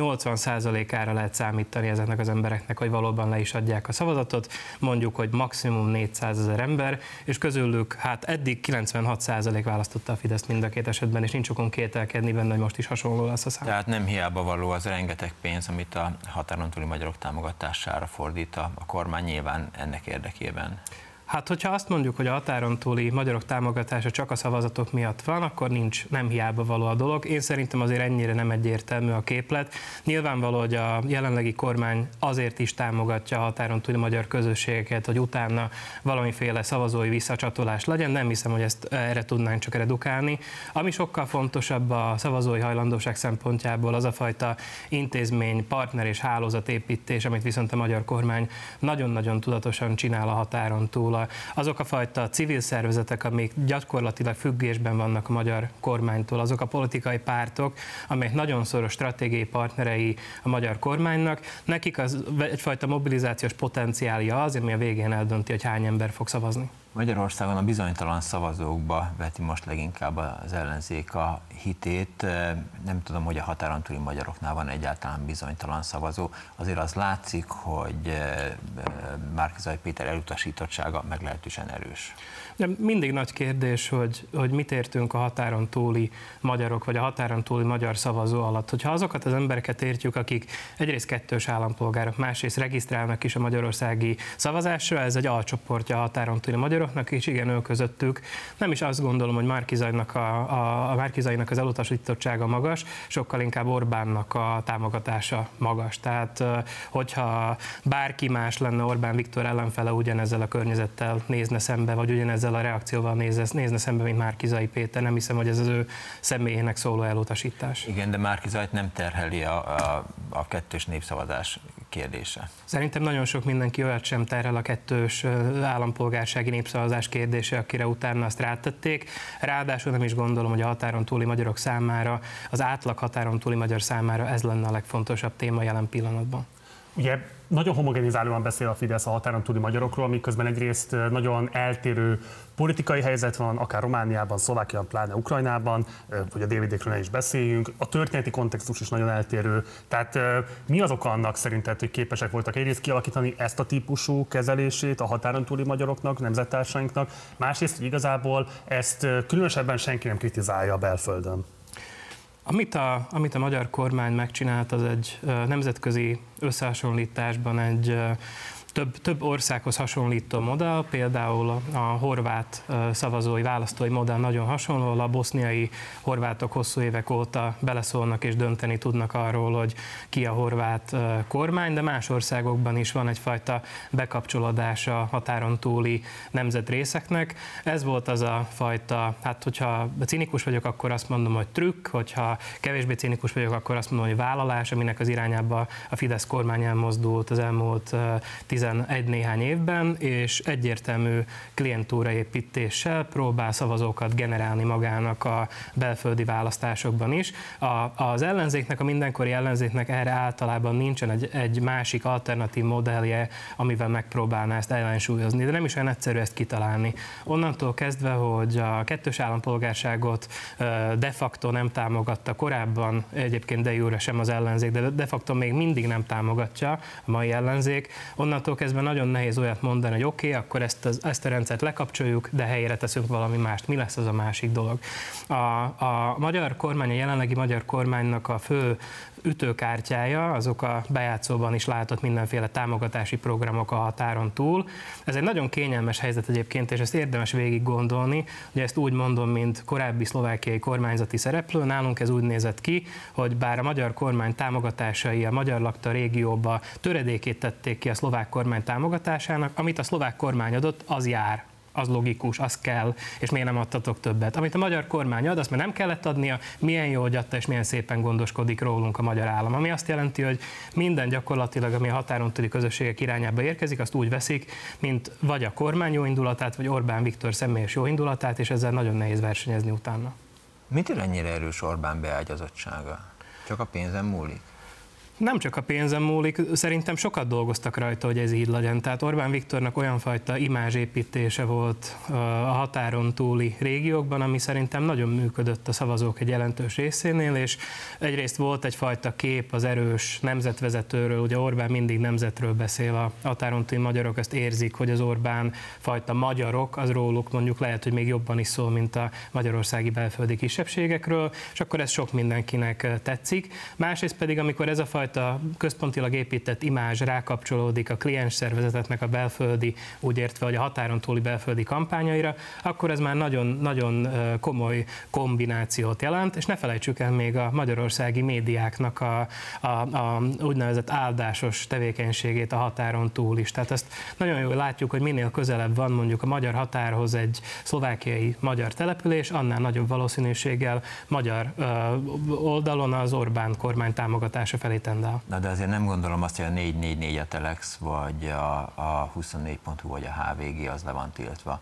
80%-ára lehet számítani ezeknek az embereknek, hogy valóban le is adják a szavazatot. Mondjuk, hogy maximum 400 000 ember, és közülük hát eddig 96% választotta a Fideszt mind a két esetben, és nincs okon kételkedni benne, hogy most is hasonló lesz a szám. Tehát nem hiába való az rengeteg pénz, amit a határon túli magyarok támogatására fordít a kormány, nyilván ennek érdekében. Hát, hogyha azt mondjuk, hogy a határon túli magyarok támogatása csak a szavazatok miatt van, akkor nem hiába való a dolog. Én szerintem azért ennyire nem egyértelmű a képlet. Nyilvánvaló, hogy a jelenlegi kormány azért is támogatja a határon túli magyar közösségeket, hogy utána valamiféle szavazói visszacsatolás legyen. Nem hiszem, hogy ezt erre tudnánk csak redukálni. Ami sokkal fontosabb a szavazói hajlandóság szempontjából, az a fajta intézmény, partner és hálózatépítés, amit viszont a magyar kormány nagyon-nagyon tudatosan csinál a határon túl. Azok a fajta civil szervezetek, amik gyakorlatilag függésben vannak a magyar kormánytól, azok a politikai pártok, amelyek nagyon szoros stratégiai partnerei a magyar kormánynak, nekik az egyfajta mobilizációs potenciálja az, ami a végén eldönti, hogy hány ember fog szavazni. Magyarországon a bizonytalan szavazókba veti most leginkább az ellenzék a hitét. Nem tudom, hogy a határon túli magyaroknál van egyáltalán bizonytalan szavazó. Azért az látszik, hogy Márki-Zay Péter elutasítottsága meglehetősen erős. De mindig nagy kérdés, hogy mit értünk a határon túli magyarok, vagy a határon túli magyar szavazó alatt. Hogyha azokat az embereket értjük, akik egyrészt kettős állampolgárok, másrészt regisztrálnak is a magyarországi szavazásra, ez egy alcsoportja a határon túli magyaroknak, és igen, ők közöttük. Nem is azt gondolom, hogy Márki-Zaynak az elutasítottsága magas, sokkal inkább Orbánnak a támogatása magas. Tehát, hogyha bárki más lenne Orbán Viktor ellenfele, ugyanezzel a környezettel nézne szembe, vagy ugyanezzel a reakcióval nézne szembe, mint Márki-Zay Péter. Nem hiszem, hogy ez az ő személyének szóló elutasítás. Igen, de Márki-Zayt nem terheli a kettős népszavazás kérdése. Szerintem nagyon sok mindenki olyat sem terhel a kettős állampolgársági népszavazás kérdése, akire utána azt rátették. Ráadásul nem is gondolom, hogy a határon túli magyarok számára, az átlag határon túli magyar számára ez lenne a legfontosabb téma jelen pillanatban. Ugye nagyon homogenizálóan beszél a Fidesz a határon túli magyarokról, miközben egyrészt nagyon eltérő politikai helyzet van, akár Romániában, Szlovákiában, pláne Ukrajnában, vagy a délvidékről ne is beszéljünk. A történeti kontextus is nagyon eltérő. Tehát mi az oka annak szerinted, hogy képesek voltak egyrészt kialakítani ezt a típusú kezelését a határon túli magyaroknak, nemzettársainknak, másrészt, hogy igazából ezt különösebben senki nem kritizálja a belföldön? Amit a magyar kormány megcsinált, az egy nemzetközi összehasonlításban egy több országhoz hasonlító modell, például a horvát szavazói, választói modell nagyon hasonló, a boszniai horvátok hosszú évek óta beleszólnak és dönteni tudnak arról, hogy ki a horvát kormány, de más országokban is van egyfajta bekapcsolódása határon túli nemzetrészeknek. Ez volt az a fajta, hát hogyha cinikus vagyok, akkor azt mondom, hogy trükk, hogyha kevésbé cinikus vagyok, akkor azt mondom, hogy vállalás, aminek az irányába a Fidesz kormány elmozdult az elmúlt 11 néhány évben, és egyértelmű klientúraépítéssel próbál szavazókat generálni magának a belföldi választásokban is. Az ellenzéknek, a mindenkori ellenzéknek erre általában nincsen egy másik alternatív modellje, amivel megpróbálná ezt ellensúlyozni, de nem is olyan egyszerű ezt kitalálni. Onnantól kezdve, hogy a kettős állampolgárságot de facto nem támogatta korábban, egyébként de jure sem az ellenzék, de de facto még mindig nem támogatja a mai ellenzék, onnantól kezdve nagyon nehéz olyat mondani, hogy oké, akkor ezt a rendszert lekapcsoljuk, de helyére teszünk valami mást. Mi lesz az a másik dolog? A magyar kormány, a jelenlegi magyar kormánynak a fő ütőkártyája, azok a bejátszóban is látott mindenféle támogatási programok a határon túl. Ez egy nagyon kényelmes helyzet egyébként, és ezt érdemes végig gondolni. Ugye ezt úgy mondom, mint korábbi szlovákiai kormányzati szereplő, nálunk ez úgy nézett ki, hogy bár a magyar kormány támogatásai a magyar lakta régióba töredékét tették ki a szlovák kormány támogatásának, amit a szlovák kormány adott, az jár. Az logikus, az kell, és miért nem adtatok többet. Amit a magyar kormány ad, azt már nem kellett adnia, milyen jó, hogy adta, és milyen szépen gondoskodik rólunk a magyar állam. Ami azt jelenti, hogy minden gyakorlatilag, ami a határon túli közösségek irányába érkezik, azt úgy veszik, mint vagy a kormány jó indulatát, vagy Orbán Viktor személyes jó indulatát, és ezzel nagyon nehéz versenyezni utána. Mitől ennyire erős Orbán beágyazottsága? Csak a pénzen múlik? Nem csak a pénzen múlik, szerintem sokat dolgoztak rajta, hogy ez így legyen. Tehát Orbán Viktornak olyan fajta imázsépítése volt a határon túli régiókban, ami szerintem nagyon működött a szavazók egy jelentős részénél, és egyrészt volt egyfajta kép az erős nemzetvezetőről, ugye Orbán mindig nemzetről beszél, a határon túli magyarok ezt érzik, hogy az Orbán fajta magyarok, az róluk mondjuk lehet, hogy még jobban is szól, mint a magyarországi belföldi kisebbségekről, és akkor ez sok mindenkinek tetszik. Másrészt pedig, amikor ez a fajta központilag épített imázs rákapcsolódik a kliens szervezeteknek a belföldi, úgy értve, hogy a határon túli belföldi kampányaira, akkor ez már nagyon komoly kombinációt jelent, és ne felejtsük el még a magyarországi médiáknak a úgynevezett áldásos tevékenységét a határon túl is. Tehát ezt nagyon jól látjuk, hogy minél közelebb van mondjuk a magyar határhoz egy szlovákiai magyar település, annál nagyobb valószínűséggel magyar oldalon az Orbán kormány támogatása felé tendál. Na de azért nem gondolom azt, hogy a 444 a Telex, vagy a 24.hu, vagy a HVG az le van tiltva,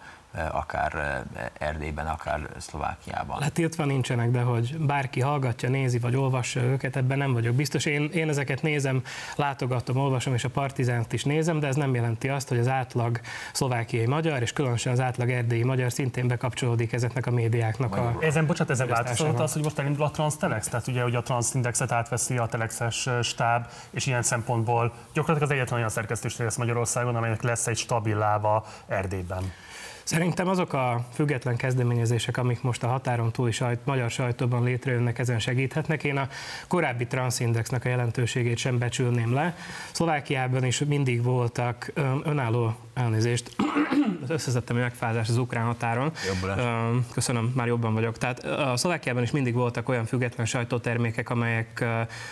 akár Erdélyben, akár Szlovákiában. Letiltva nincsenek, de hogy bárki hallgatja, nézi, vagy olvassa őket, ebben nem vagyok biztos. Én ezeket nézem, látogatom, olvasom, és a Partizánt is nézem, de ez nem jelenti azt, hogy az átlag szlovákiai magyar, és különösen az átlag erdélyi magyar szintén bekapcsolódik ezeknek a médiáknak a... Ezen változott az, hogy most elindul a Transtelex, tehát ugye, hogy a Transindexet átveszi a Telexes stáb, és ilyen szempontból gyakorlatilag az egyetlen olyan szerkesztős lesz Magyarországon, amelynek lesz egy stabil lába Erdélyben. Szerintem azok a független kezdeményezések, amik most a határon túli magyar sajtóban létrejönnek, ezen segíthetnek. Én a korábbi Transindexnek a jelentőségét sem becsülném le. Szlovákiában is mindig voltak önálló elnézést, összeszedtem egy megfázás az ukrán határon. Köszönöm, már jobban vagyok. Tehát a Szlovákiában is mindig voltak olyan független sajtótermékek, amelyek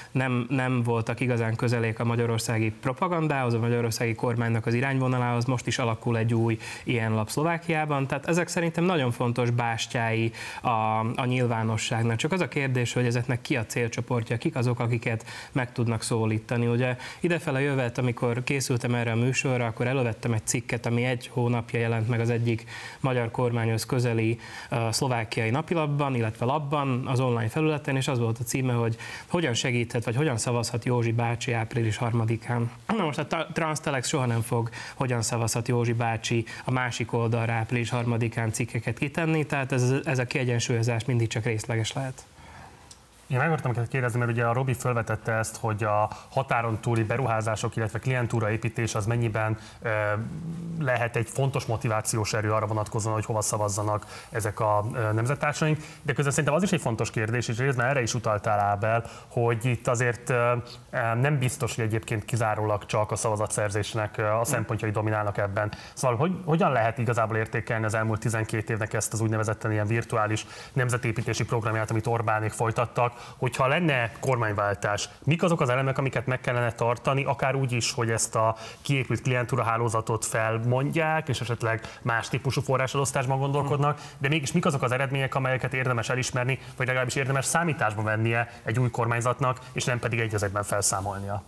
nem voltak igazán közelék a magyarországi propagandához, a magyarországi kormánynak az irányvonalához. Most is alakul egy új ilyen lap Szlovákiában. Tehát ezek szerintem nagyon fontos bástyái a nyilvánosságnak. Csak az a kérdés, hogy ezeknek ki a célcsoportja, kik azok, akiket meg tudnak szólítani. Ugye idefele jövet, amikor készültem erre a műsorra, akkor elővettem egy cikket, ami egy hónapja jelent meg az egyik magyar kormányhoz közeli szlovákiai napilapban, illetve labban, az online felületen, és az volt a címe, hogy hogyan segíthet, vagy hogyan szavazhat Józsi bácsi április 3-án. Na most a Transtelex soha nem fog hogyan szavazhat Józsi bácsi a másik oldalra április 3-án cikkeket kitenni, tehát ez a kiegyensúlyozás mindig csak részleges lehet. Én meg akartam kérdezni, mert ugye a Robi felvetette ezt, hogy a határon túli beruházások, illetve klientúraépítés az mennyiben lehet egy fontos motivációs erő arra vonatkozóan, hogy hova szavazzanak ezek a nemzettársaink. De közben szerintem az is egy fontos kérdés, és részben erre is utaltál, Ábel, hogy itt azért nem biztos, hogy egyébként kizárólag csak a szavazatszerzésnek a szempontjai dominálnak ebben. Szóval hogyan lehet igazából értékelni az elmúlt 12 évnek ezt az úgynevezetten ilyen virtuális nemzetépítési programját, amit Orbánék folytattak, hogyha lenne kormányváltás, mik azok az elemek, amiket meg kellene tartani, akár úgy is, hogy ezt a kiépült klientúra hálózatot felmondják, és esetleg más típusú forráselosztásban gondolkodnak, de mégis mik azok az eredmények, amelyeket érdemes elismerni, vagy legalábbis érdemes számításba vennie egy új kormányzatnak, és nem pedig egy ezekben felszámolnia?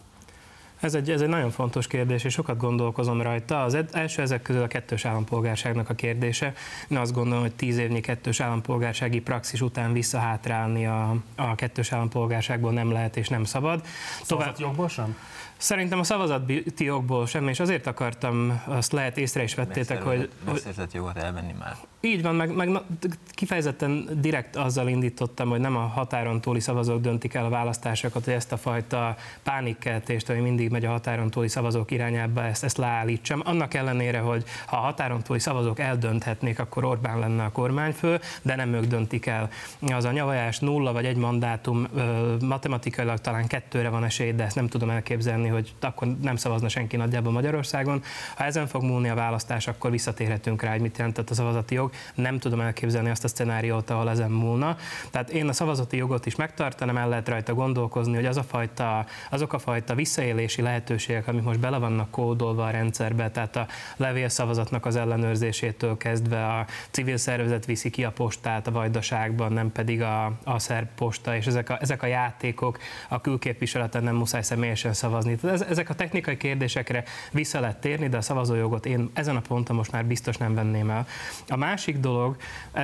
Ez egy nagyon fontos kérdés, és sokat gondolkozom rajta. Az első ezek közül a kettős állampolgárságnak a kérdése. Én azt gondolom, hogy 10 évnyi kettős állampolgársági praxis után visszahátrálni a kettős állampolgárságból nem lehet és nem szabad. Szavazati jogból sem? Szerintem a szavazati jogból sem, és azért akartam, azt lehet észre is vettétek, hogy... Megszerzett jogot elvenni már. Így van, meg kifejezetten direkt azzal indítottam, hogy nem a határon túli szavazók döntik el a választásokat, hogy ezt a fajta pánikkeltést, ami mindig megy a határon túli szavazók irányába, ezt leállítsam. Annak ellenére, hogy ha a határon túli szavazók eldönthetnék, akkor Orbán lenne a kormányfő, de nem ők döntik el. Az a nyavajás 0 vagy 1 mandátum, matematikailag talán 2-re van esély, de ezt nem tudom elképzelni, hogy akkor nem szavazna senki nagyjából Magyarországon. Ha ezen fog múlni a választás, akkor visszatérhetünk rá, hogy mit jelentett a szavazati jog. Nem tudom elképzelni azt a szcenáriót, ahol ezen múlna. Tehát én a szavazati jogot is megtartanám, el lehet rajta gondolkozni, hogy azok a fajta visszaélési lehetőségek, amik most bele vannak kódolva a rendszerbe, tehát a levélszavazatnak az ellenőrzésétől kezdve a civil szervezet viszi ki a postát a Vajdaságban, nem pedig a szerb posta, és ezek a játékok a külképviseleten nem muszáj személyesen szavazni. Tehát ezek a technikai kérdésekre vissza lehet térni, de a szavazójogot én ezen a ponton most már biztos nem venném el. A másik dolog,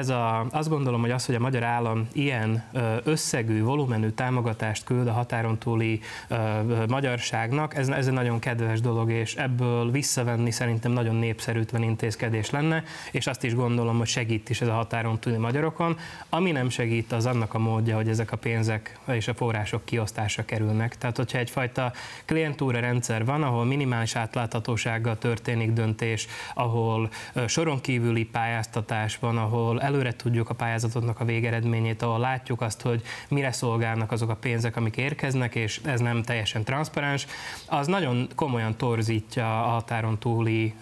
azt gondolom, hogy az, hogy a magyar állam ilyen összegű, volumenű támogatást küld a határon túli magyarságnak, ez egy nagyon kedves dolog, és ebből visszavenni szerintem nagyon népszerűtlen intézkedés lenne, és azt is gondolom, hogy segít is ez a határon túli magyarokon. Ami nem segít, az annak a módja, hogy ezek a pénzek és a források kiosztásra kerülnek. Tehát, hogyha egyfajta klientúra rendszer van, ahol minimális átláthatósággal történik döntés, ahol soron kívüli pályáztatás van, ahol előre tudjuk a pályázatoknak a végeredményét, ahol látjuk azt, hogy mire szolgálnak azok a pénzek, amik érkeznek, és ez nem teljesen transzparens, az nagyon komolyan torzítja a határon túli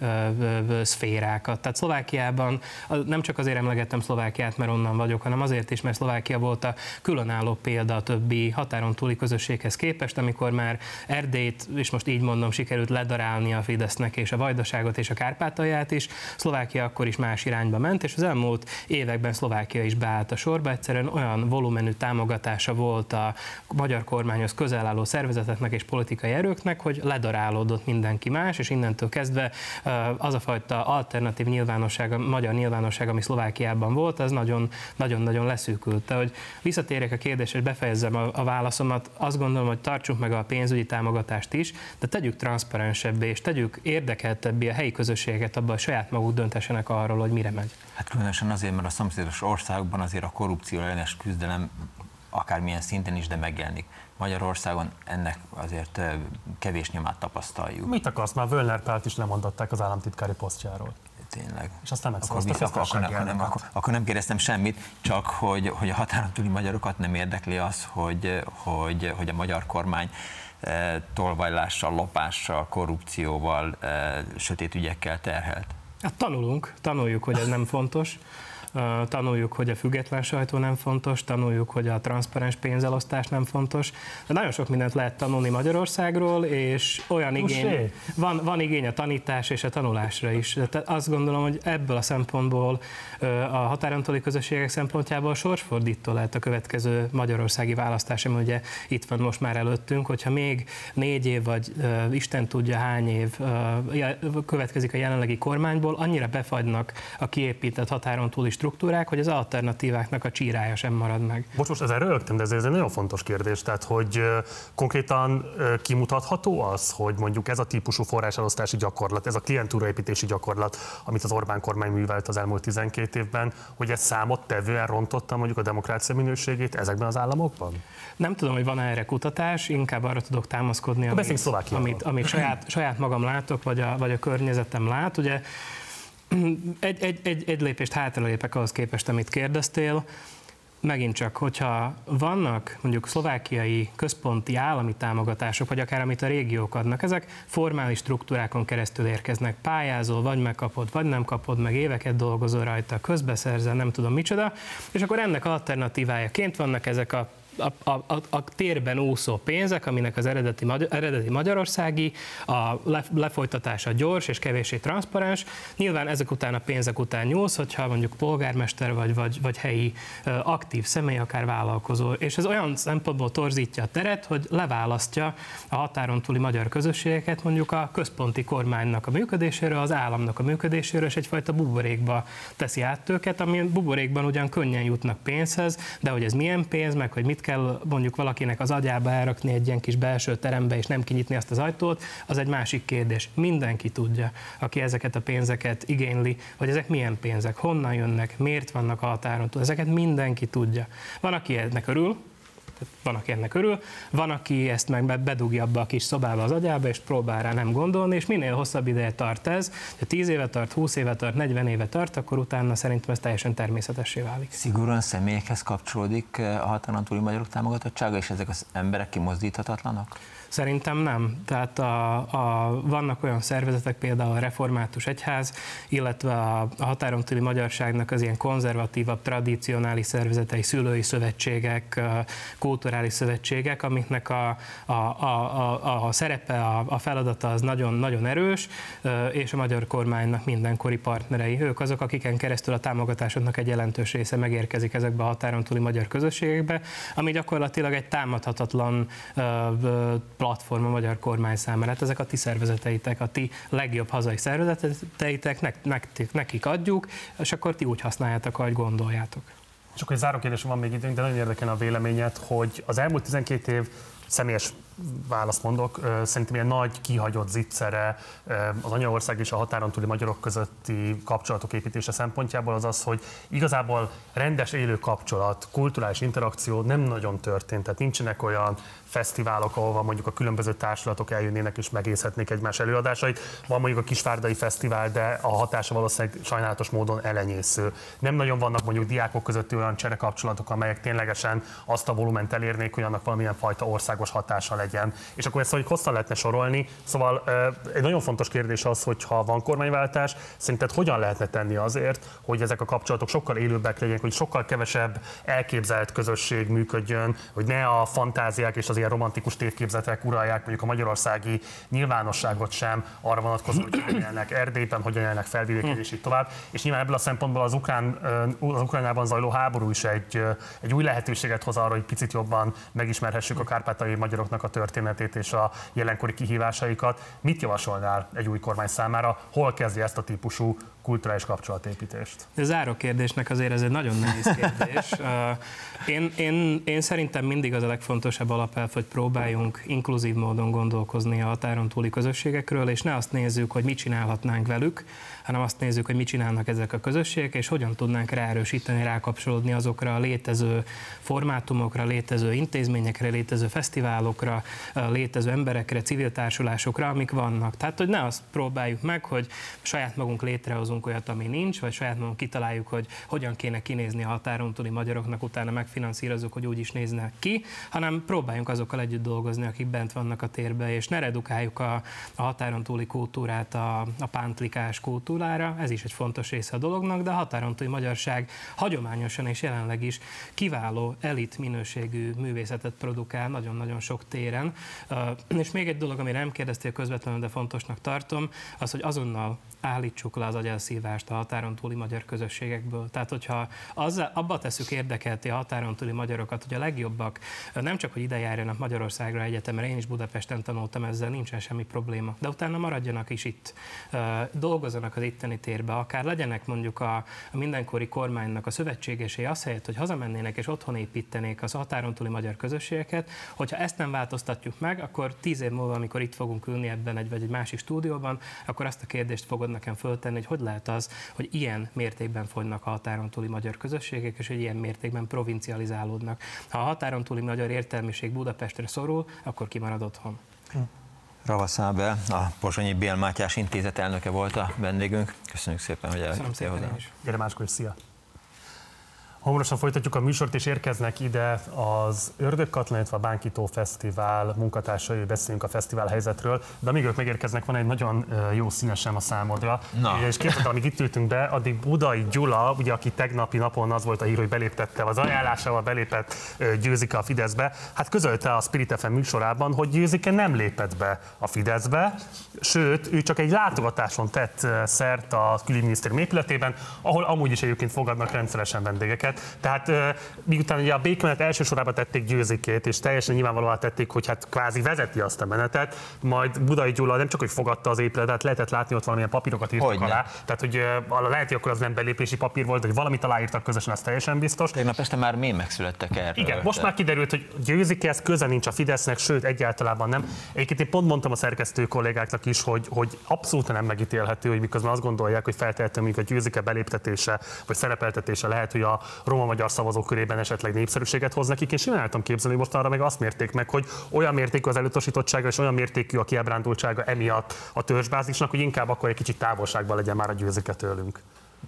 szférákat. Tehát Szlovákiában, nem csak azért emlegettem Szlovákiát, mert onnan vagyok, hanem azért is, mert Szlovákia volt a különálló példa a többi határon túli közösséghez képest, amikor már Erdélyt, és most így mondom, sikerült ledarálni a Fidesznek és a Vajdaságot és a Kárpátalját is. Szlovákia akkor is más irányba ment, és az elmúlt években Szlovákia is beállt a sorba. Egyszerűen olyan volumenű támogatása volt a magyar kormányhoz közel álló szervezeteknek és politikai erőknek, hogy ledarálódott mindenki más, és innentől kezdve az a fajta alternatív nyilvánosság, a magyar nyilvánosság, ami Szlovákiában volt, az nagyon-nagyon leszűkült. De hogy visszatérjek a kérdésre, és befejezzem a válaszomat, azt gondolom, hogy tartsunk meg a pénzügyi támogatást is, de tegyük transzparensebbé, és tegyük érdekeltebbé a helyi közösségeket abban, hogy saját maguk döntessenek arról, hogy mire megy. Hát különösen azért, mert a szomszédos országban azért a korrupció ellenes küzdelem akármilyen szinten is, de megjelenik. Magyarországon ennek azért kevés nyomát tapasztaljuk. Mit akarsz? Már Völner Pált is lemondották az államtitkári posztjáról. Tényleg. És aztán megszavazta akkor nem kérdeztem semmit, csak hogy a határon túli magyarokat nem érdekli az, hogy a magyar kormány tolvajlással, lopással, korrupcióval, sötét ügyekkel terhelt. Hát tanuljuk, hogy ez nem fontos. Tanuljuk, hogy a független sajtó nem fontos, tanuljuk, hogy a transzparens pénzelosztás nem fontos. De nagyon sok mindent lehet tanulni Magyarországról, és olyan igény, van igény a tanítás és a tanulásra is. Tehát azt gondolom, hogy ebből a szempontból, a határon túli közösségek szempontjából sorsfordító lehet a következő magyarországi választás, ami ugye itt van most már előttünk, hogyha még 4 év, vagy Isten tudja hány év következik a jelenlegi kormányból, annyira befagynak a kiépített határon túli struktúrák, hogy az alternatíváknak a csírája sem marad meg. Most ezzel rögtem, de ez egy nagyon fontos kérdés, tehát hogy konkrétan kimutatható az, hogy mondjuk ez a típusú forráselosztási gyakorlat, ez a klientúraépítési gyakorlat, amit az Orbán kormány művelt az elmúlt 12 évben, hogy ez számottevően rontotta mondjuk a demokrácia minőségét ezekben az államokban? Nem tudom, hogy van erre kutatás, inkább arra tudok támaszkodni, amit saját magam látok, vagy a környezetem lát. Ugye egy lépést hátralépek ahhoz képest, amit kérdeztél. Megint csak, hogyha vannak mondjuk szlovákiai központi állami támogatások, vagy akár amit a régiók adnak, ezek formális struktúrákon keresztül érkeznek. Pályázol, vagy megkapod, vagy nem kapod, meg éveket dolgozol rajta, közbeszerzel, nem tudom micsoda, és akkor ennek alternatívájaként vannak ezek a térben úszó pénzek, aminek az eredeti magyarországi, a lefolytatása gyors és kevéssé transzparens. Nyilván ezek után a pénzek után nyúlsz, hogyha mondjuk polgármester vagy helyi aktív személy, akár vállalkozó. És ez olyan szempontból torzítja a teret, hogy leválasztja a határon túli magyar közösségeket mondjuk a központi kormánynak a működéséről, az államnak a működéséről, és egyfajta buborékba teszi át őket, ami buborékban ugyan könnyen jutnak pénzhez, de hogy ez milyen pénz, meg hogy mit kell mondjuk valakinek az agyába elrakni egy ilyen kis belső terembe, és nem kinyitni azt az ajtót, az egy másik kérdés. Mindenki tudja, aki ezeket a pénzeket igényli, hogy ezek milyen pénzek, honnan jönnek, miért vannak a határon túl. Ezeket mindenki tudja. Van, aki ennek örül, van, aki ezt meg bedugja abba a kis szobába az agyába, és próbál rá nem gondolni, és minél hosszabb ideje tart ez, ha 10 éve tart, 20 éve tart, 40 éve tart, akkor utána szerintem ez teljesen természetessé válik. Szigorúan személyekhez kapcsolódik a határon túli magyarok támogatottsága, és ezek az emberek kimozdíthatatlanak? Szerintem nem. Tehát vannak olyan szervezetek, például a Református Egyház, illetve a határon túli magyarságnak az ilyen konzervatívabb, tradicionális szervezetei, szülői szövetségek, kulturális szövetségek, amiknek a szerepe, a feladata az nagyon-nagyon erős, és a magyar kormánynak mindenkori partnerei. Ők azok, akiken keresztül a támogatásoknak egy jelentős része megérkezik ezekbe a határon túli magyar közösségekbe, ami gyakorlatilag egy támadhatatlan platform a magyar kormány számára. Hát ezek a ti szervezeteitek, a ti legjobb hazai szervezeteitek, nekik adjuk, és akkor ti úgy használjátok, ahogy gondoljátok. És akkor egy záró kérdés van még időnk, de nagyon érdekel a véleményed, hogy az elmúlt 12 év, személyes választ mondok, szerintem ilyen nagy kihagyott zicsere az anyaország és a határon túli magyarok közötti kapcsolatok építése szempontjából az, hogy igazából rendes élő kapcsolat, kulturális interakció nem nagyon történt, tehát nincsenek olyan fesztiválok, ahova mondjuk a különböző társulatok eljönnének és megészhetnék egymás előadásait. Van mondjuk a Kisvárdai Fesztivál, de a hatása valószínűleg sajnálatos módon elenyésző. Nem nagyon vannak mondjuk diákok közötti olyan cserekapcsolatok, amelyek ténylegesen azt a volument elérnék, hogy annak valamilyen fajta országos hatása legyen. És akkor ezt hosszan lehetne sorolni. Szóval egy nagyon fontos kérdés az, hogy ha van kormányváltás, szerinted hogyan lehetne tenni azért, hogy ezek a kapcsolatok sokkal élőbbek legyenek, hogy sokkal kevesebb elképzelt közösség működjön, hogy ne a fantáziák és az ilyen romantikus tévképzetek uralják mondjuk a magyarországi nyilvánosságot sem arra vonatkozóan, hogy hogyan élnek Erdélyben, hogyan élnek felvidéken és így tovább. És nyilván ebből a szempontból az Ukrajnában zajló háború is egy új lehetőséget hoz arra, hogy picit jobban megismerhessük a kárpátaljai magyaroknak a történetét és a jelenkori kihívásaikat. Mit javasolnál egy új kormány számára? Hol kezdje ezt a típusú kulturális kapcsolatépítést? A záró kérdésnek azért ez egy nagyon nehéz kérdés. Én szerintem mindig az a legfontosabb alapelv, hogy próbáljunk inkluzív módon gondolkozni a határon túli közösségekről, és ne azt nézzük, hogy mit csinálhatnánk velük, hanem azt nézzük, hogy mit csinálnak ezek a közösségek, és hogyan tudnánk ráerősíteni, rákapcsolódni azokra a létező formátumokra, létező intézményekre, létező fesztiválokra, létező emberekre, civil társulásokra, amik vannak. Tehát, hogy ne azt próbáljuk meg, hogy saját magunk létrehozunk olyat, ami nincs, vagy saját magunk kitaláljuk, hogy hogyan kéne kinézni a határon túli magyaroknak, utána megfinanszírozzuk, hogy úgy is néznek ki, hanem próbáljunk azokkal együtt dolgozni, akik bent vannak a térbe, és ne redukáljuk a határon túli kultúrát a pántlikás kultúrára, ez is egy fontos része a dolognak, de a határon túli magyarság hagyományosan és jelenleg is kiváló, elit minőségű művészetet produkál nagyon-nagyon sok téren. És még egy dolog, amire nem kérdeztél közvetlenül, de fontosnak tartom, az, hogy azonnal állítsuk le az visszaszívást a határon túli magyar közösségekből. Tehát, hogyha abba tesszük érdekelté a határon túli magyarokat, hogy a legjobbak nem csak, hogy ide járjanak Magyarországra egyetemre, én is Budapesten tanultam, ezzel nincsen semmi probléma, de utána maradjanak is itt, dolgozzanak az itteni térbe, akár legyenek mondjuk a mindenkori kormánynak a szövetségesei, azt helyett, hogy hazamennének és otthon építenék az határon túli magyar közösségeket, hogyha ezt nem változtatjuk meg, akkor 10 év múlva, amikor itt fogunk ülni ebben vagy egy másik stúdióban, akkor azt a kérdést fogod nekem föltenni, hogy lehet az, hogy ilyen mértékben fogynak a határon túli magyar közösségek, és hogy ilyen mértékben provincializálódnak. Ha a határon túli magyar értelmiség Budapestre szorul, akkor kimarad otthon. Ravasz Ábel, a Pozsonyi Bél Mátyás Intézet elnöke volt a vendégünk. Köszönjük szépen, hogy eljöttél hozzá. Gyere máskor, szia! Hamarosan folytatjuk a műsort, és érkeznek ide az Ördögkatlan, illetve a Bánkító Fesztivál munkatársai, beszélünk a fesztivál helyzetről, de amíg ők megérkeznek, van egy nagyon jó színesem a számodra. És képzeld, amíg itt ültünk be, addig Budai Gyula, ugye, aki tegnapi napon az volt a hír, hogy beléptette, az ajánlásával belépett Győzike a Fideszbe, hát közölte a Spirit FM műsorában, hogy Győzike nem lépett be a Fideszbe, sőt, ő csak egy látogatáson tett szert a külügyminisztérium épületében, ahol amúgy is egyébként fogadnak rendszeresen vendégeket. Tehát miután ugye a békemenet első sorában tették Győzikét, és teljesen nyilvánvalóan tették, hogy hát kvázi vezeti azt a menetet, majd Budai Gyula nem csak hogy fogadta az épületet, lehetett látni, ott valamilyen papírokat írtak alá. Tehát, hogy lehet, hogy akkor az nem belépési papír volt, hogy valamit aláírtak közösen, az teljesen biztos. Tegnap este már mémek születtek erről. Igen, most már kiderült, hogy Győzikehez köze nincs a Fidesznek, sőt, egyáltalán nem. Egyébként én pont mondtam a szerkesztő kollégáknak is, hogy abszolút nem megítélhető, hogy miközben azt gondolják, hogy feltétlenül a Győzike beléptetése vagy szerepeltetése lehet, hogy a roma-magyar szavazók körében esetleg népszerűséget hoz nekik. Én simán el tudom képzelni, hogy mostanra meg azt mérték meg, hogy olyan mértékű az elutasítottsága és olyan mértékű a kiábrándultsága emiatt a törzsbázisnak, hogy inkább akkor egy kicsit távolságban legyen már a Győzike tőlünk.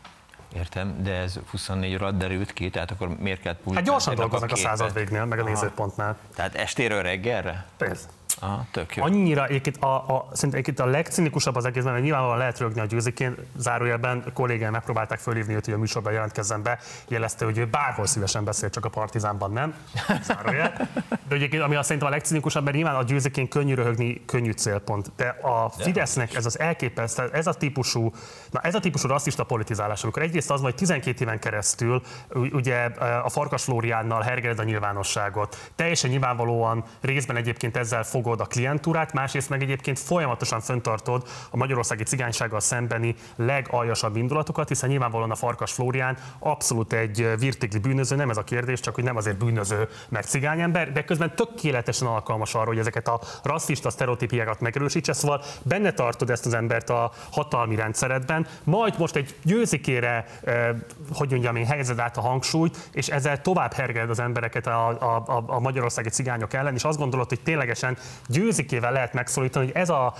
Értem, de ez 24 óra alatt derült ki, tehát akkor miért kell publikálni? Hát gyorsan dolgoznak a századvégnél, meg a nézőpontnál. Tehát estéről reggelre? Persze. Tök jó. Annyira, szerintem a legcinikusabb az egészben, mert nyilvánvalóan lehet rögni a Győzikén, zárójelben kollégái megpróbálták fölhívni őt, hogy a műsorban jelentkezzen be, jelezte, hogy ő bárhol szívesen beszél, csak a Partizánban nem, zárójel. De egyébként, ami szerintem a legcinikusabb, mert nyilván a Győzikén könnyű röhögni, könnyű célpont. De a Fidesznek ez az elképesztő, ez a típusú rasszista politizálás, amikor egyrészt az, hogy 12 éven keresztül ugye a Farkas Flóriánnal hergeled a nyilvánosságot, teljesen nyilvánvalóan részben egyébként ezzel fogod a klientúrát, másrészt meg egyébként folyamatosan fenntartod a magyarországi cigánysággal szembeni legaljasabb indulatokat, hiszen nyilvánvalóan a Farkas Flórián abszolút egy virtigli bűnöző, nem ez a kérdés, csak hogy nem azért bűnöző, mert cigányember, de közben tökéletesen alkalmas arra, hogy ezeket a rasszista sztereotípiákat megerősítse, szóval benne tartod ezt az embert a hatalmi rendszeredben, majd most egy Győzikére, hogy mondjam én, helyezed át a hangsúlyt, és ezzel tovább hergeled az embereket a magyarországi cigányok ellen, és azt gondolod, hogy ténylegesen Győzikével lehet megszólítani, hogy ez a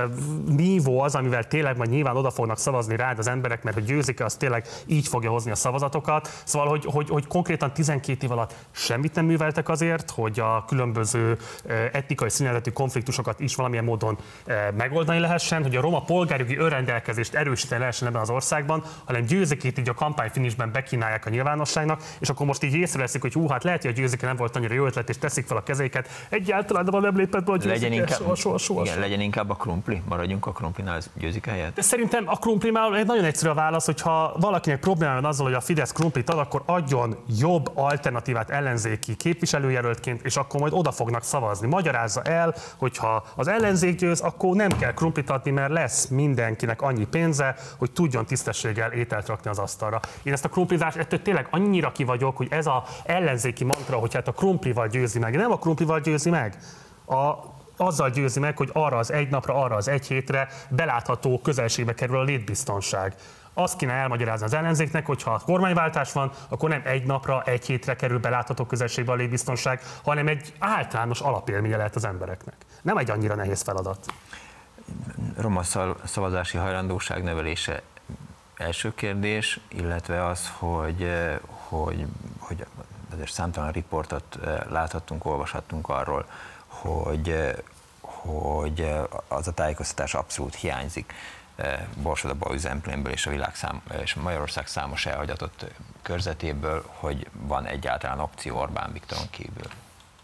nívó az, amivel tényleg majd nyilván oda fognak szavazni rád az emberek, mert hogy Győzike az tényleg így fogja hozni a szavazatokat. Szóval, hogy konkrétan 12 év alatt semmit nem műveltek azért, hogy a különböző etnikai színezetű konfliktusokat is valamilyen módon megoldani lehessen, hogy a roma polgárjogi önrendelkezést erősíteni lehessen ebben az országban, hanem Győzikét így a kampányfinisben bekínálják a nyilvánosságnak, és akkor most így észreveszik, hogy hát lehet, hogy a Győzike nem volt annyira jó ötlet, és teszik fel a kezeiket. Egyáltalán nem lépett be a Győzike, soha. Igen, legyen inkább a krumpli, maradjunk a krumplinál Győzike helyett. De szerintem a krumplinál egy nagyon egyszerű a válasz, hogyha valakinek problémája van azzal, hogy a Fidesz krumplit ad, akkor adjon jobb alternatívát ellenzéki képviselőjelöltként, és akkor majd oda fognak szavazni. Magyarázza el, hogyha az ellenzék győz, akkor nem kell krumplit adni, mert lesz mindenkinek annyi pénze, hogy tudjon tisztességgel ételt rakni az asztalra. Én ezt a krumplizást ettől tényleg annyira ki vagyok, hogy ez az ellenzéki mantra, hogy hát a krumplival győzi meg. Nem a krumplival győzi meg. Azzal győzi meg, hogy arra az egy napra, arra az egy hétre belátható közelségbe kerül a létbiztonság. Azt kéne elmagyarázni az ellenzéknek, hogy ha kormányváltás van, akkor nem egy napra, egy hétre kerül belátható közelségbe a létbiztonság, hanem egy általános alapélménye lehet az embereknek. Nem egy annyira nehéz feladat. Roma szavazási hajlandóság növelése első kérdés, illetve az, hogy azért számtalan riportot láthattunk, olvashattunk arról, hogy az a tájékoztatás abszolút hiányzik Borsod-Abaúj Zemplénből és Magyarország számos elhagyatott körzetéből, hogy van egyáltalán opció Orbán Viktoron kívül.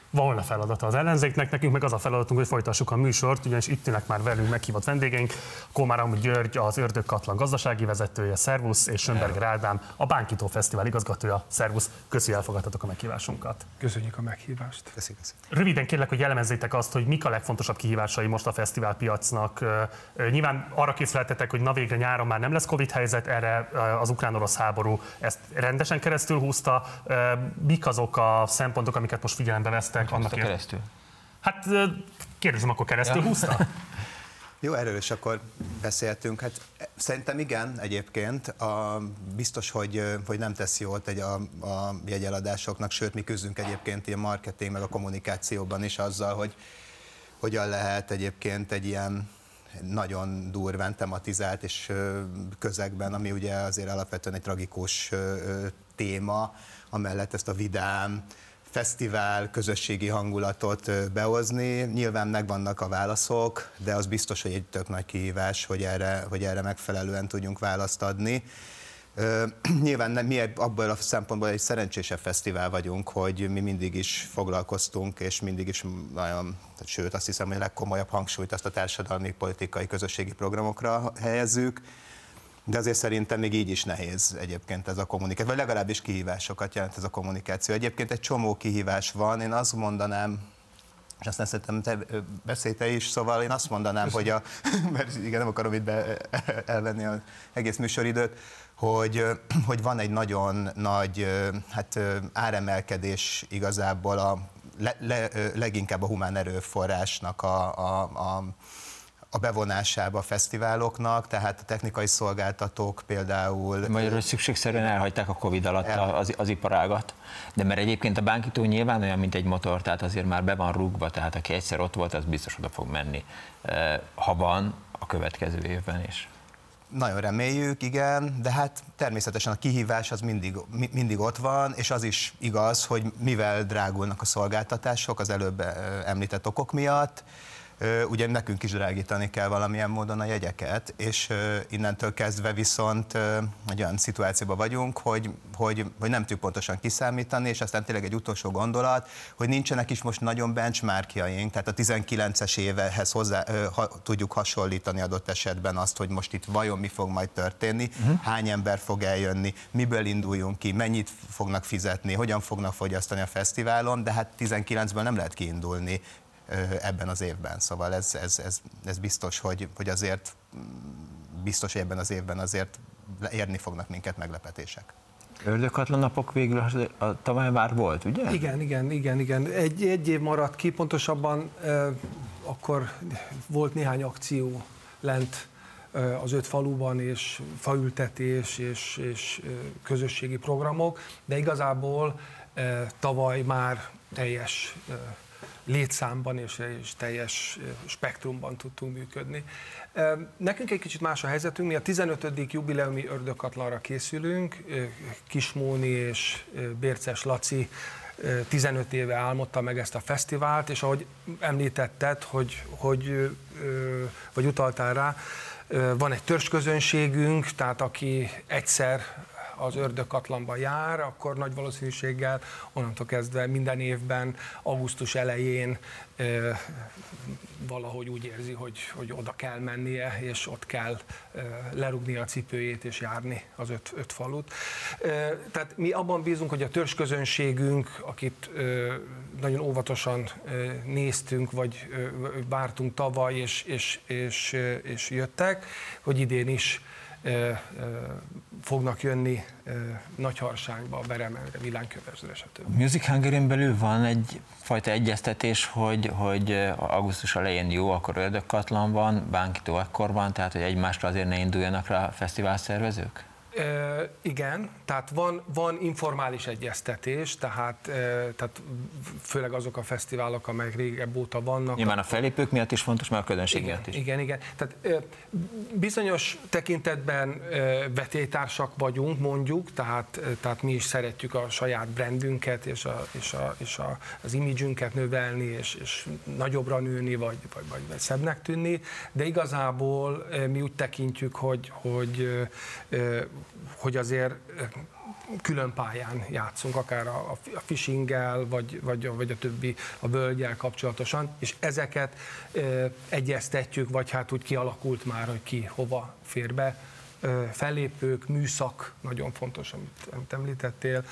volna feladata az ellenzéknek, nekünk meg az a feladatunk, hogy folytassuk a műsort, ugyanis itt ülnek már velünk meghívott vendégeink, Komáromi György, az Ördögkatlan gazdasági vezetője, szervusz, és Schönberger Ádám, a Bánkító Fesztivál igazgatója, szervusz, köszi, elfogadtatok a meghívásunkat. Köszönjük a meghívást. Köszi. Röviden kérlek, hogy jellemezzétek azt, hogy mik a legfontosabb kihívásai most a fesztiválpiacnak. Nyilván arra készültetek, hogy na végre nyáron már nem lesz Covid helyzet, erre az ukrán-orosz háború ezt rendesen keresztül húzta. Mik azok a szempontok, amiket most figyelembe vesztek? Keresztül? Hát kérdezem, akkor keresztül húzta? Jó, erről is akkor beszéltünk. Hát szerintem igen, egyébként. Biztos, hogy nem tesz jót a jegyeladásoknak, sőt, mi küzdünk egyébként ilyen marketing, meg a kommunikációban is azzal, hogy hogyan lehet egyébként egy ilyen nagyon durván tematizált és közegben, ami ugye azért alapvetően egy tragikus téma, amellett ezt a vidám, fesztivál, közösségi hangulatot behozni. Nyilván megvannak a válaszok, de az biztos, hogy egy tök nagy kihívás, hogy erre megfelelően tudjunk választ adni. Nyilván mi abból a szempontból egy szerencsésebb fesztivál vagyunk, hogy mi mindig is foglalkoztunk, és mindig is nagyon, sőt azt hiszem, hogy a legkomolyabb hangsúlyt azt a társadalmi, politikai, közösségi programokra helyezzük. De azért szerintem még így is nehéz egyébként ez a kommunikáció, vagy legalábbis kihívásokat jelent ez a kommunikáció. Egyébként egy csomó kihívás van, én azt mondanám, és aztán szerintem te beszélj te is, szóval én azt mondanám, hogy mert igen, nem akarom itt elvenni az egész műsoridőt, hogy van egy nagyon nagy áremelkedés igazából leginkább a humán erőforrásnak a bevonásába a fesztiváloknak, tehát a technikai szolgáltatók például... Magyarul szükségszerűen elhagyták a Covid alatt az iparágat, de mert egyébként a Bánkító nyilván olyan, mint egy motor, tehát azért már be van rúgva, tehát aki egyszer ott volt, az biztos oda fog menni, ha van a következő évben is. Nagyon reméljük, igen, de hát természetesen a kihívás az mindig ott van, és az is igaz, hogy mivel drágulnak a szolgáltatások az előbb említett okok miatt, ugye nekünk is drágítani kell valamilyen módon a jegyeket, és innentől kezdve viszont egy olyan szituációban vagyunk, hogy nem tudjuk pontosan kiszámítani, és aztán tényleg egy utolsó gondolat, hogy nincsenek is most nagyon benchmarkjaink, tehát a 19-es évehez tudjuk hasonlítani adott esetben azt, hogy most itt vajon mi fog majd történni, hány ember fog eljönni, miből induljunk ki, mennyit fognak fizetni, hogyan fognak fogyasztani a fesztiválon, de hát 19-ből nem lehet kiindulni ebben az évben. Szóval ez biztos, hogy azért biztos, hogy ebben az évben azért érni fognak minket meglepetések. Ördögkatlan napok végül tavaly már volt, ugye? Igen. Egy év maradt ki, pontosabban akkor volt néhány akció lent az 5 faluban, és faültetés, és közösségi programok, de igazából tavaly már teljes létszámban és teljes spektrumban tudtunk működni. Nekünk egy kicsit más a helyzetünk, mi a 15. jubileumi Ördögkatlanra készülünk, Kismóni és Bérces Laci 15 éve álmodta meg ezt a fesztivált, és ahogy említetted, vagy utaltál rá, van egy törzsközönségünk, tehát aki egyszer az Ördögkatlanba jár, akkor nagy valószínűséggel onnantól kezdve minden évben augusztus elején valahogy úgy érzi, hogy oda kell mennie, és ott kell lerúgni a cipőjét és járni az 5 falut. Tehát mi abban bízunk, hogy a törzsközönségünk, akit nagyon óvatosan néztünk, vagy vártunk tavaly, és jöttek, hogy idén is fognak jönni Nagyharsányba, Beremelre, Vilánykövesdre, stb. Music Hungary-n belül van egyfajta egyeztetés, hogy augusztus elején jó, akkor Ördögkatlan van, Bánkító ekkor van, tehát hogy egymásra azért ne induljanak rá a fesztivál szervezők? Igen, tehát van informális egyeztetés, tehát főleg azok a fesztiválok, amelyek régebb óta vannak. Nyilván a fellépők miatt is fontos, mert a közönség miatt is. Igen. Tehát bizonyos tekintetben vetélytársak vagyunk, mondjuk, tehát mi is szeretjük a saját brandünket és az imidzsünket növelni, és nagyobbra nőni, vagy szebbnek tűnni, de igazából mi úgy tekintjük, hogy azért külön pályán játszunk, akár a fishinggel, vagy a többi, a völgyel kapcsolatosan, és ezeket egyeztetjük, vagy hát úgy kialakult már, hogy ki hova fér be. Fellépők, műszak, nagyon fontos, amit említettél,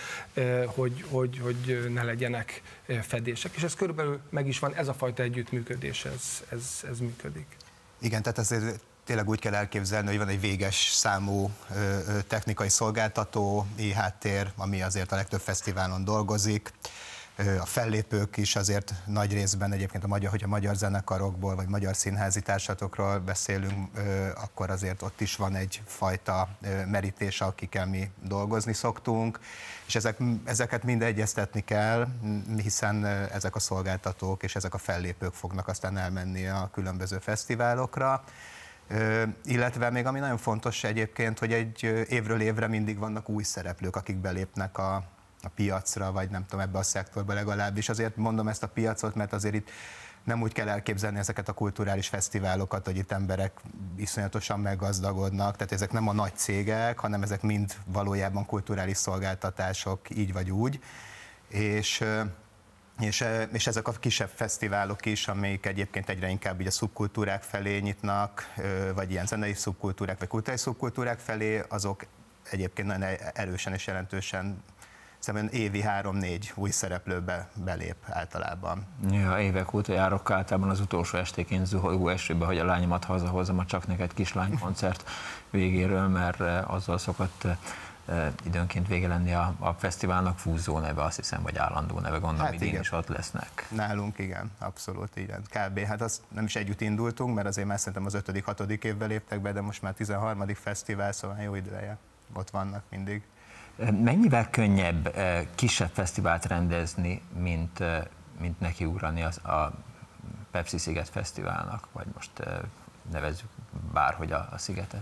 hogy ne legyenek fedések. És ez körülbelül meg is van, ez a fajta együttműködés, ez működik. Igen, tehát ezért tényleg úgy kell elképzelni, hogy van egy véges számú technikai szolgáltató, háttér, ami azért a legtöbb fesztiválon dolgozik. A fellépők is azért nagy részben egyébként, hogyha magyar zenekarokból vagy magyar színházi társatokról beszélünk, akkor azért ott is van egyfajta merítés, akikkel mi dolgozni szoktunk, és ezeket mind egyeztetni kell, hiszen ezek a szolgáltatók és ezek a fellépők fognak aztán elmenni a különböző fesztiválokra. Illetve még ami nagyon fontos egyébként, hogy egy évről évre mindig vannak új szereplők, akik belépnek a piacra, vagy nem tudom, ebbe a szektorba legalábbis. Azért mondom ezt a piacot, mert azért itt nem úgy kell elképzelni ezeket a kulturális fesztiválokat, hogy itt emberek iszonyatosan meggazdagodnak, tehát ezek nem a nagy cégek, hanem ezek mind valójában kulturális szolgáltatások, így vagy úgy. És ezek a kisebb fesztiválok is, amelyik egyébként egyre inkább a szubkultúrák felé nyitnak, vagy ilyen zenei szubkultúrák, vagy kulturális szubkultúrák felé, azok egyébként nagyon erősen és jelentősen szerintem évi 3-4 új szereplőbe belép általában. Ja, évek óta járok általában az utolsó estéként zuhogó esőbe, hogy a lányomat hazahozzam a Csak neked kislány koncert végéről, mert azzal szokott időnként vége lenni a fesztiválnak, fúzó neve, azt hiszem, vagy állandó neve, gondolom, hát idén is ott lesznek. Nálunk igen, abszolút igen. Kb. Hát azt nem is együtt indultunk, mert azért már szerintem az 5.-6. évben léptek be, de most már 13. fesztivál, szóval jó ideje, ott vannak mindig. Mennyivel könnyebb kisebb fesztivált rendezni, mint nekiugrani a Pepsi-sziget fesztiválnak, vagy most nevezzük bárhogy a szigetet?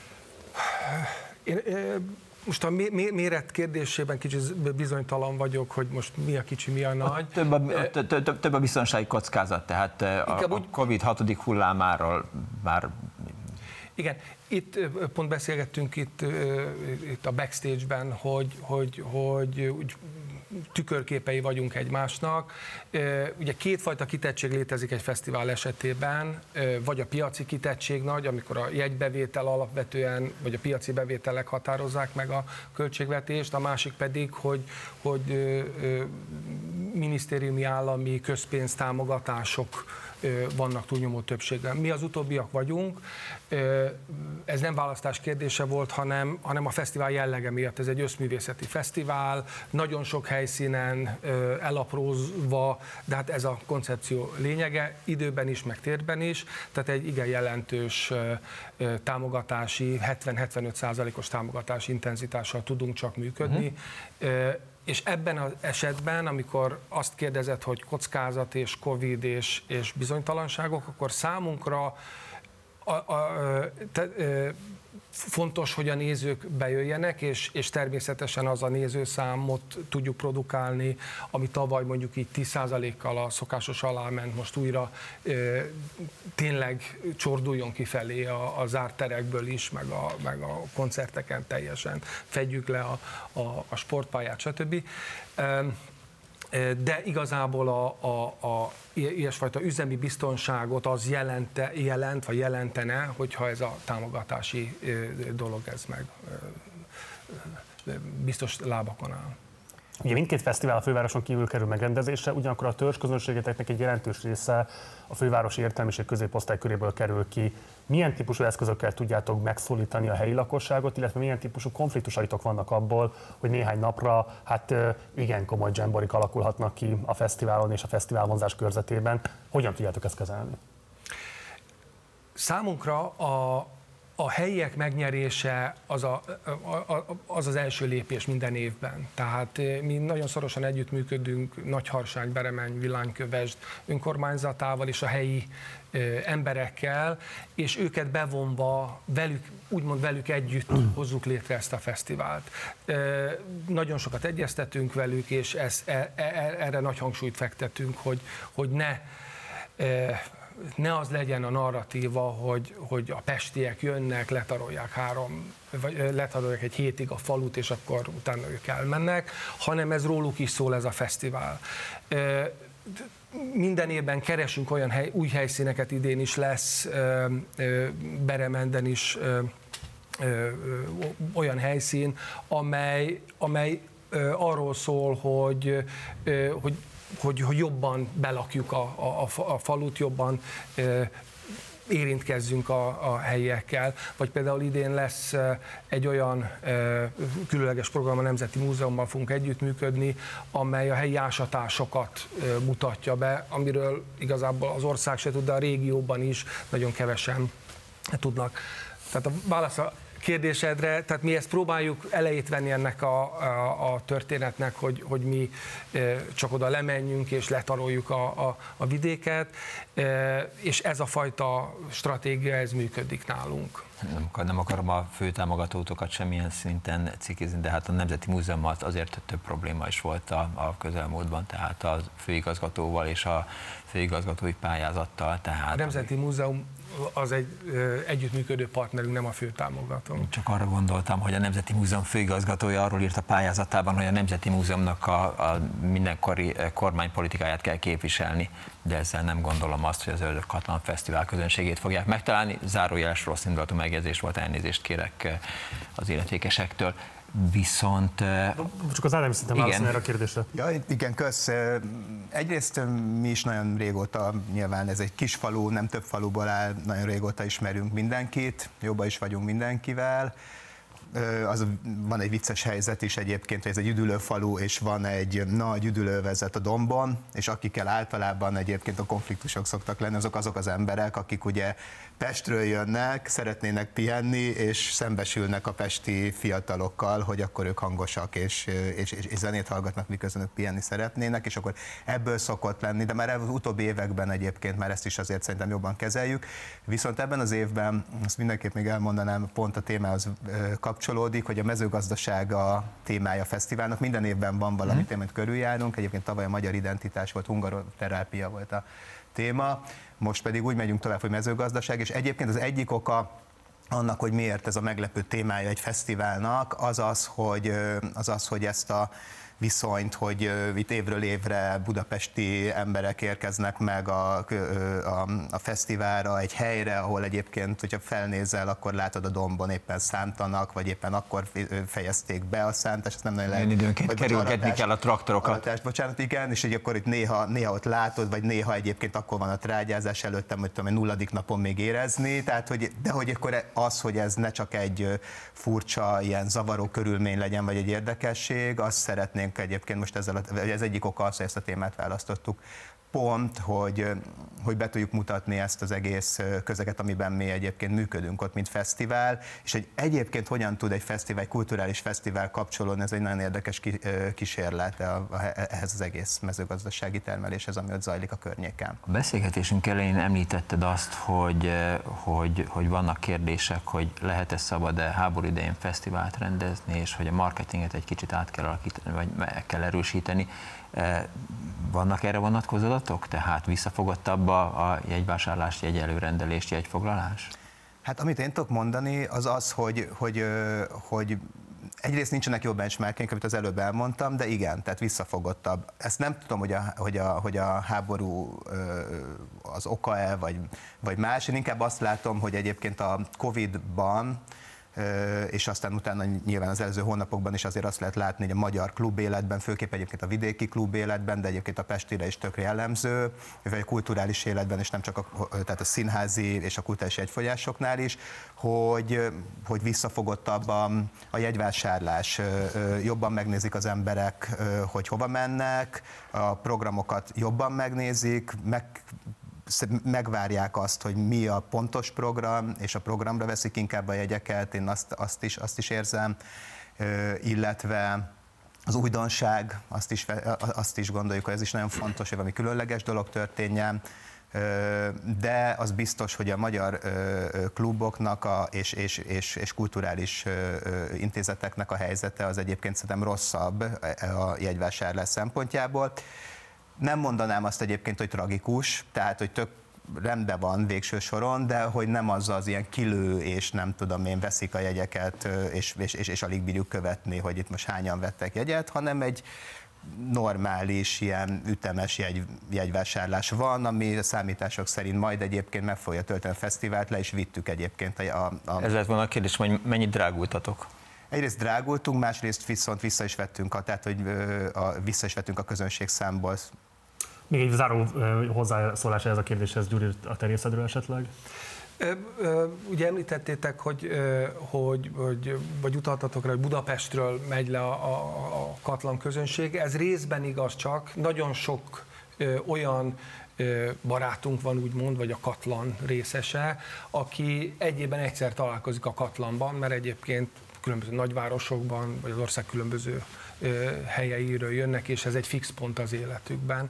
Most a méret kérdésében kicsit bizonytalan vagyok, hogy most mi a kicsi, mi a nagy. Több a biztonsági kockázat, tehát a Covid 6. hullámáról már... Igen, itt pont beszélgettünk itt a backstage-ben, hogy tükörképei vagyunk egymásnak. Ugye kétfajta kitettség létezik egy fesztivál esetében, vagy a piaci kitettség nagy, amikor a jegybevétel alapvetően, vagy a piaci bevételek határozzák meg a költségvetést, a másik pedig, hogy minisztériumi állami közpénztámogatások vannak túlnyomó többségben. Mi az utóbbiak vagyunk, ez nem választás kérdése volt, hanem a fesztivál jellege miatt. Ez egy összművészeti fesztivál, nagyon sok helyszínen elaprózva, de hát ez a koncepció lényege, időben is, meg térben is, tehát egy igen jelentős támogatási, 70-75%-os támogatási intenzitással tudunk csak működni. És ebben az esetben, amikor azt kérdezed, hogy kockázat és Covid és bizonytalanságok, akkor számunkra fontos, hogy a nézők bejöjjenek, és természetesen az a nézőszámot tudjuk produkálni, ami tavaly mondjuk így 10%-kal a szokásos alá ment, most újra tényleg csorduljon kifelé a zárt terekből is, meg a koncerteken teljesen, fedjük le a sportpályát, stb. De igazából a ilyesfajta üzemi biztonságot az jelent, vagy jelentene, hogyha ez a támogatási dolog ez meg biztos lábakon áll. Ugye mindkét fesztivál a fővároson kívül kerül megrendezésre, ugyanakkor a törzsközönségeteknek egy jelentős része a fővárosi értelmiség középosztály köréből kerül ki. Milyen típusú eszközökkel tudjátok megszólítani a helyi lakosságot, illetve milyen típusú konfliktusaitok vannak abból, hogy néhány napra igen komoly dzsemborik alakulhatnak ki a fesztiválon és a fesztiválvonzás körzetében. Hogyan tudjátok ezt kezelni? Számunkra a helyiek megnyerése az első lépés minden évben. Tehát mi nagyon szorosan együttműködünk Nagyharsány, Beremeny, Villánykövesd önkormányzatával és a helyi emberekkel, és őket bevonva, úgymond velük együtt hozzuk létre ezt a fesztivált. Nagyon sokat egyeztetünk velük, és erre nagy hangsúlyt fektetünk, hogy ne ne az legyen a narratíva, hogy a pestiek jönnek, letarolják egy hétig a falut, és akkor utána ők elmennek, hanem ez róluk is szól, ez a fesztivál. Minden évben keresünk olyan új helyszíneket, idén is lesz, Beremenden is olyan helyszín, amely arról szól, hogy jobban belakjuk a falut, jobban érintkezzünk a helyiekkel. Vagy például idén lesz egy olyan különleges program, a Nemzeti Múzeumban fogunk együttműködni, amely a helyi ásatásokat mutatja be, amiről igazából az ország se tud, de a régióban is nagyon kevesen tudnak. Tehát a válasz a kérdésedre, tehát mi ezt próbáljuk elejét venni ennek a történetnek, hogy mi csak oda lemenjünk és letaroljuk a vidéket, és ez a fajta stratégia, ez működik nálunk. Nem akarom a fő támogatótokat semmilyen szinten cikizni, de hát a Nemzeti Múzeummal azért több probléma is volt a közelmúltban, tehát a főigazgatóval és a főigazgatói pályázattal. Tehát a Nemzeti Múzeum az egy együttműködő partnerünk, nem a fő támogató. Csak arra gondoltam, hogy a Nemzeti Múzeum főigazgatója arról írt a pályázatában, hogy a Nemzeti Múzeumnak a mindenkori kormánypolitikáját kell képviselni, de ezzel nem gondolom azt, hogy az Ördög Katlan Fesztivál közönségét fogják megtalálni. Zárójeles rossz indulatú megjegyzés volt, elnézést kérek az illetékesektől. Viszont... Csak az Ádám szerintem válaszolni erre a kérdésre. Ja, igen, kösz. Egyrészt mi is nagyon régóta, nyilván ez egy kis falu, nem több faluból áll, nagyon régóta ismerünk mindenkit, jobban is vagyunk mindenkivel. Van egy vicces helyzet is egyébként, hogy ez egy üdülőfalu, és van egy nagy üdülővezet a dombon, és akikkel általában egyébként a konfliktusok szoktak lenni, azok az emberek, akik ugye Pestről jönnek, szeretnének pihenni, és szembesülnek a pesti fiatalokkal, hogy akkor ők hangosak és zenét hallgatnak, miközben ők pihenni szeretnének, és akkor ebből szokott lenni, de már az utóbbi években egyébként már ezt is azért szerintem jobban kezeljük. Viszont ebben az évben, azt mindenképp még elmondanám, pont a témához kapcsolódik, hogy a mezőgazdaság a témája a fesztiválnak. Minden évben van valami témát körüljárunk, egyébként tavaly a magyar identitás volt, hungaroterápia volt a téma, most pedig úgy megyünk tovább, hogy mezőgazdaság, és egyébként az egyik oka annak, hogy miért ez a meglepő témája egy fesztiválnak, az, hogy ezt a viszonyt, hogy itt évről évre budapesti emberek érkeznek meg a fesztiválra, egy helyre, ahol egyébként, hogyha felnézel, akkor látod a dombon éppen szántanak, vagy éppen akkor fejezték be a szántást, ezt nem nagyon lehet. Időnként kerülgetni kell a traktorokat. Bocsánat, igen, és így akkor itt néha ott látod, vagy néha egyébként akkor van a trágyázás előttem, hogy tudom, nulladik napon még érezni, tehát, de hogy akkor hogy ez ne csak egy furcsa, ilyen zavaró körülmény legyen, vagy egy érdekesség, azt szeretnénk egyébként most ezzel, ez egyik oka az, hogy ezt a témát választottuk, pont, hogy be tudjuk mutatni ezt az egész közeget, amiben mi egyébként működünk ott, mint fesztivál, és hogy egyébként hogyan tud egy fesztivál, egy kulturális fesztivál kapcsolódni, ez egy nagyon érdekes kísérlet ehhez az egész mezőgazdasági termeléshez, ami ott zajlik a környéken. A beszélgetésünk elején említetted azt, hogy vannak kérdések, hogy lehet-e szabad-e háború idején fesztivált rendezni, és hogy a marketinget egy kicsit át kell alakítani, vagy meg kell erősíteni. Vannak erre vonatkozó adatok? Tehát visszafogottabb a jegyvásárlás, jegyelőrendelés, jegyfoglalás? Hát amit én tudok mondani, az, hogy egyrészt nincsenek jó benchmarkink, amit az előbb elmondtam, de igen, tehát visszafogottabb. Ezt nem tudom, hogy a háború az oka-e, vagy más. Én inkább azt látom, hogy egyébként a Covid-ban, és aztán utána nyilván az előző hónapokban is azért azt lehet látni, hogy a magyar klubéletben, főképp egyébként a vidéki klubéletben, de egyébként a pestire is tökre jellemző, vagy a kulturális életben, és nem csak tehát a színházi és a kulturális jegyfogyásoknál is, hogy visszafogottabb a jegyvásárlás. Jobban megnézik az emberek, hogy hova mennek, a programokat jobban megnézik, megvárják azt, hogy mi a pontos program, és a programra veszik inkább a jegyeket, én azt is érzem, illetve az újdonság, azt is gondoljuk, hogy ez is nagyon fontos, hogy valami különleges dolog történjen, de az biztos, hogy a magyar kluboknak és kulturális intézeteknek a helyzete az egyébként szerintem rosszabb a jegyvásárlás szempontjából. Nem mondanám azt egyébként, hogy tragikus, tehát hogy rendben van végső soron, de hogy nem az ilyen kilő, és nem tudom én, veszik a jegyeket, és alig bírjuk követni, hogy itt most hányan vettek jegyet, hanem egy normális, ilyen ütemes jegyvásárlás van, ami a számítások szerint majd egyébként meg fogja tölteni a fesztivált, le is vittük egyébként. Ez lett volna a kérdés, hogy mennyit drágultatok? Egyrészt drágultunk, másrészt viszont vissza is vettünk a közönségszámból. Még egy záró hozzászólás ez a kérdéshez, Gyuri, a terjeszedről esetleg? Ugye említettétek, vagy utaltatok rá, hogy Budapestről megy le a katlan közönség. Ez részben igaz, csak nagyon sok olyan barátunk van, úgymond, vagy a katlan részese, aki egy évben egyszer találkozik a katlanban, mert egyébként különböző nagyvárosokban, vagy az ország különböző helyeiről jönnek, és ez egy fix pont az életükben.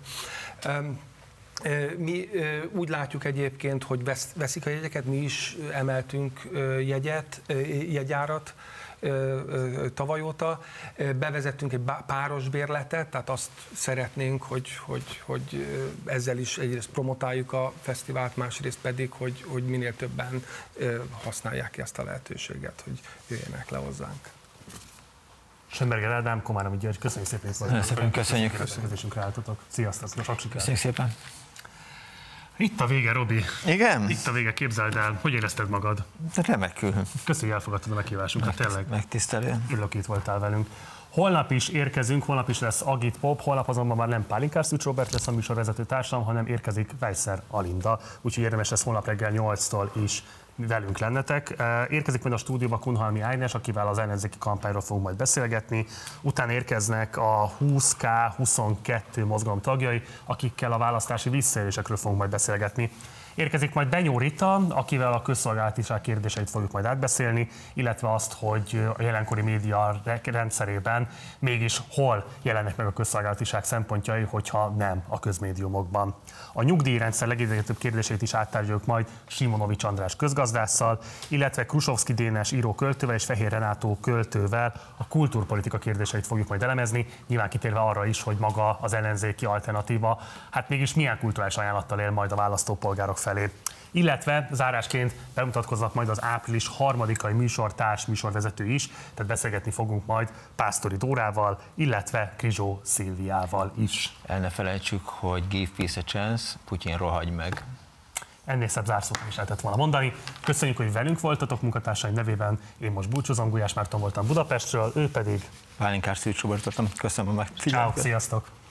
Mi úgy látjuk egyébként, hogy veszik a jegyeket, mi is emeltünk jegyárat tavaly óta, bevezettünk egy páros bérletet, tehát azt szeretnénk, hogy ezzel is egyrészt promotáljuk a fesztivált, másrészt pedig, hogy minél többen használják ki ezt a lehetőséget, hogy jöjjenek le hozzánk. Semberger Ádám, Komáromi György, köszönjük szépen, hogy köszönjük. Köszönjük álltatok. Sziasztok, sok sikert. Köszönjük szépen. Itt a vége, Robi. Igen? Itt a vége, képzeld el. Hogy érezted magad? Remekül. Köszönjük, hogy elfogadtad a meghívásunkat, tényleg. Megtisztelő. Örülök, itt voltál velünk. Holnap is érkezünk, holnap is lesz Agit Pop, holnap azonban már nem Pálinkás Szűcs Róbert lesz a műsorvezető társam, hanem érkezik Weisser Alinda, úgyhogy érdemes lesz holnap reggel 8-tól is velünk lennetek. Érkezik majd a stúdióba Kunhalmi Ágnes, akivel az ellenzéki kampányról fogunk majd beszélgetni. Utána érkeznek a 20K22 mozgalom tagjai, akikkel a választási visszaélésekről fogunk majd beszélgetni. Érkezik majd Benyó Rita, akivel a közszolgálatiság kérdéseit fogjuk majd átbeszélni, illetve azt, hogy a jelenkori média rendszerében mégis hol jelennek meg a közszolgálatiság szempontjai, hogyha nem a közmédiumokban. A nyugdíjrendszer legérdekesebb kérdéseit is áttárgyaljuk majd Simonovics András közgazdásszal, illetve Krusovszki Dénes író-költővel és Fehér Renátó költővel a kultúrpolitika kérdéseit fogjuk majd elemezni, nyilván kitérve arra is, hogy maga az ellenzéki alternatíva, hát mégis milyen kulturális ajánlattal él majd a választópolgárok felé. Illetve zárásként bemutatkoznak majd az április 3-ai műsortárs műsorvezető is, tehát beszélgetni fogunk majd Pásztori Dórával, illetve Krizsó Szilviával is. El ne felejtsük, hogy give peace a chance, Putyin rohagy meg. Ennél szebb zárszót is lehetett volna mondani. Köszönjük, hogy velünk voltatok, munkatársaim nevében. Én most búcsúzom, Gulyás Márton voltam Budapestről, ő pedig Pálinkás Szűcs Róbert voltam. Köszönöm a megfigyelmet. Ciao, sziasztok!